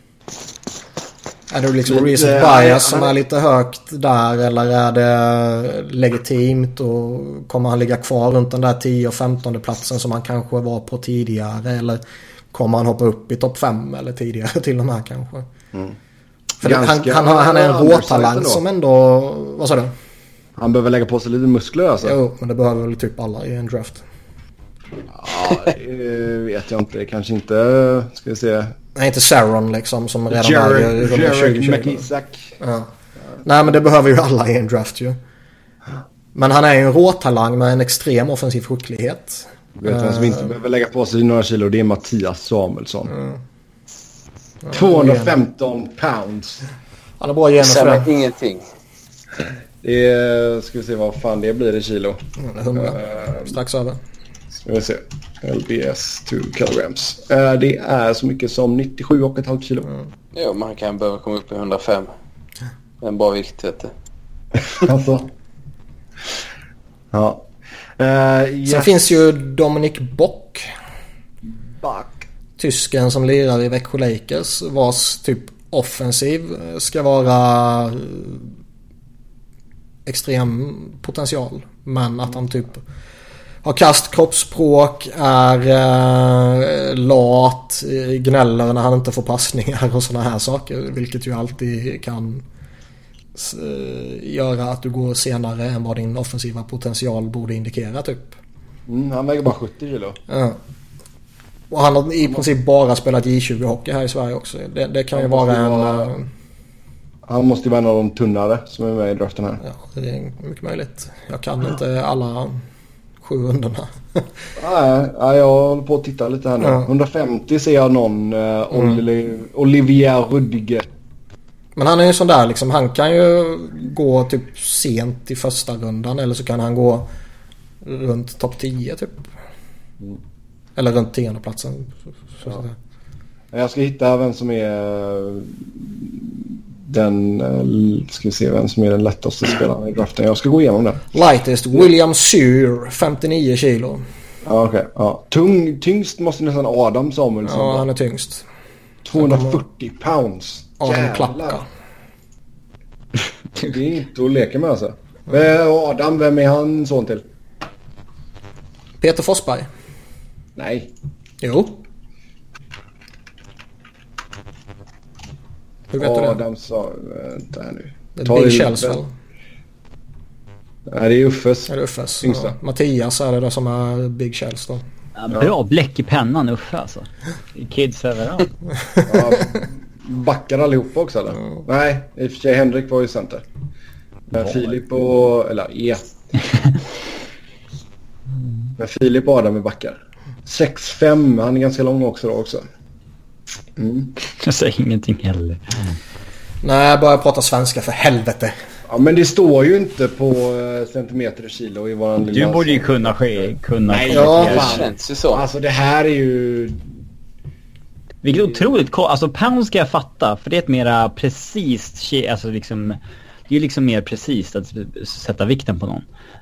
är det liksom recent bias som är lite högt där, eller är det legitimt och kommer han ligga kvar runt den där 10 och 15:e platsen som han kanske var på tidigare, eller kommer han hoppa upp i topp 5 eller tidigare till och med kanske. För han är en råtalang som ändå, vad sa du? Han behöver lägga på sig lite muskler alltså. Jo, men det behöver väl typ alla i en draft. Ja, det vet jag inte. Kanske inte, ska vi se. Nej, inte Saron liksom som redan är Jarek McIsaac. Ja. Nej, men det behöver ju alla i en draft ju. Men han är ju en råtalang med en extrem offensiv skicklighet. Vet vem som inte behöver lägga på sig några kilo? Det är Mattias Samuelsson. 215 pounds. Han är bra genom för det. Ingenting. Det är, ska vi se vad fan det blir i kilo. 100. Strax över. Ska vi se. LBS 2 kilograms. Det är så mycket som 97,5 kilo. Ja, man kan behöva komma upp i 105. Det är en bra vikt, vet du. Alltså. Ja. Sen finns ju Dominic Bock. Tysken som lirar i Växjö Lakers, vars typ offensiv ska vara extrem potential, men att han typ har kroppsspråk, är lat, gnäller när han inte får passningar och såna här saker, vilket ju alltid kan göra att du går senare än vad din offensiva potential borde indikera typ. Han väger bara 70 kilo. Ja. Och han har i princip bara spelat J20-hockey här i Sverige också. Det kan ju vara en... Han måste ju vara en av de tunnare som är med i draften här. Ja, det är mycket möjligt. Jag kan inte alla 7 rundorna. Nej, jag håller på att titta lite här nu. 150 ser jag någon Olivier Rudiger. Men han är ju sån där liksom, han kan ju gå typ sent i första rundan, eller så kan han gå runt topp 10 typ. Eller runt 10:e platsen. Ja. Jag ska hitta vem som är den, ska vi se vem som är den lättaste spelaren i draften. Jag ska gå igenom det. Lightest William Suhr, 59 kilo. Ja, okej. Ja. Tyngst måste nästan Adam Samuelsson. Ja, han är tyngst. 240 pounds. Adam Klapka. Det är inte att leka med alltså. Adam, vem är han son till? Peter Forsberg. Nej. Jo. Hur vet du det? Adam sa... Vänta här nu. Det är Big Shells väl? Nej, det är Uffes. Är det Uffes? Yngsta. Ja. Mattias är det där som är Big Shells då. Ja, bra bläck i pennan, Uffe alltså. Kids överallt. Ja, backar allihopa också eller? Nej, i och för sig Henrik var ju center. Men Filip och... Eller Men Filip och Adam är backar. 6'5", han är ganska lång också då också. Jag säger ingenting heller. Nej, jag börjar prata svenska för helvete. Ja, men det står ju inte på centimeter och kilo i våran lilla... Du borde ju kunna Nej, det känns ju så. Alltså det här är ju... Vilket otroligt... Alltså pound ska jag fatta. För det är ett mera precis... Alltså liksom... Det är ju liksom mer precis att sätta vikten på någon.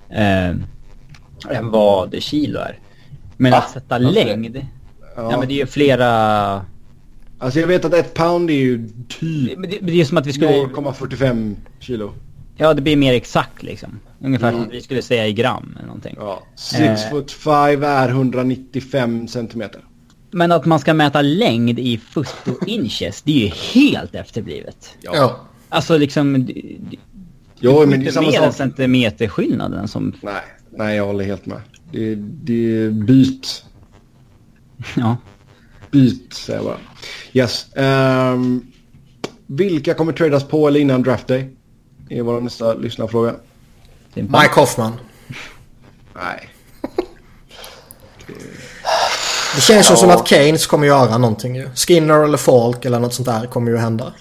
Än vad kilo är. Men att sätta längd... Ja, men det är ju flera... Alltså jag vet att 1 pound är ju typ... Det är som att vi skulle... 0,45 kilo. Ja, det blir mer exakt liksom. Ungefär som vi skulle säga i gram eller någonting. Ja, 6'5" är 195 centimeter. Men att man ska mäta längd i foot inches, det är ju helt efterblivet. Ja. Alltså liksom... Jo, men det är samma mer sak. än centimeterskillnaden som... Nej, jag håller helt med. Det är byt. Ja. Byt, säger jag bara. Yes. Vilka kommer tradas på eller innan draft day? Det är vår nästa lyssnarfråga. Mike Hoffman. Nej. Det känns ju som att Keynes kommer göra någonting ju. Skinner eller Falk eller något sånt där kommer ju hända.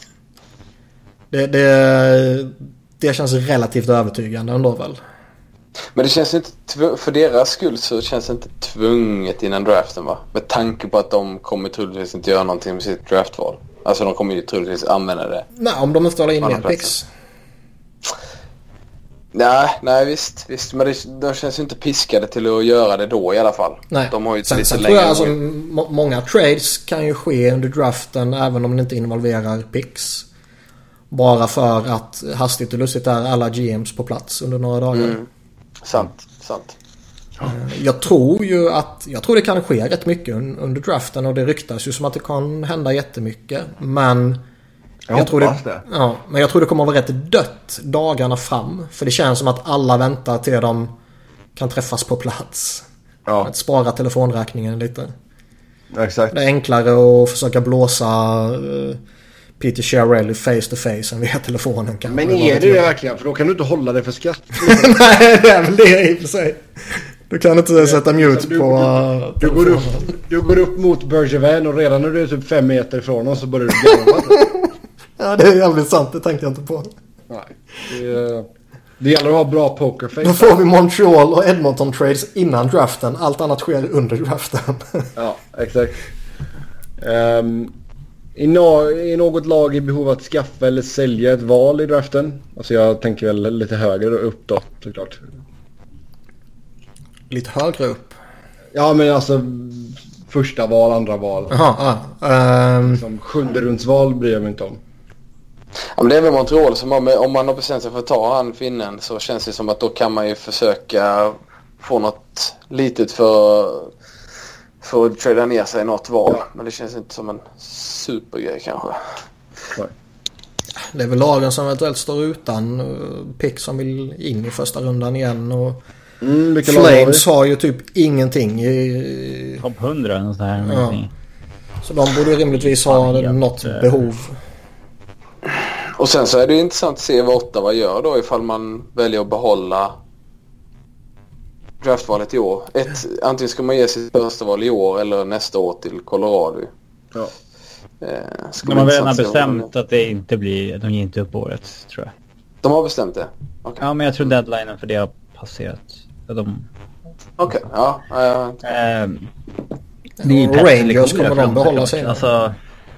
Det känns relativt övertygande ändå väl. Men det känns inte för deras skull så känns det inte tvunget innan draften, va? Med tanke på att de kommer troligtvis inte göra någonting med sitt draftval. Alltså de kommer ju troligtvis använda det. Nej, om de inte håller in mer picks. Nej, visst. Men de känns ju inte piskade till att göra det då i alla fall. Nej. De har ju sen lite tror jag alltså, många trades kan ju ske under draften även om det inte involverar picks. Bara för att hastigt och lustigt är alla GMs på plats under några dagar. Sant. Jag tror det kan ske rätt mycket under draften och det ryktas ju som att det kan hända jättemycket. Men jag tror det. Ja, men jag tror det kommer att vara rätt dött dagarna fram. För det känns som att alla väntar till de kan träffas på plats. Ja. Att spara telefonräkningen lite. Exakt. Det är enklare att försöka blåsa Peter Chiarelli face to face än via telefonen. Men är det verkligen? För då kan du inte hålla det för skratt. Nej, det är väl det i och för sig. Du kan inte sätta mute på... Du går upp mot Bergevin och redan när du är typ 5 meter ifrån honom så börjar du garva. Ja, det är jävligt sant. Det tänkte jag inte på. Nej. Det gäller att ha bra pokerface. Då får vi Montreal och Edmonton trades innan draften. Allt annat sker under draften. Ja, exakt. Är något lag i behov av att skaffa eller sälja ett val i draften? Alltså jag tänker väl lite högre upp då, såklart. Lite högre upp? Ja, men alltså första val, andra val. Som 7:e rundsval bryr jag mig inte om. Ja, men det är väl Montreal som om man har bestämt sig för att ta han finnen så känns det som att då kan man ju försöka få något litet för att trada ner sig något val. Ja. Men det känns inte som en supergrej kanske. Nej. Det är väl lagen som eventuellt står utan pick som vill in i första rundan igen och Flames har ju typ ingenting i... Topp 100 eller så här. Ja. Så de borde rimligtvis ha något behov. Och sen så är det ju intressant att se vad Ottawa gör då ifall man väljer att behålla draftvalet i år. Antingen ska man ge sitt första val i år eller nästa år till Colorado. Ja. De har väl bestämt att det inte blir, de ger inte upp året, tror jag. De har bestämt det? Okay. Ja, men jag tror deadlinen för det har passerat. Okej, ja. Rangers kommer de behålla sig. Alltså...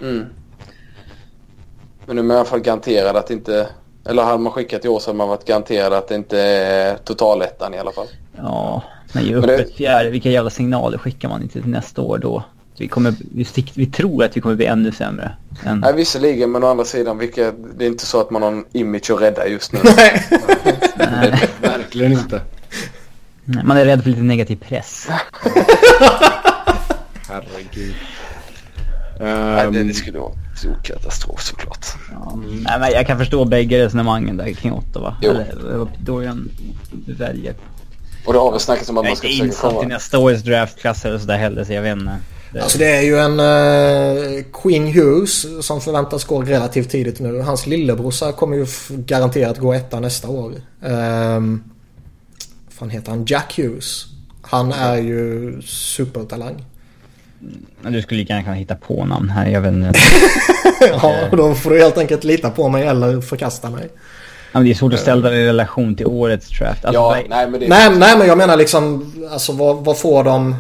Men nu är man i alla fall garanterad att inte... Eller hade man skickat i år så hade man varit garanterad att det inte är totalettan i alla fall. Ja, men ju upp ett fjärde. Vilka jävla signaler skickar man inte till nästa år då? Vi tror att vi kommer bli ännu sämre. Nej, visserligen, men å andra sidan, det är inte så att man har en image att rädda just nu. Nej. Nej, verkligen inte. Man är rädd för lite negativ press. Herregud. Det skulle vara en katastrof såklart. Ja, nej, men jag kan förstå bägge resonemangen där kring Ottawa. Eller Dorian väljer. Och det har väl snackats om att man ska försöka försöka komma. i nästa års draftklass eller sådär heller, så jag vet inte. Alltså det är ju en Quinn Hughes som förväntas gå relativt tidigt nu. Hans lillebrorsa kommer ju garanterat gå etta nästa år. Fan heter han? Jack Hughes. Han är ju supertalang. Du skulle lika gärna kunna hitta på namn här, jag vet inte. Ja, då får du helt enkelt lita på mig eller förkasta mig. Ja, men det är svårt att ställa det i relation till årets draft. Alltså, Ja, nej men det... Nej, men jag menar liksom, alltså vad får de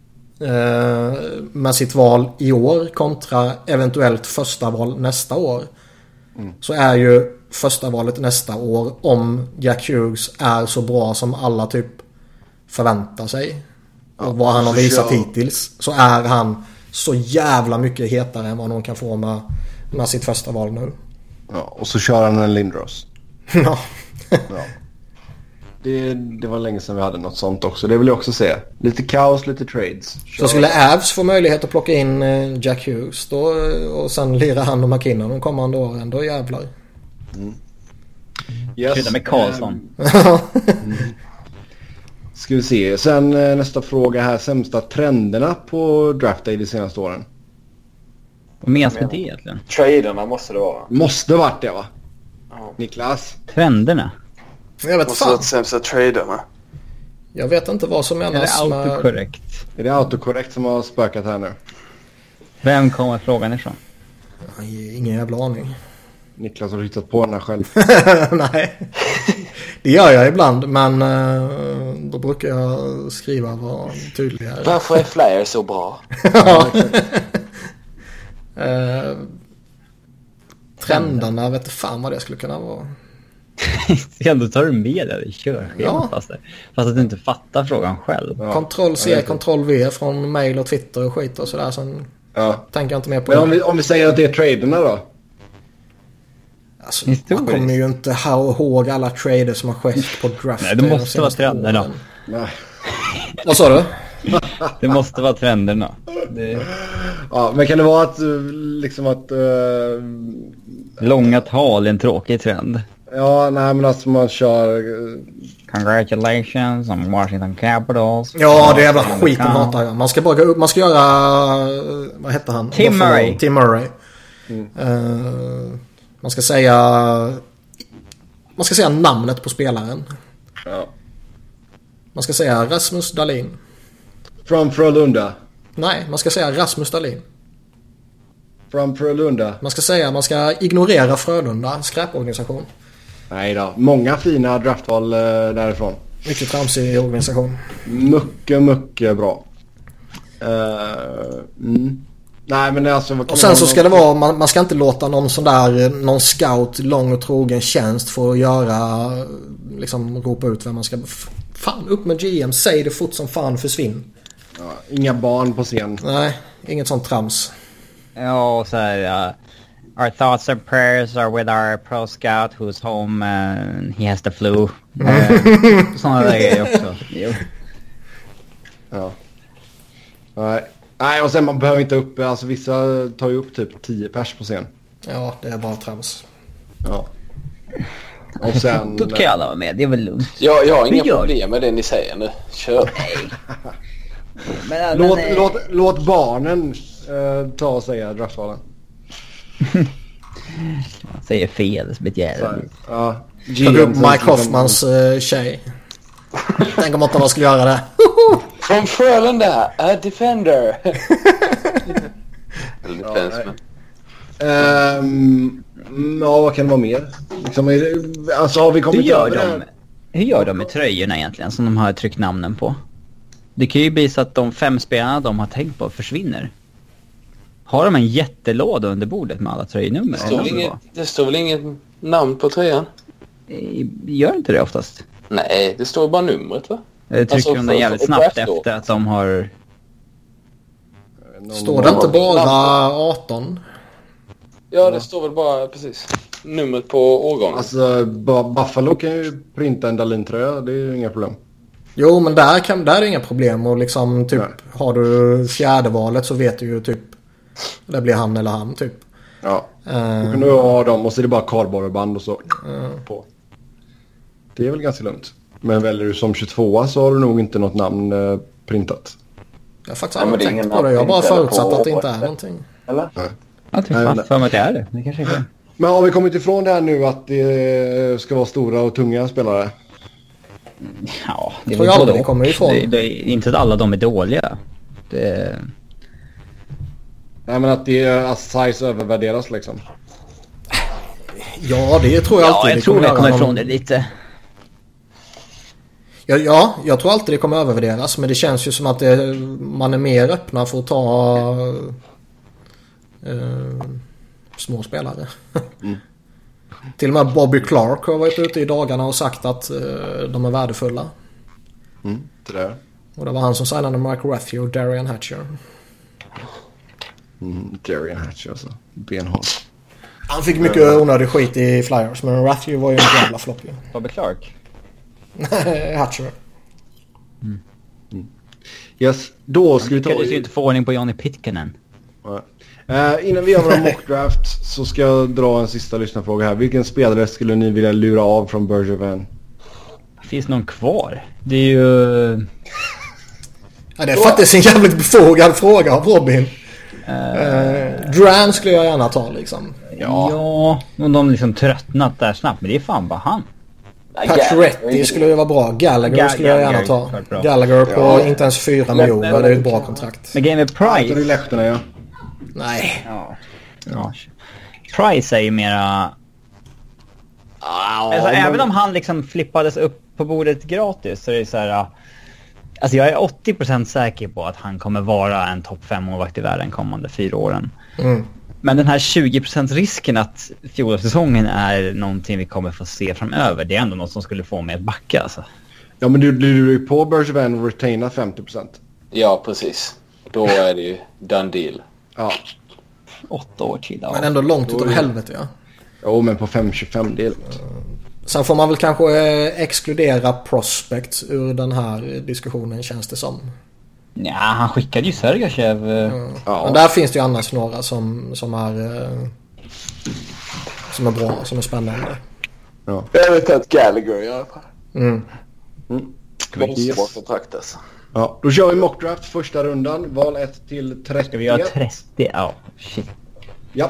med sitt val i år kontra eventuellt första val nästa år. Så är ju första valet nästa år, om Jack Hughes är så bra som alla typ förväntar sig och vad han har visat hittills, så är han så jävla mycket hetare än vad någon kan få med sitt första val nu. Ja, och så kör han en Lindros. Ja. Ja. Det var länge sedan vi hade något sånt också. Det vill jag också se. Lite kaos, lite trades. Så skulle Avs få möjlighet att plocka in Jack Hughes då, och sen lira han och McKinnon de kommande åren, då jävlar. Yes. Med Karlsson. Ska vi se. Sen nästa fråga här. Sämsta trenderna på draft day de senaste åren. Vad menas med det egentligen? Traderna måste det vara. Måste varit det, va? Ja. Niklas? Trenderna? Jag vet måste fan. vara sämsta traderna. Jag vet inte vad som menas. Är det autokorrekt? Är det autokorrekt som har spökat här nu? Vem kommer frågan ifrån? Ingen jävla aning. Niklas har hittat på den här själv. Nej. Det gör jag ibland, men då brukar jag skriva vad tydligare. Varför är Flyer så bra? Ja. Trenderna, vet fan vad det skulle kunna vara. Ändå tar du med det i körschemat, Ja. fast att du inte fattar frågan själv. Ja. Ctrl-C, Ctrl-V från mail och Twitter och skit och sådär. Sen tänker jag inte mer på Men det. om vi säger att det är traderna då? Alltså, man kommer ju inte ihåg alla traders som har skett på draft. Nej, det måste vara trenderna. Nej. Vad sa du? Det måste vara trenderna. Ja, men kan det vara att liksom att... Långa tal är en tråkig trend. Ja, nej men alltså man kör... Congratulations on Washington Capitals. Ja, det är jävla skiten hatar jag. Man ska bara gå upp, man ska göra... Vad heter han? Tim Murray. Tim Murray. Man ska säga namnet på spelaren. Ja. Man ska säga Rasmus Dahlin. Från Frölunda. Nej, man ska säga Rasmus Dahlin. Från Frölunda. Man ska ignorera Frölunda, skräporganisation. Nej då, många fina draftval därifrån. Mycket tramsig organisation. Mycket bra. Nej men alltså... Och sen så ska det vara, man ska inte låta någon scout, lång och trogen tjänst få göra, liksom ropa ut vem man ska... Fan, upp med GM, säg det fort som fan, försvinn. Ja, inga barn på scen. Nej, inget sånt trams. Ja, och så här... our thoughts and prayers are with our pro scout who's home and he has the flu. Sådana där grejer också. Jo. Ja. Nej, och sen man behöver inte upp... Alltså vissa tar ju upp typ 10 pers på scen. Ja, det är bara trams. Ja. Och sen... Då kan alla vara med, det är väl lugnt. Jag har inga problem med det ni säger nu. Kör. Låt barnen ta och säga draftvalen. Man säger fel, så blir det jävligt. Ja. Tog upp Mike Hoffmans tjej. Tänk om inte man skulle göra det. Från Frölunda, a defender. Eller defenseman. Ja, vad kan det vara mer? Liksom, alltså har vi kommit Hur gör de med tröjorna egentligen som de har tryckt namnen på? Det kan ju bli så att de 5 spelarna de har tänkt på försvinner. Har de en jättelåda under bordet med alla tröjnummer? Det står väl inget namn på tröjan? Gör inte det oftast? Nej, det står bara numret, va? Trycker de det jävligt snabbt efter att de har... Står det inte bara 18? Ja, det står väl bara precis numret på årgången. Alltså, Buffalo kan ju printa en Dahlin-tröja, det är ju inga problem. Jo, men där är det inga problem. Och liksom typ, har du fjärde valet så vet du ju typ, det blir han eller han typ. Ja, då kan du ha dem och så är det bara kardborreband och så på. Det är väl ganska lugnt. Men väljer du som 22 så har du nog inte något namn printat. Jag har faktiskt aldrig tänkt på det. Jag har bara förutsatt att det inte är någonting. Eller? Nej. Jag tror fan för mig att det är det. Det kanske är. Men har vi kommit ifrån det här nu att det ska vara stora och tunga spelare? Ja, det tror jag aldrig kommer ifrån. Det är inte att alla de är dåliga. Det... Nej, men att size övervärderas liksom. Ja, det tror jag alltid. Ja, jag tror vi kommer ifrån det lite. Ja, jag tror alltid det kommer övervärderas. Men det känns ju som att man är mer öppna för att ta små spelare. Till och med Bobby Clark har varit ute i dagarna och sagt att de är värdefulla. Det där. Och det var han som signade Mike Raffio och Darian Hatcher. Darian Hatcher alltså. Benhårt. Han fick mycket onödig skit i Flyers, men Raffio var ju en jävla flopp. Bobby Clark? Hatcher. Yes, då ska vi ta... Jag lyckades ju inte få ordning på Johnny Pitkanen. Innan vi gör våra mockdraft så ska jag dra en sista lyssnarfråga här. Vilken spelare skulle ni vilja lura av från Bergevin? Finns någon kvar? Det är ju... Ja, det är faktiskt en jävligt befogad fråga av Robin. Duran skulle jag gärna ta liksom. Ja, om de liksom tröttnat där snabbt. Men det är fan bara han. Pacioretty skulle ju vara bra. Gallagher skulle jag gärna ta. Gallagher på inte ens 4 miljoner. Det är ett bra kontrakt. Men game med Price... Ja, läktarna, ja. Nej. Ja. Price är ju mera... Alltså, även om han liksom flippades upp på bordet gratis så är det så här... Alltså jag är 80% säker på att han kommer vara en topp 5-målvakt i världen kommande 4 åren. Men den här 20% risken att fjolårssäsongen är någonting vi kommer få se framöver, det är ändå något som skulle få mig att backa alltså. Ja, men du är på Bergevin och retaina 50%. Ja, precis. Då är det ju done deal. Ja. 8 år till. Ja. Men ändå långt utav helvete, ja. Jo, men på 5-25 del. Sen får man väl kanske exkludera prospects ur den här diskussionen, känns det som. Ja, han skickade ju Sergachev. Ja. Men där finns det ju annars några som är bra, som är spännande. Ja. Jag vet att Gallagher i alla fall. Måste vara kontrakt alltså. Ja, då kör vi mockdraft första rundan. Val 1 till 30. Ska vi göra 30? Ja, shit. Ja.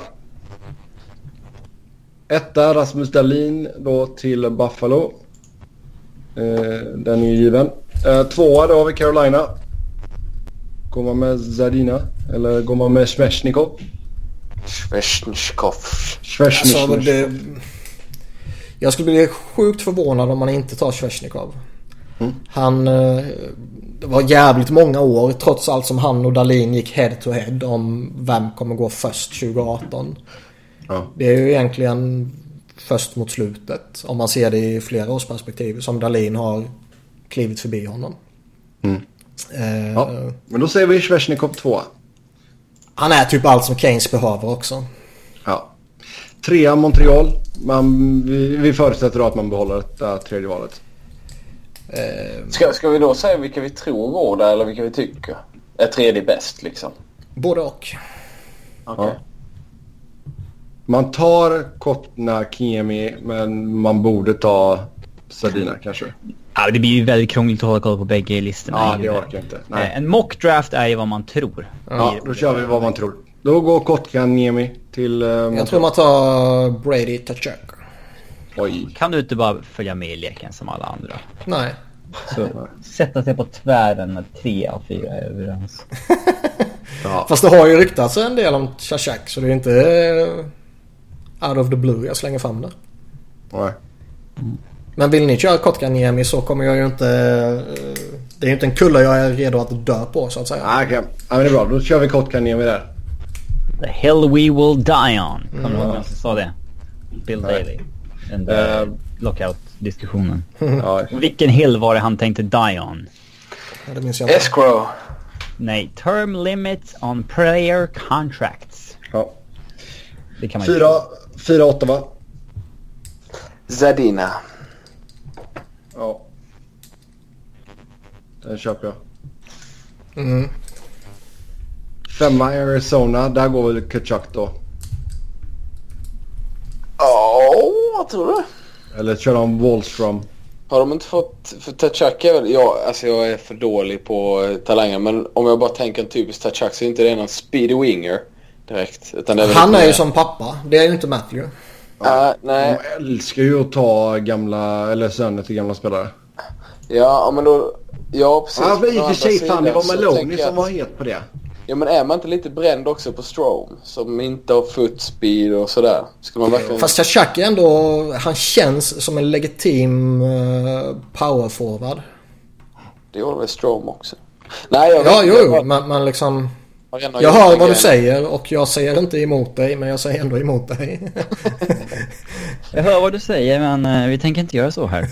1 Rasmus Dahlin då till Buffalo. Den är ju given. 2 då har vi Carolina. Går man med Zadina eller går man med Svechnikov? Alltså, jag skulle bli sjukt förvånad om man inte tar Svechnikov. Han det var jävligt många år trots allt som han och Dahlin gick head to head om vem kommer gå först 2018. Ja. Det är ju egentligen först mot slutet om man ser det i flera års perspektiv som Dahlin har klivit förbi honom. Ja, men då säger vi Svechnikov 2. Han är typ allt som Keynes behöver också. Ja. 3 Montreal. Vi förutsätter då att man behåller det tredje valet. Ska vi då säga vilka vi tror går där eller vilka vi tycker är tredje bäst liksom? Både och. Okay. Ja. Man tar Kotkaniemi men man borde ta Zadina kanske. Ja, det blir ju väldigt krångligt att hålla koll på bägge listorna. Ja, det orkar jag inte. Nej. En mockdraft är ju vad man tror. Ja, då kör vi vad man tror. Då går Kotkaniemi till... jag tror man tar Brady Tkachuk. Oj. Kan du inte bara följa med i leken som alla andra? Nej. Så sätta sig på tvären med 3 av 4 är överens. Ja. Fast det har ju ryktats en del om Tkachuk så det är inte out of the blue jag slänger fram det. Nej. Men vill ni köra Kotkaniemi så kommer jag ju inte... Det är ju inte en kulla jag är redo att dö på så att säga. Ah, okay. Ja, men det är bra. Då kör vi Kotkaniemi där. The hill we will die on. Kommer du ihåg vem som sa det? Bill Daly. Den lockout-diskussionen. Ja. Vilken hill var det han tänkte die on? Ja, det minns jag inte. Escrow. Nej, term limits on player contracts. Ja. Det kan man 4-8 va? Zadina. Ja. Den köper jag. 5 Arizona. Där går väl Tkachuk då. Ja, vad tror du? Eller kör de Wallstrom? Har de inte fått... För Tkachuk är väl... jag är för dålig på talanger. Men om jag bara tänker en typisk Tkachuk så är inte det någon speedy winger direkt. Utan det är han är ju som pappa. Det är ju inte Matthew. Nej. De älskar ju att ta gamla... Eller söner till gamla spelare. Ja, men då... Ja, precis. Ja, men i och för sig fan, det var Maloney som var het på det. Ja, men är man inte lite bränd också på Strome? Som inte har foot speed och sådär. Ska man verkligen... Fast Tkachuk är ändå... Han känns som en legitim powerforward. Det gjorde väl Strome också. Nej, men liksom... Jag hör vad du säger och jag säger inte emot dig, men jag säger ändå emot dig. Jag hör vad du säger, men vi tänker inte göra så här.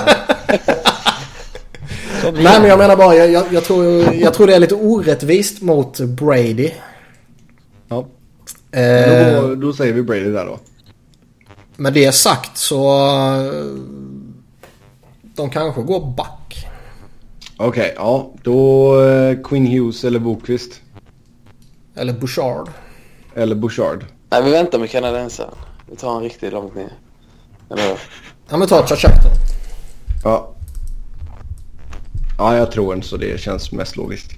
Nej, men jag menar bara, jag tror det är lite orättvist mot Brady. Ja. Då säger vi Brady där då. Med det sagt så de kanske går back. Okej, ja. Då Quinn Hughes eller Bokvist. Eller Bouchard. Eller Bouchard. Nej, vi väntar med kanadensaren. Vi tar en riktigt långt ner. Eller... Ja, men ta Tkachuk då. Ja. Ja, jag tror inte så. Det känns mest logiskt.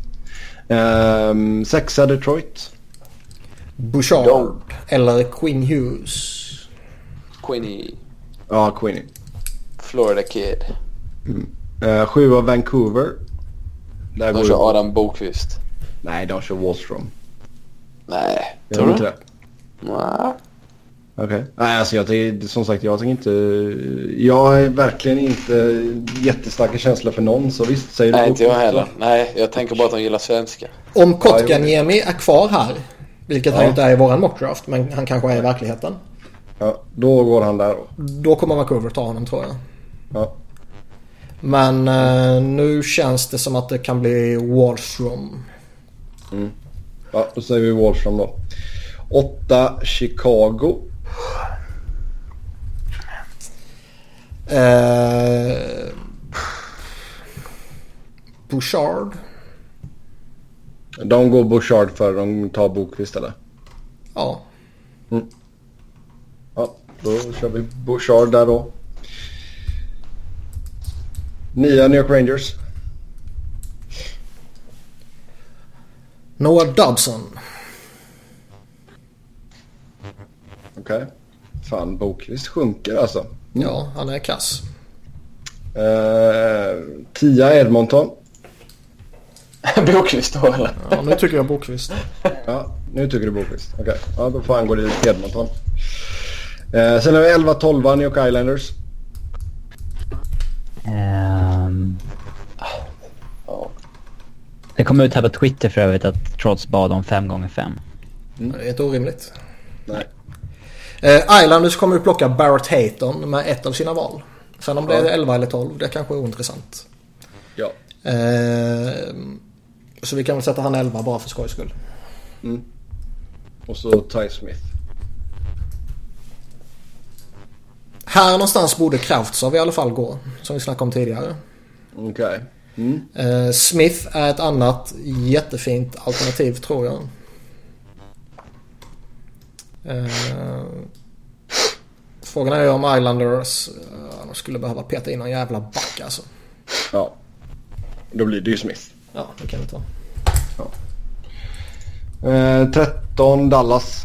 6 Detroit. Bouchard. Eller Quinn Hughes. Quinny. Ja, Quinny. Florida Kid. 7 Vancouver. Där De kör Adam Bokvist. Nej, de kör Wallstrom. Nej, Tror du inte det? Nej. Okej. Nej, alltså jag tänker inte... Jag är verkligen inte jättestarka känslor för någon, så visst säger du... Nej, inte jag heller. Nej, jag tänker bara att de gillar svenska. Om Kotkaniemi är kvar här, vilket han inte är i våran mockdraft, men han kanske är i verkligheten. Ja, då går han där då. Då kommer Vancouver ta honom, tror jag. Ja. Men nu känns det som att det kan bli Wallstrom. Ja, då säger vi Wallstrom då. 8 Chicago. Bouchard. De går Bouchard för de tar Bokvist eller? Ja. Ja, då kör vi Bouchard där då. 9 New York Rangers. Noah Dobson. Okej. Fan, Bokvist sjunker alltså. Ja, han är kass. 10 Edmonton. Bokvist då eller? Ja, nu tycker jag Bokvist. Ja, nu tycker du Bokvist. Okej. Ja, då får han gå dit till Edmonton. Sen har vi 11-12 New York Islanders. Det kom ut här på Twitter för övrigt att Trots bad om 5x5. Det är inte orimligt. Nej. Islanders kommer att plocka Barrett Hayton med ett av sina val. Sen om det är 11 eller 12, det kanske är ointressant. Ja. Så vi kan väl sätta han 11 bara för skojs skull. Och så Ty Smith. Här någonstans borde Kraftsov i alla fall gå, som vi snackade om tidigare. Okej. Smith är ett annat jättefint alternativ, tror jag. Frågan är ju om Islanders de skulle behöva peta in någon jävla back alltså. Ja. Då blir det ju Smith. Ja, det kan vi ta. Ja. 13 Dallas.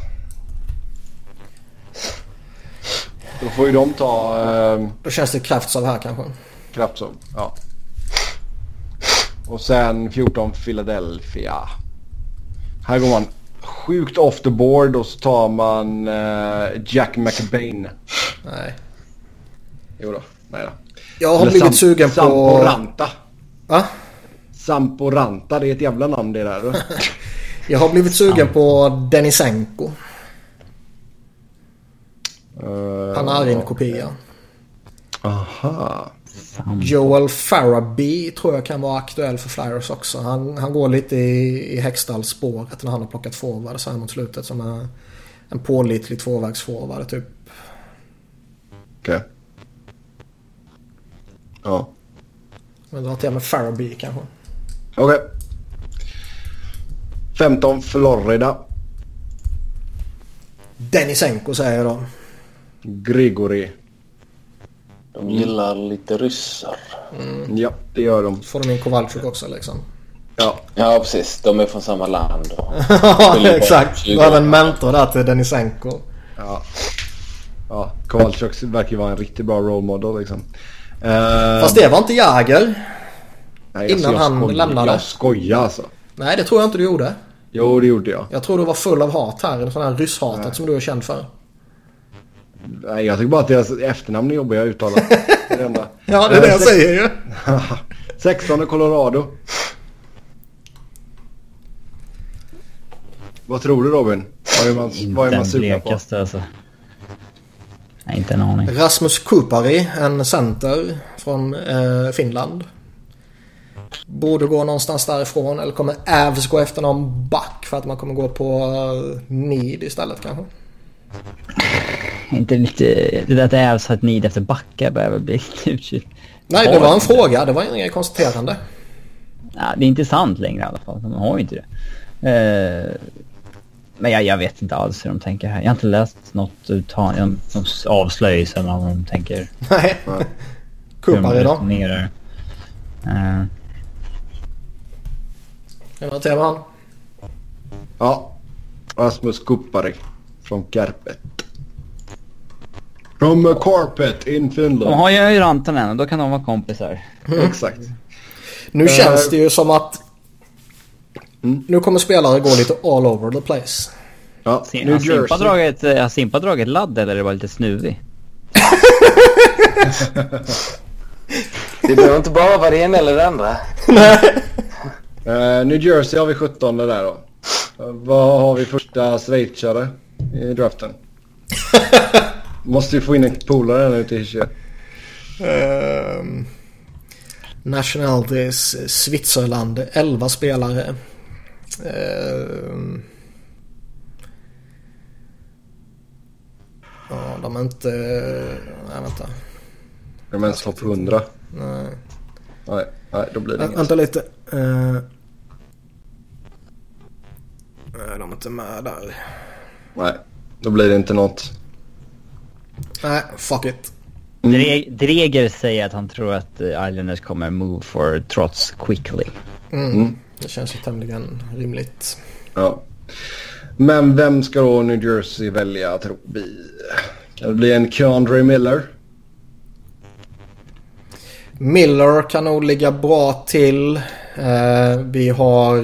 Då får ju de ta... Då känns det Kraftsov här kanske. Kraftsov, ja. Och sen 14 Philadelphia. Här går man sjukt off the board och så tar man Jack McBain. Nej. Jo då, nej då. Jag har blivit sugen på... Sampo Ranta. Va? Sampo Ranta, det är ett jävla namn det där. Jag har blivit sugen på Denisenko. Panarin-kopia. Aha. Joel Farabee tror jag kan vara aktuell för Flyers också. Han går lite i Hextalls spåret när han har plockat forward så här mot slutet, som är en pålitlig tvåvägsforward typ. Okej. Ja. Men dra till med Farabee kanske. Okej. 15 Florida. Denisenko säger jag då. Grigori. De gillar lite ryssar. Ja, det gör de. Får de in Kowalczyk också liksom. Ja, Precis. De är från samma land. Ja, exakt. Du har en mentor där till Denisenko. Ja, Kowalczyk verkar vara en riktigt bra role model liksom. Fast det var inte Jäger. Nej, innan han lämnade. Jag skojar alltså. Nej, det tror jag inte du gjorde. Jo, det gjorde jag. Jag tror du var full av hat här. En sån här rysshatet som du är känd för. Nej, jag tycker bara att deras efternamn är jobbiga att uttala. Det är det enda. Ja, det är det jag säger ju. 16 Colorado. Vad tror du, Robin? Vad är man sugen på? Alltså. Nej, inte en aning. Rasmus Kupari, en center från Finland. Borde gå någonstans därifrån. Eller kommer Avs gå efter någon back för att man kommer gå på need istället kanske? Inte lite... Det där att Avs har ett need efter backar behöver bli lite utkylt. Nej, det var en fråga. Det var inget konstaterande. Ja, det är inte sant längre i alla fall. De har ju inte det. Men jag vet inte alls hur de tänker här. Jag har inte läst något uttalande. De avslöjas eller vad de tänker. Nej. Kupari då? Vad tar man? Ja, Rasmus Kupari från Kärpet. From Carpet in Finland. De har ju Rantanen och då kan de vara kompisar. Exakt. Nu känns det ju som att nu kommer spelare gå lite all over the place. Ja, Har Simpa dragit ladd eller är det bara lite snuvig? Det behöver inte bara vara det ena eller det andra. New Jersey har vi 17 där då. Vad har vi första schweizare i draften? Måste vi få in en polare nu till Hischier. Nationalities Switzerland 11 spelare. Ja, de är inte... Nej, vänta. De är ens topp 100. Nej, då blir det inget. Vänta lite. Nej, de är inte med där. Nej, då blir det inte något. Nej, fuck it. Dreger säger att han tror att Islanders kommer move for Trotz quickly. Det känns ju tämligen rimligt. Ja. Men vem ska då New Jersey välja, tror vi? Kan det bli en Keandre Miller? Miller kan nog ligga bra till. Vi har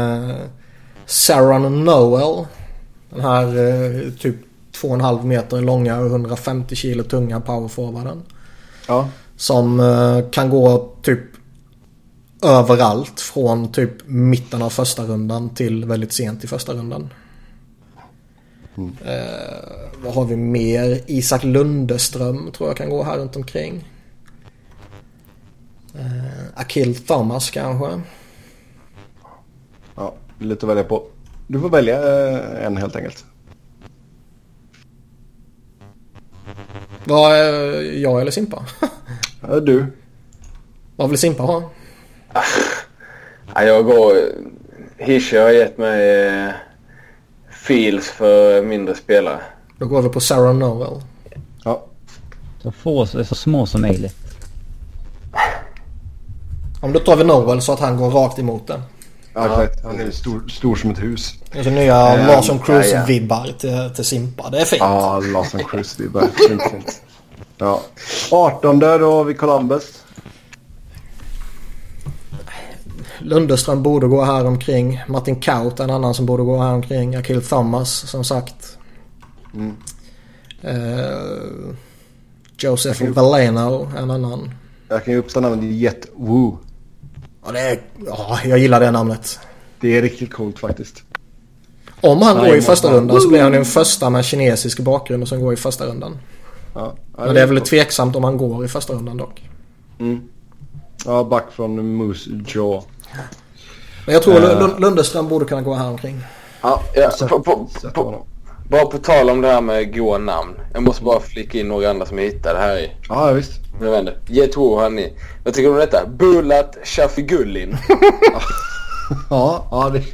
Saron Noel. Den här typ 2,5 meter långa och 150 kilo tunga powerforwarden. Ja. Som kan gå typ överallt från typ mitten av första rundan till väldigt sent i första rundan. Vad har vi mer? Isak Lundeström tror jag kan gå här runt omkring. Akil Thomas kanske. Ja, lite att välja på. Du får välja en helt enkelt. Vad är jag eller Simpa? Du. Vad vill Simpa ha? Ja, jag går... Hischier har gett mig feels för mindre spelare. Då går vi på Saron Noel. Ja. Så små som möjligt. Om då tar vi Noel så att han går rakt emot den. Ja, exakt. Han är stor som ett hus. Det är så nya Larson Cruise-vibbar till Simpa. Det är fint. Ja, Larson Cruise-vibbar. Fint. Ja. 18 då har vi Columbus. Lundeström borde gå här omkring. Martin Kaut, en annan som borde gå här omkring. Akil Thomas, som sagt. Joseph Valeno, en annan. Jag kan ju uppställa namnet Jet Woo. Ja, jag gillar det namnet. Det är riktigt coolt faktiskt. Om han går i första rundan så blir han den första med kinesisk bakgrund som går i första rundan. Ja, men det är väl tveksamt om han går i första rundan dock. Ja, back från Moose Jaw. Men jag tror Lundeström borde kunna gå här omkring. Ja, bara på tal om det här med goa namn. Jag måste bara flika in några andra som jag hittade här i. Ja, visst. Jag vet inte. J2 har ni. Vad tycker du om detta? Bulat Shafigullin. Ja, det...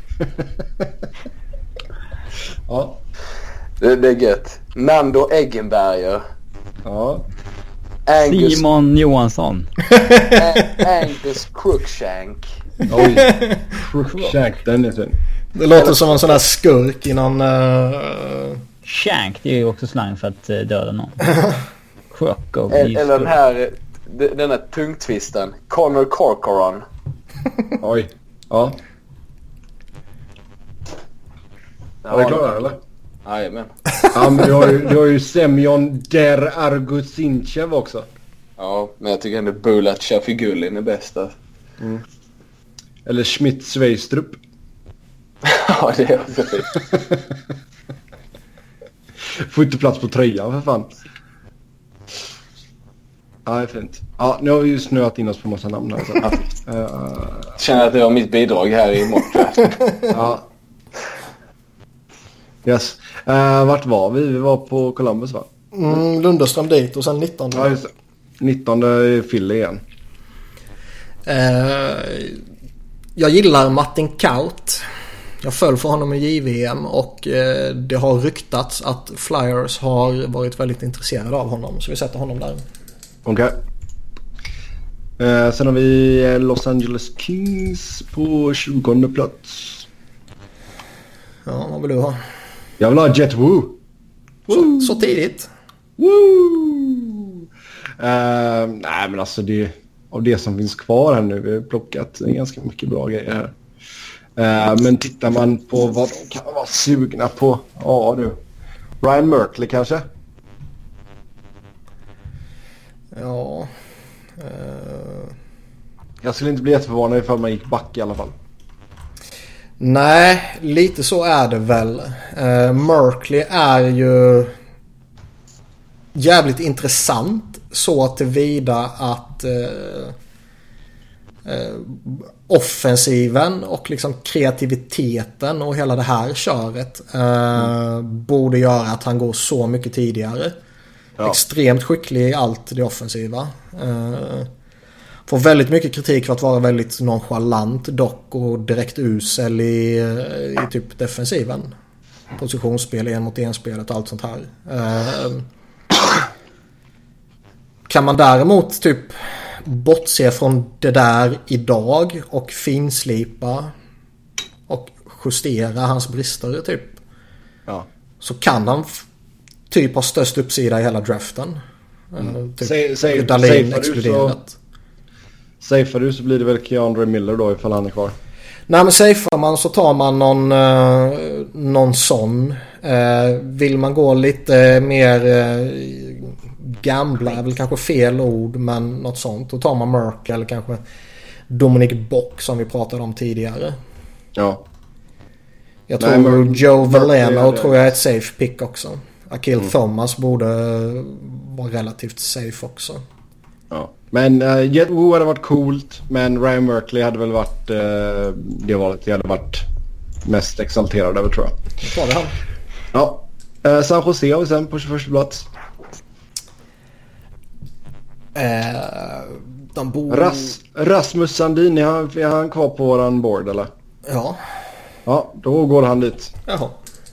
ja. Det är gött. Nando Eggenberger. Ja. Simon Johansson. Angus Crookshank. Oj, Crookshank, den är fin. Det låter som en sån där skurk i någon... Shank, det är ju också slang för att döda någon. Crook och eller den här tungtvisten. Connor Corcoran. Oj, ja. Är det klara eller? Jajamän. Ja, men du har ju Semyon Der Argusinchev också. Ja, men jag tycker ändå Bulat Shafigullin är bästa. Mm. Eller Schmidt Sveistrup. Ja, det är också fint. Får inte plats på tröjan för fan. Ja, det är fint. Ja, nu har vi ju snöat in oss på massa namn här. Känner att det var mitt bidrag här i mockdraft. Ja. Yes. Vart var vi? Vi var på Columbus, va? Lundeström dit och sen 19. Ja, just det. 19 är Philly igen. Jag gillar Martin Kaut. Jag föll för honom i JVM och det har ryktats att Flyers har varit väldigt intresserade av honom. Så vi sätter honom där. Okej. Sen har vi Los Angeles Kings på 20:e plats. Ja, vad vill du ha? Jag vill ha Jet Woo. Så tidigt. Woo! Nej, men alltså det av det som finns kvar här nu. Vi har plockat ganska mycket bra grejer här. Men tittar man på vad de kan vara sugna på. Ja du. Ryan Merkley kanske? Ja. Jag skulle inte bli jätteförvånad ifall man gick back i alla fall. Nej, lite så är det väl. Merkley är ju jävligt intressant så tillvida att offensiven och liksom kreativiteten och hela det här köret borde göra att han går så mycket tidigare. Ja. Extremt skicklig i allt det offensiva. Får väldigt mycket kritik för att vara väldigt nonchalant dock och direkt usel i typ defensiven. Positionsspel, 1-mot-1-spelet och allt sånt här. Kan man däremot typ bortse från det där idag och finslipa och justera hans brister typ. Ja. Så kan han typ ha störst uppsida i hela draften. Typ Dahlin exkluderat. Safear du så blir det väl Keandre Miller då ifall han är kvar. Nej, men safear man så tar man någon sån. Vill man gå lite mer gamla är väl kanske fel ord, men något sånt. Då tar man Merck eller kanske Dominic Bock som vi pratade om tidigare. Ja. Jag tror Joe Valeno tror jag är ett safe pick också. Akil Thomas borde vara relativt safe också. Ja. Men Jet Woo hade varit coolt, men Ryan Merkley hade väl varit det valet jag hade varit mest exalterad över, tror jag. Det tar vi han. Ja. San Jose har vi sen på 21 plats. Rasmus Sandin, är han kvar på våran board eller? Ja. Ja, då går han dit. Jaha.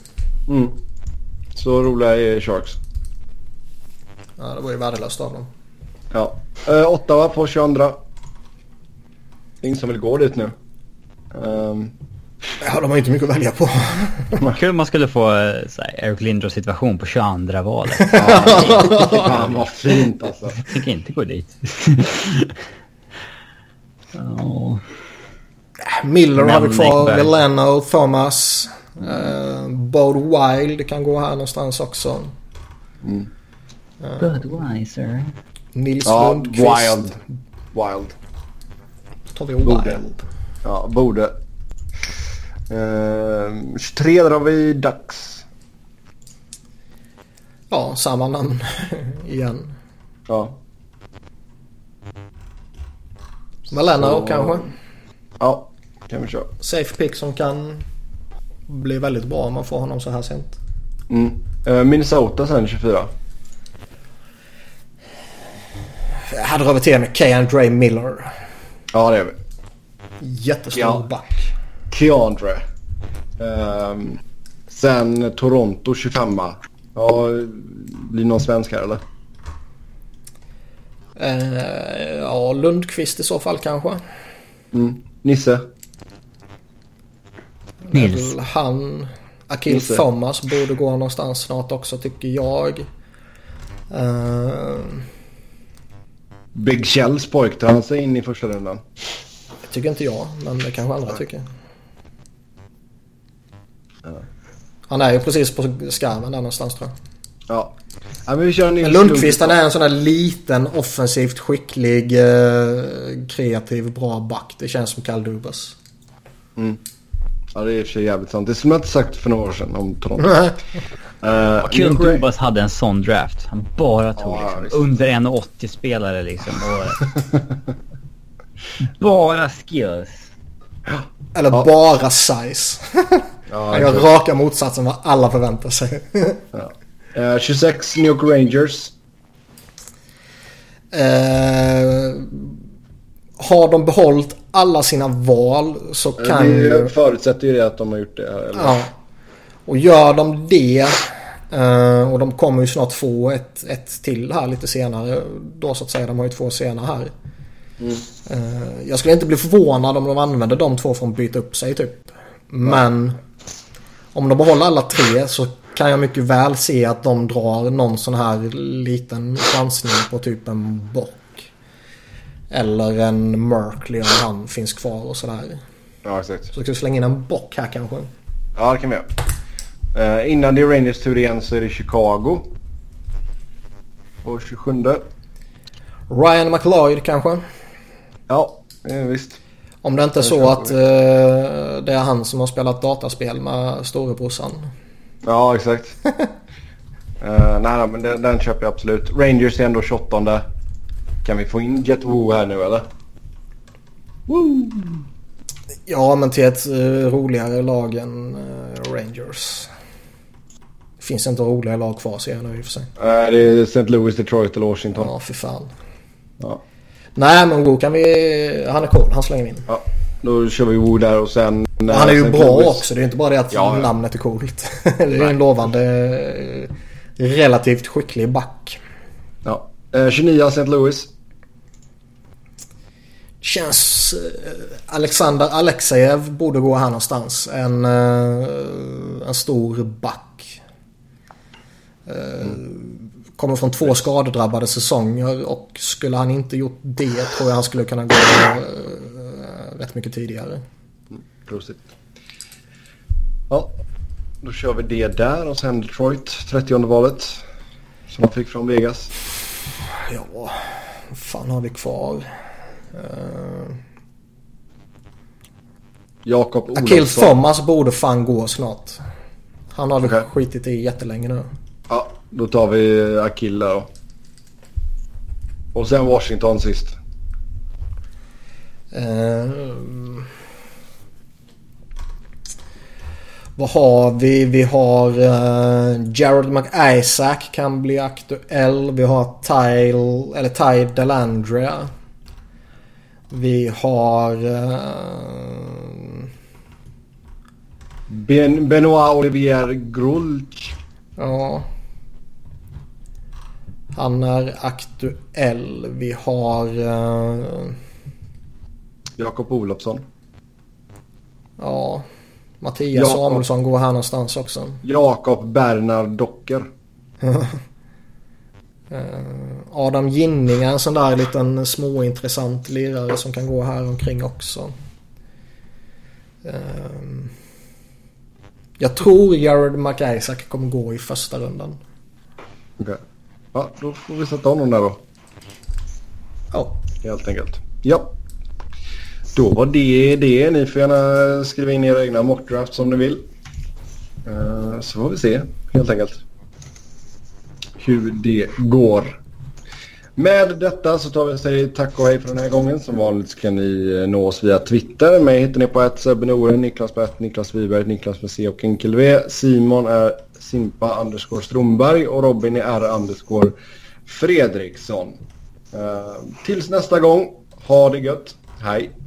Så roliga är Sharks. Ja, det var ju värdelöst av dem. Ja. 8 på 22. Ingen som vill gå dit nu. Ja, de har inte mycket att välja på. Kul man skulle få Eric Lindros situation på 22 valet. Fan vad fint alltså. Jag fick inte gå dit. Miller har vi kvar, Valeno, Thomas, Bode Wild kan gå här någonstans också. Budweiser. Nils Lundqvist. Wild. Så tar vi Wild. Ja, borde. 23 där har vi Ducks. Ja, samma namn igen. Ja. Valeno kanske. Ja, kan vi köra. Safe pick som kan bli väldigt bra om man får honom så här sent. Minnesota sen 24. Här drar vi till med Keandre Miller. Ja, det är vi. Jättestor back. Keandre. Sen Toronto 25. Ja, blir någon svensk här eller? Ja, Lundqvist i så fall kanske. Nisse. Nils. Han, Akil Nisse. Thomas borde gå någonstans snart också tycker jag. Big Kjells pojk tar han sig in i första rundan. Det tycker inte jag, men det kanske andra tycker. Han är ju precis på skarven där någonstans tror jag. Ja. Ja, men vi kör Nils Lundqvist han är en sån där liten, offensivt skicklig, kreativ, bra back. Det känns som Kyle Dubas. Ja, det är i och för sig jävligt sant. Det skulle man inte sagt för några år sedan om Toronto. Kul Dubas hade en sån draft. Han bara tog visst. under 1,80 spelare liksom. Och bara skills. Eller bara size. Han gör raka motsatsen vad alla förväntar sig. 26 New York Rangers. Har de behållit alla sina val så kan Det förutsätter ju det att de har gjort det här. Eller? Ja. Och gör de det och de kommer ju snart få ett till här lite senare. Då så att säga, de har ju 2 senare här. Jag skulle inte bli förvånad om de använder de 2 för att byta upp sig typ. Men om de behåller alla 3 så kan jag mycket väl se att de drar någon sån här liten chansning på typ en bock. Eller en Merkley om han finns kvar och sådär. Ja, exakt. Så ska vi slänga in en bock här kanske. Ja, det kan vi göra. Innan det är Rangers tur igen så är det Chicago. Och 27. Ryan McLeod kanske. Ja, visst. Om det inte är så att det är han som har spelat dataspel med storebrorsan. Ja, exakt. Nej, men den köper jag absolut. Rangers är ändå 28. Kan vi få in Jet Woo här nu eller? Woo! Ja, men till ett roligare lag än Rangers. Det finns inte roliga lag kvar ser jag nu i och för sig. Det är St. Louis, Detroit eller Washington. Ja, för fan. Ja. Nej, men Woo kan vi... Han är cool, han slänger in. Ja, då kör vi Woo där och sen... Han är ju St. bra Louis. också, det är inte bara det att namnet är coolt. Det är en lovande, relativt skicklig back. Ja. 29 St. Louis. Känns Alexander Alexejev borde gå här någonstans. En stor back. Kommer från 2 skadedrabbade säsonger och skulle han inte gjort det tror jag han skulle kunna gå rätt mycket tidigare. Prosit. Ja, då kör vi det där och sen Detroit, 30:e valet som man fick från Vegas. Ja, vad fan har vi kvar? Jakob Olofsson. Akil Thomas borde fan gå snart. Han har väl skitit i jättelänge nu. Ja, då tar vi Akil där då. Och sen Washington sist. Vad har vi? Vi har Jared McIsaac kan bli aktuell. Vi har Ty Dellandrea. Vi har Benoit Olivier Grulch. ja. Han är aktuell. Vi har Jakob Olofsson. ja, Mattias Samuelsson går här någonstans också. Jakob Bernhard Docker. Adam Ginning är en sån där liten småintressant lirare som kan gå här omkring också. Jag tror Jared McIsaac kommer gå i första rundan. Okej. Ja, då får vi sätta honom där då. Ja. Helt enkelt. Ja. Då var det. Ni får gärna skriva in era egna mockdraft som ni vill. Så får vi se helt enkelt hur det går. Med detta så tar vi och säger tack och hej för den här gången. Som vanligt så kan ni nå oss via Twitter. Mig hittar ni på @Sebenoren, Niklas på Niklas Wiberg, Niklas med C och enkel V. Simon är Simpa_Stromberg och Robin är R_Fredriksson. Tills nästa gång, ha det gött. Hej!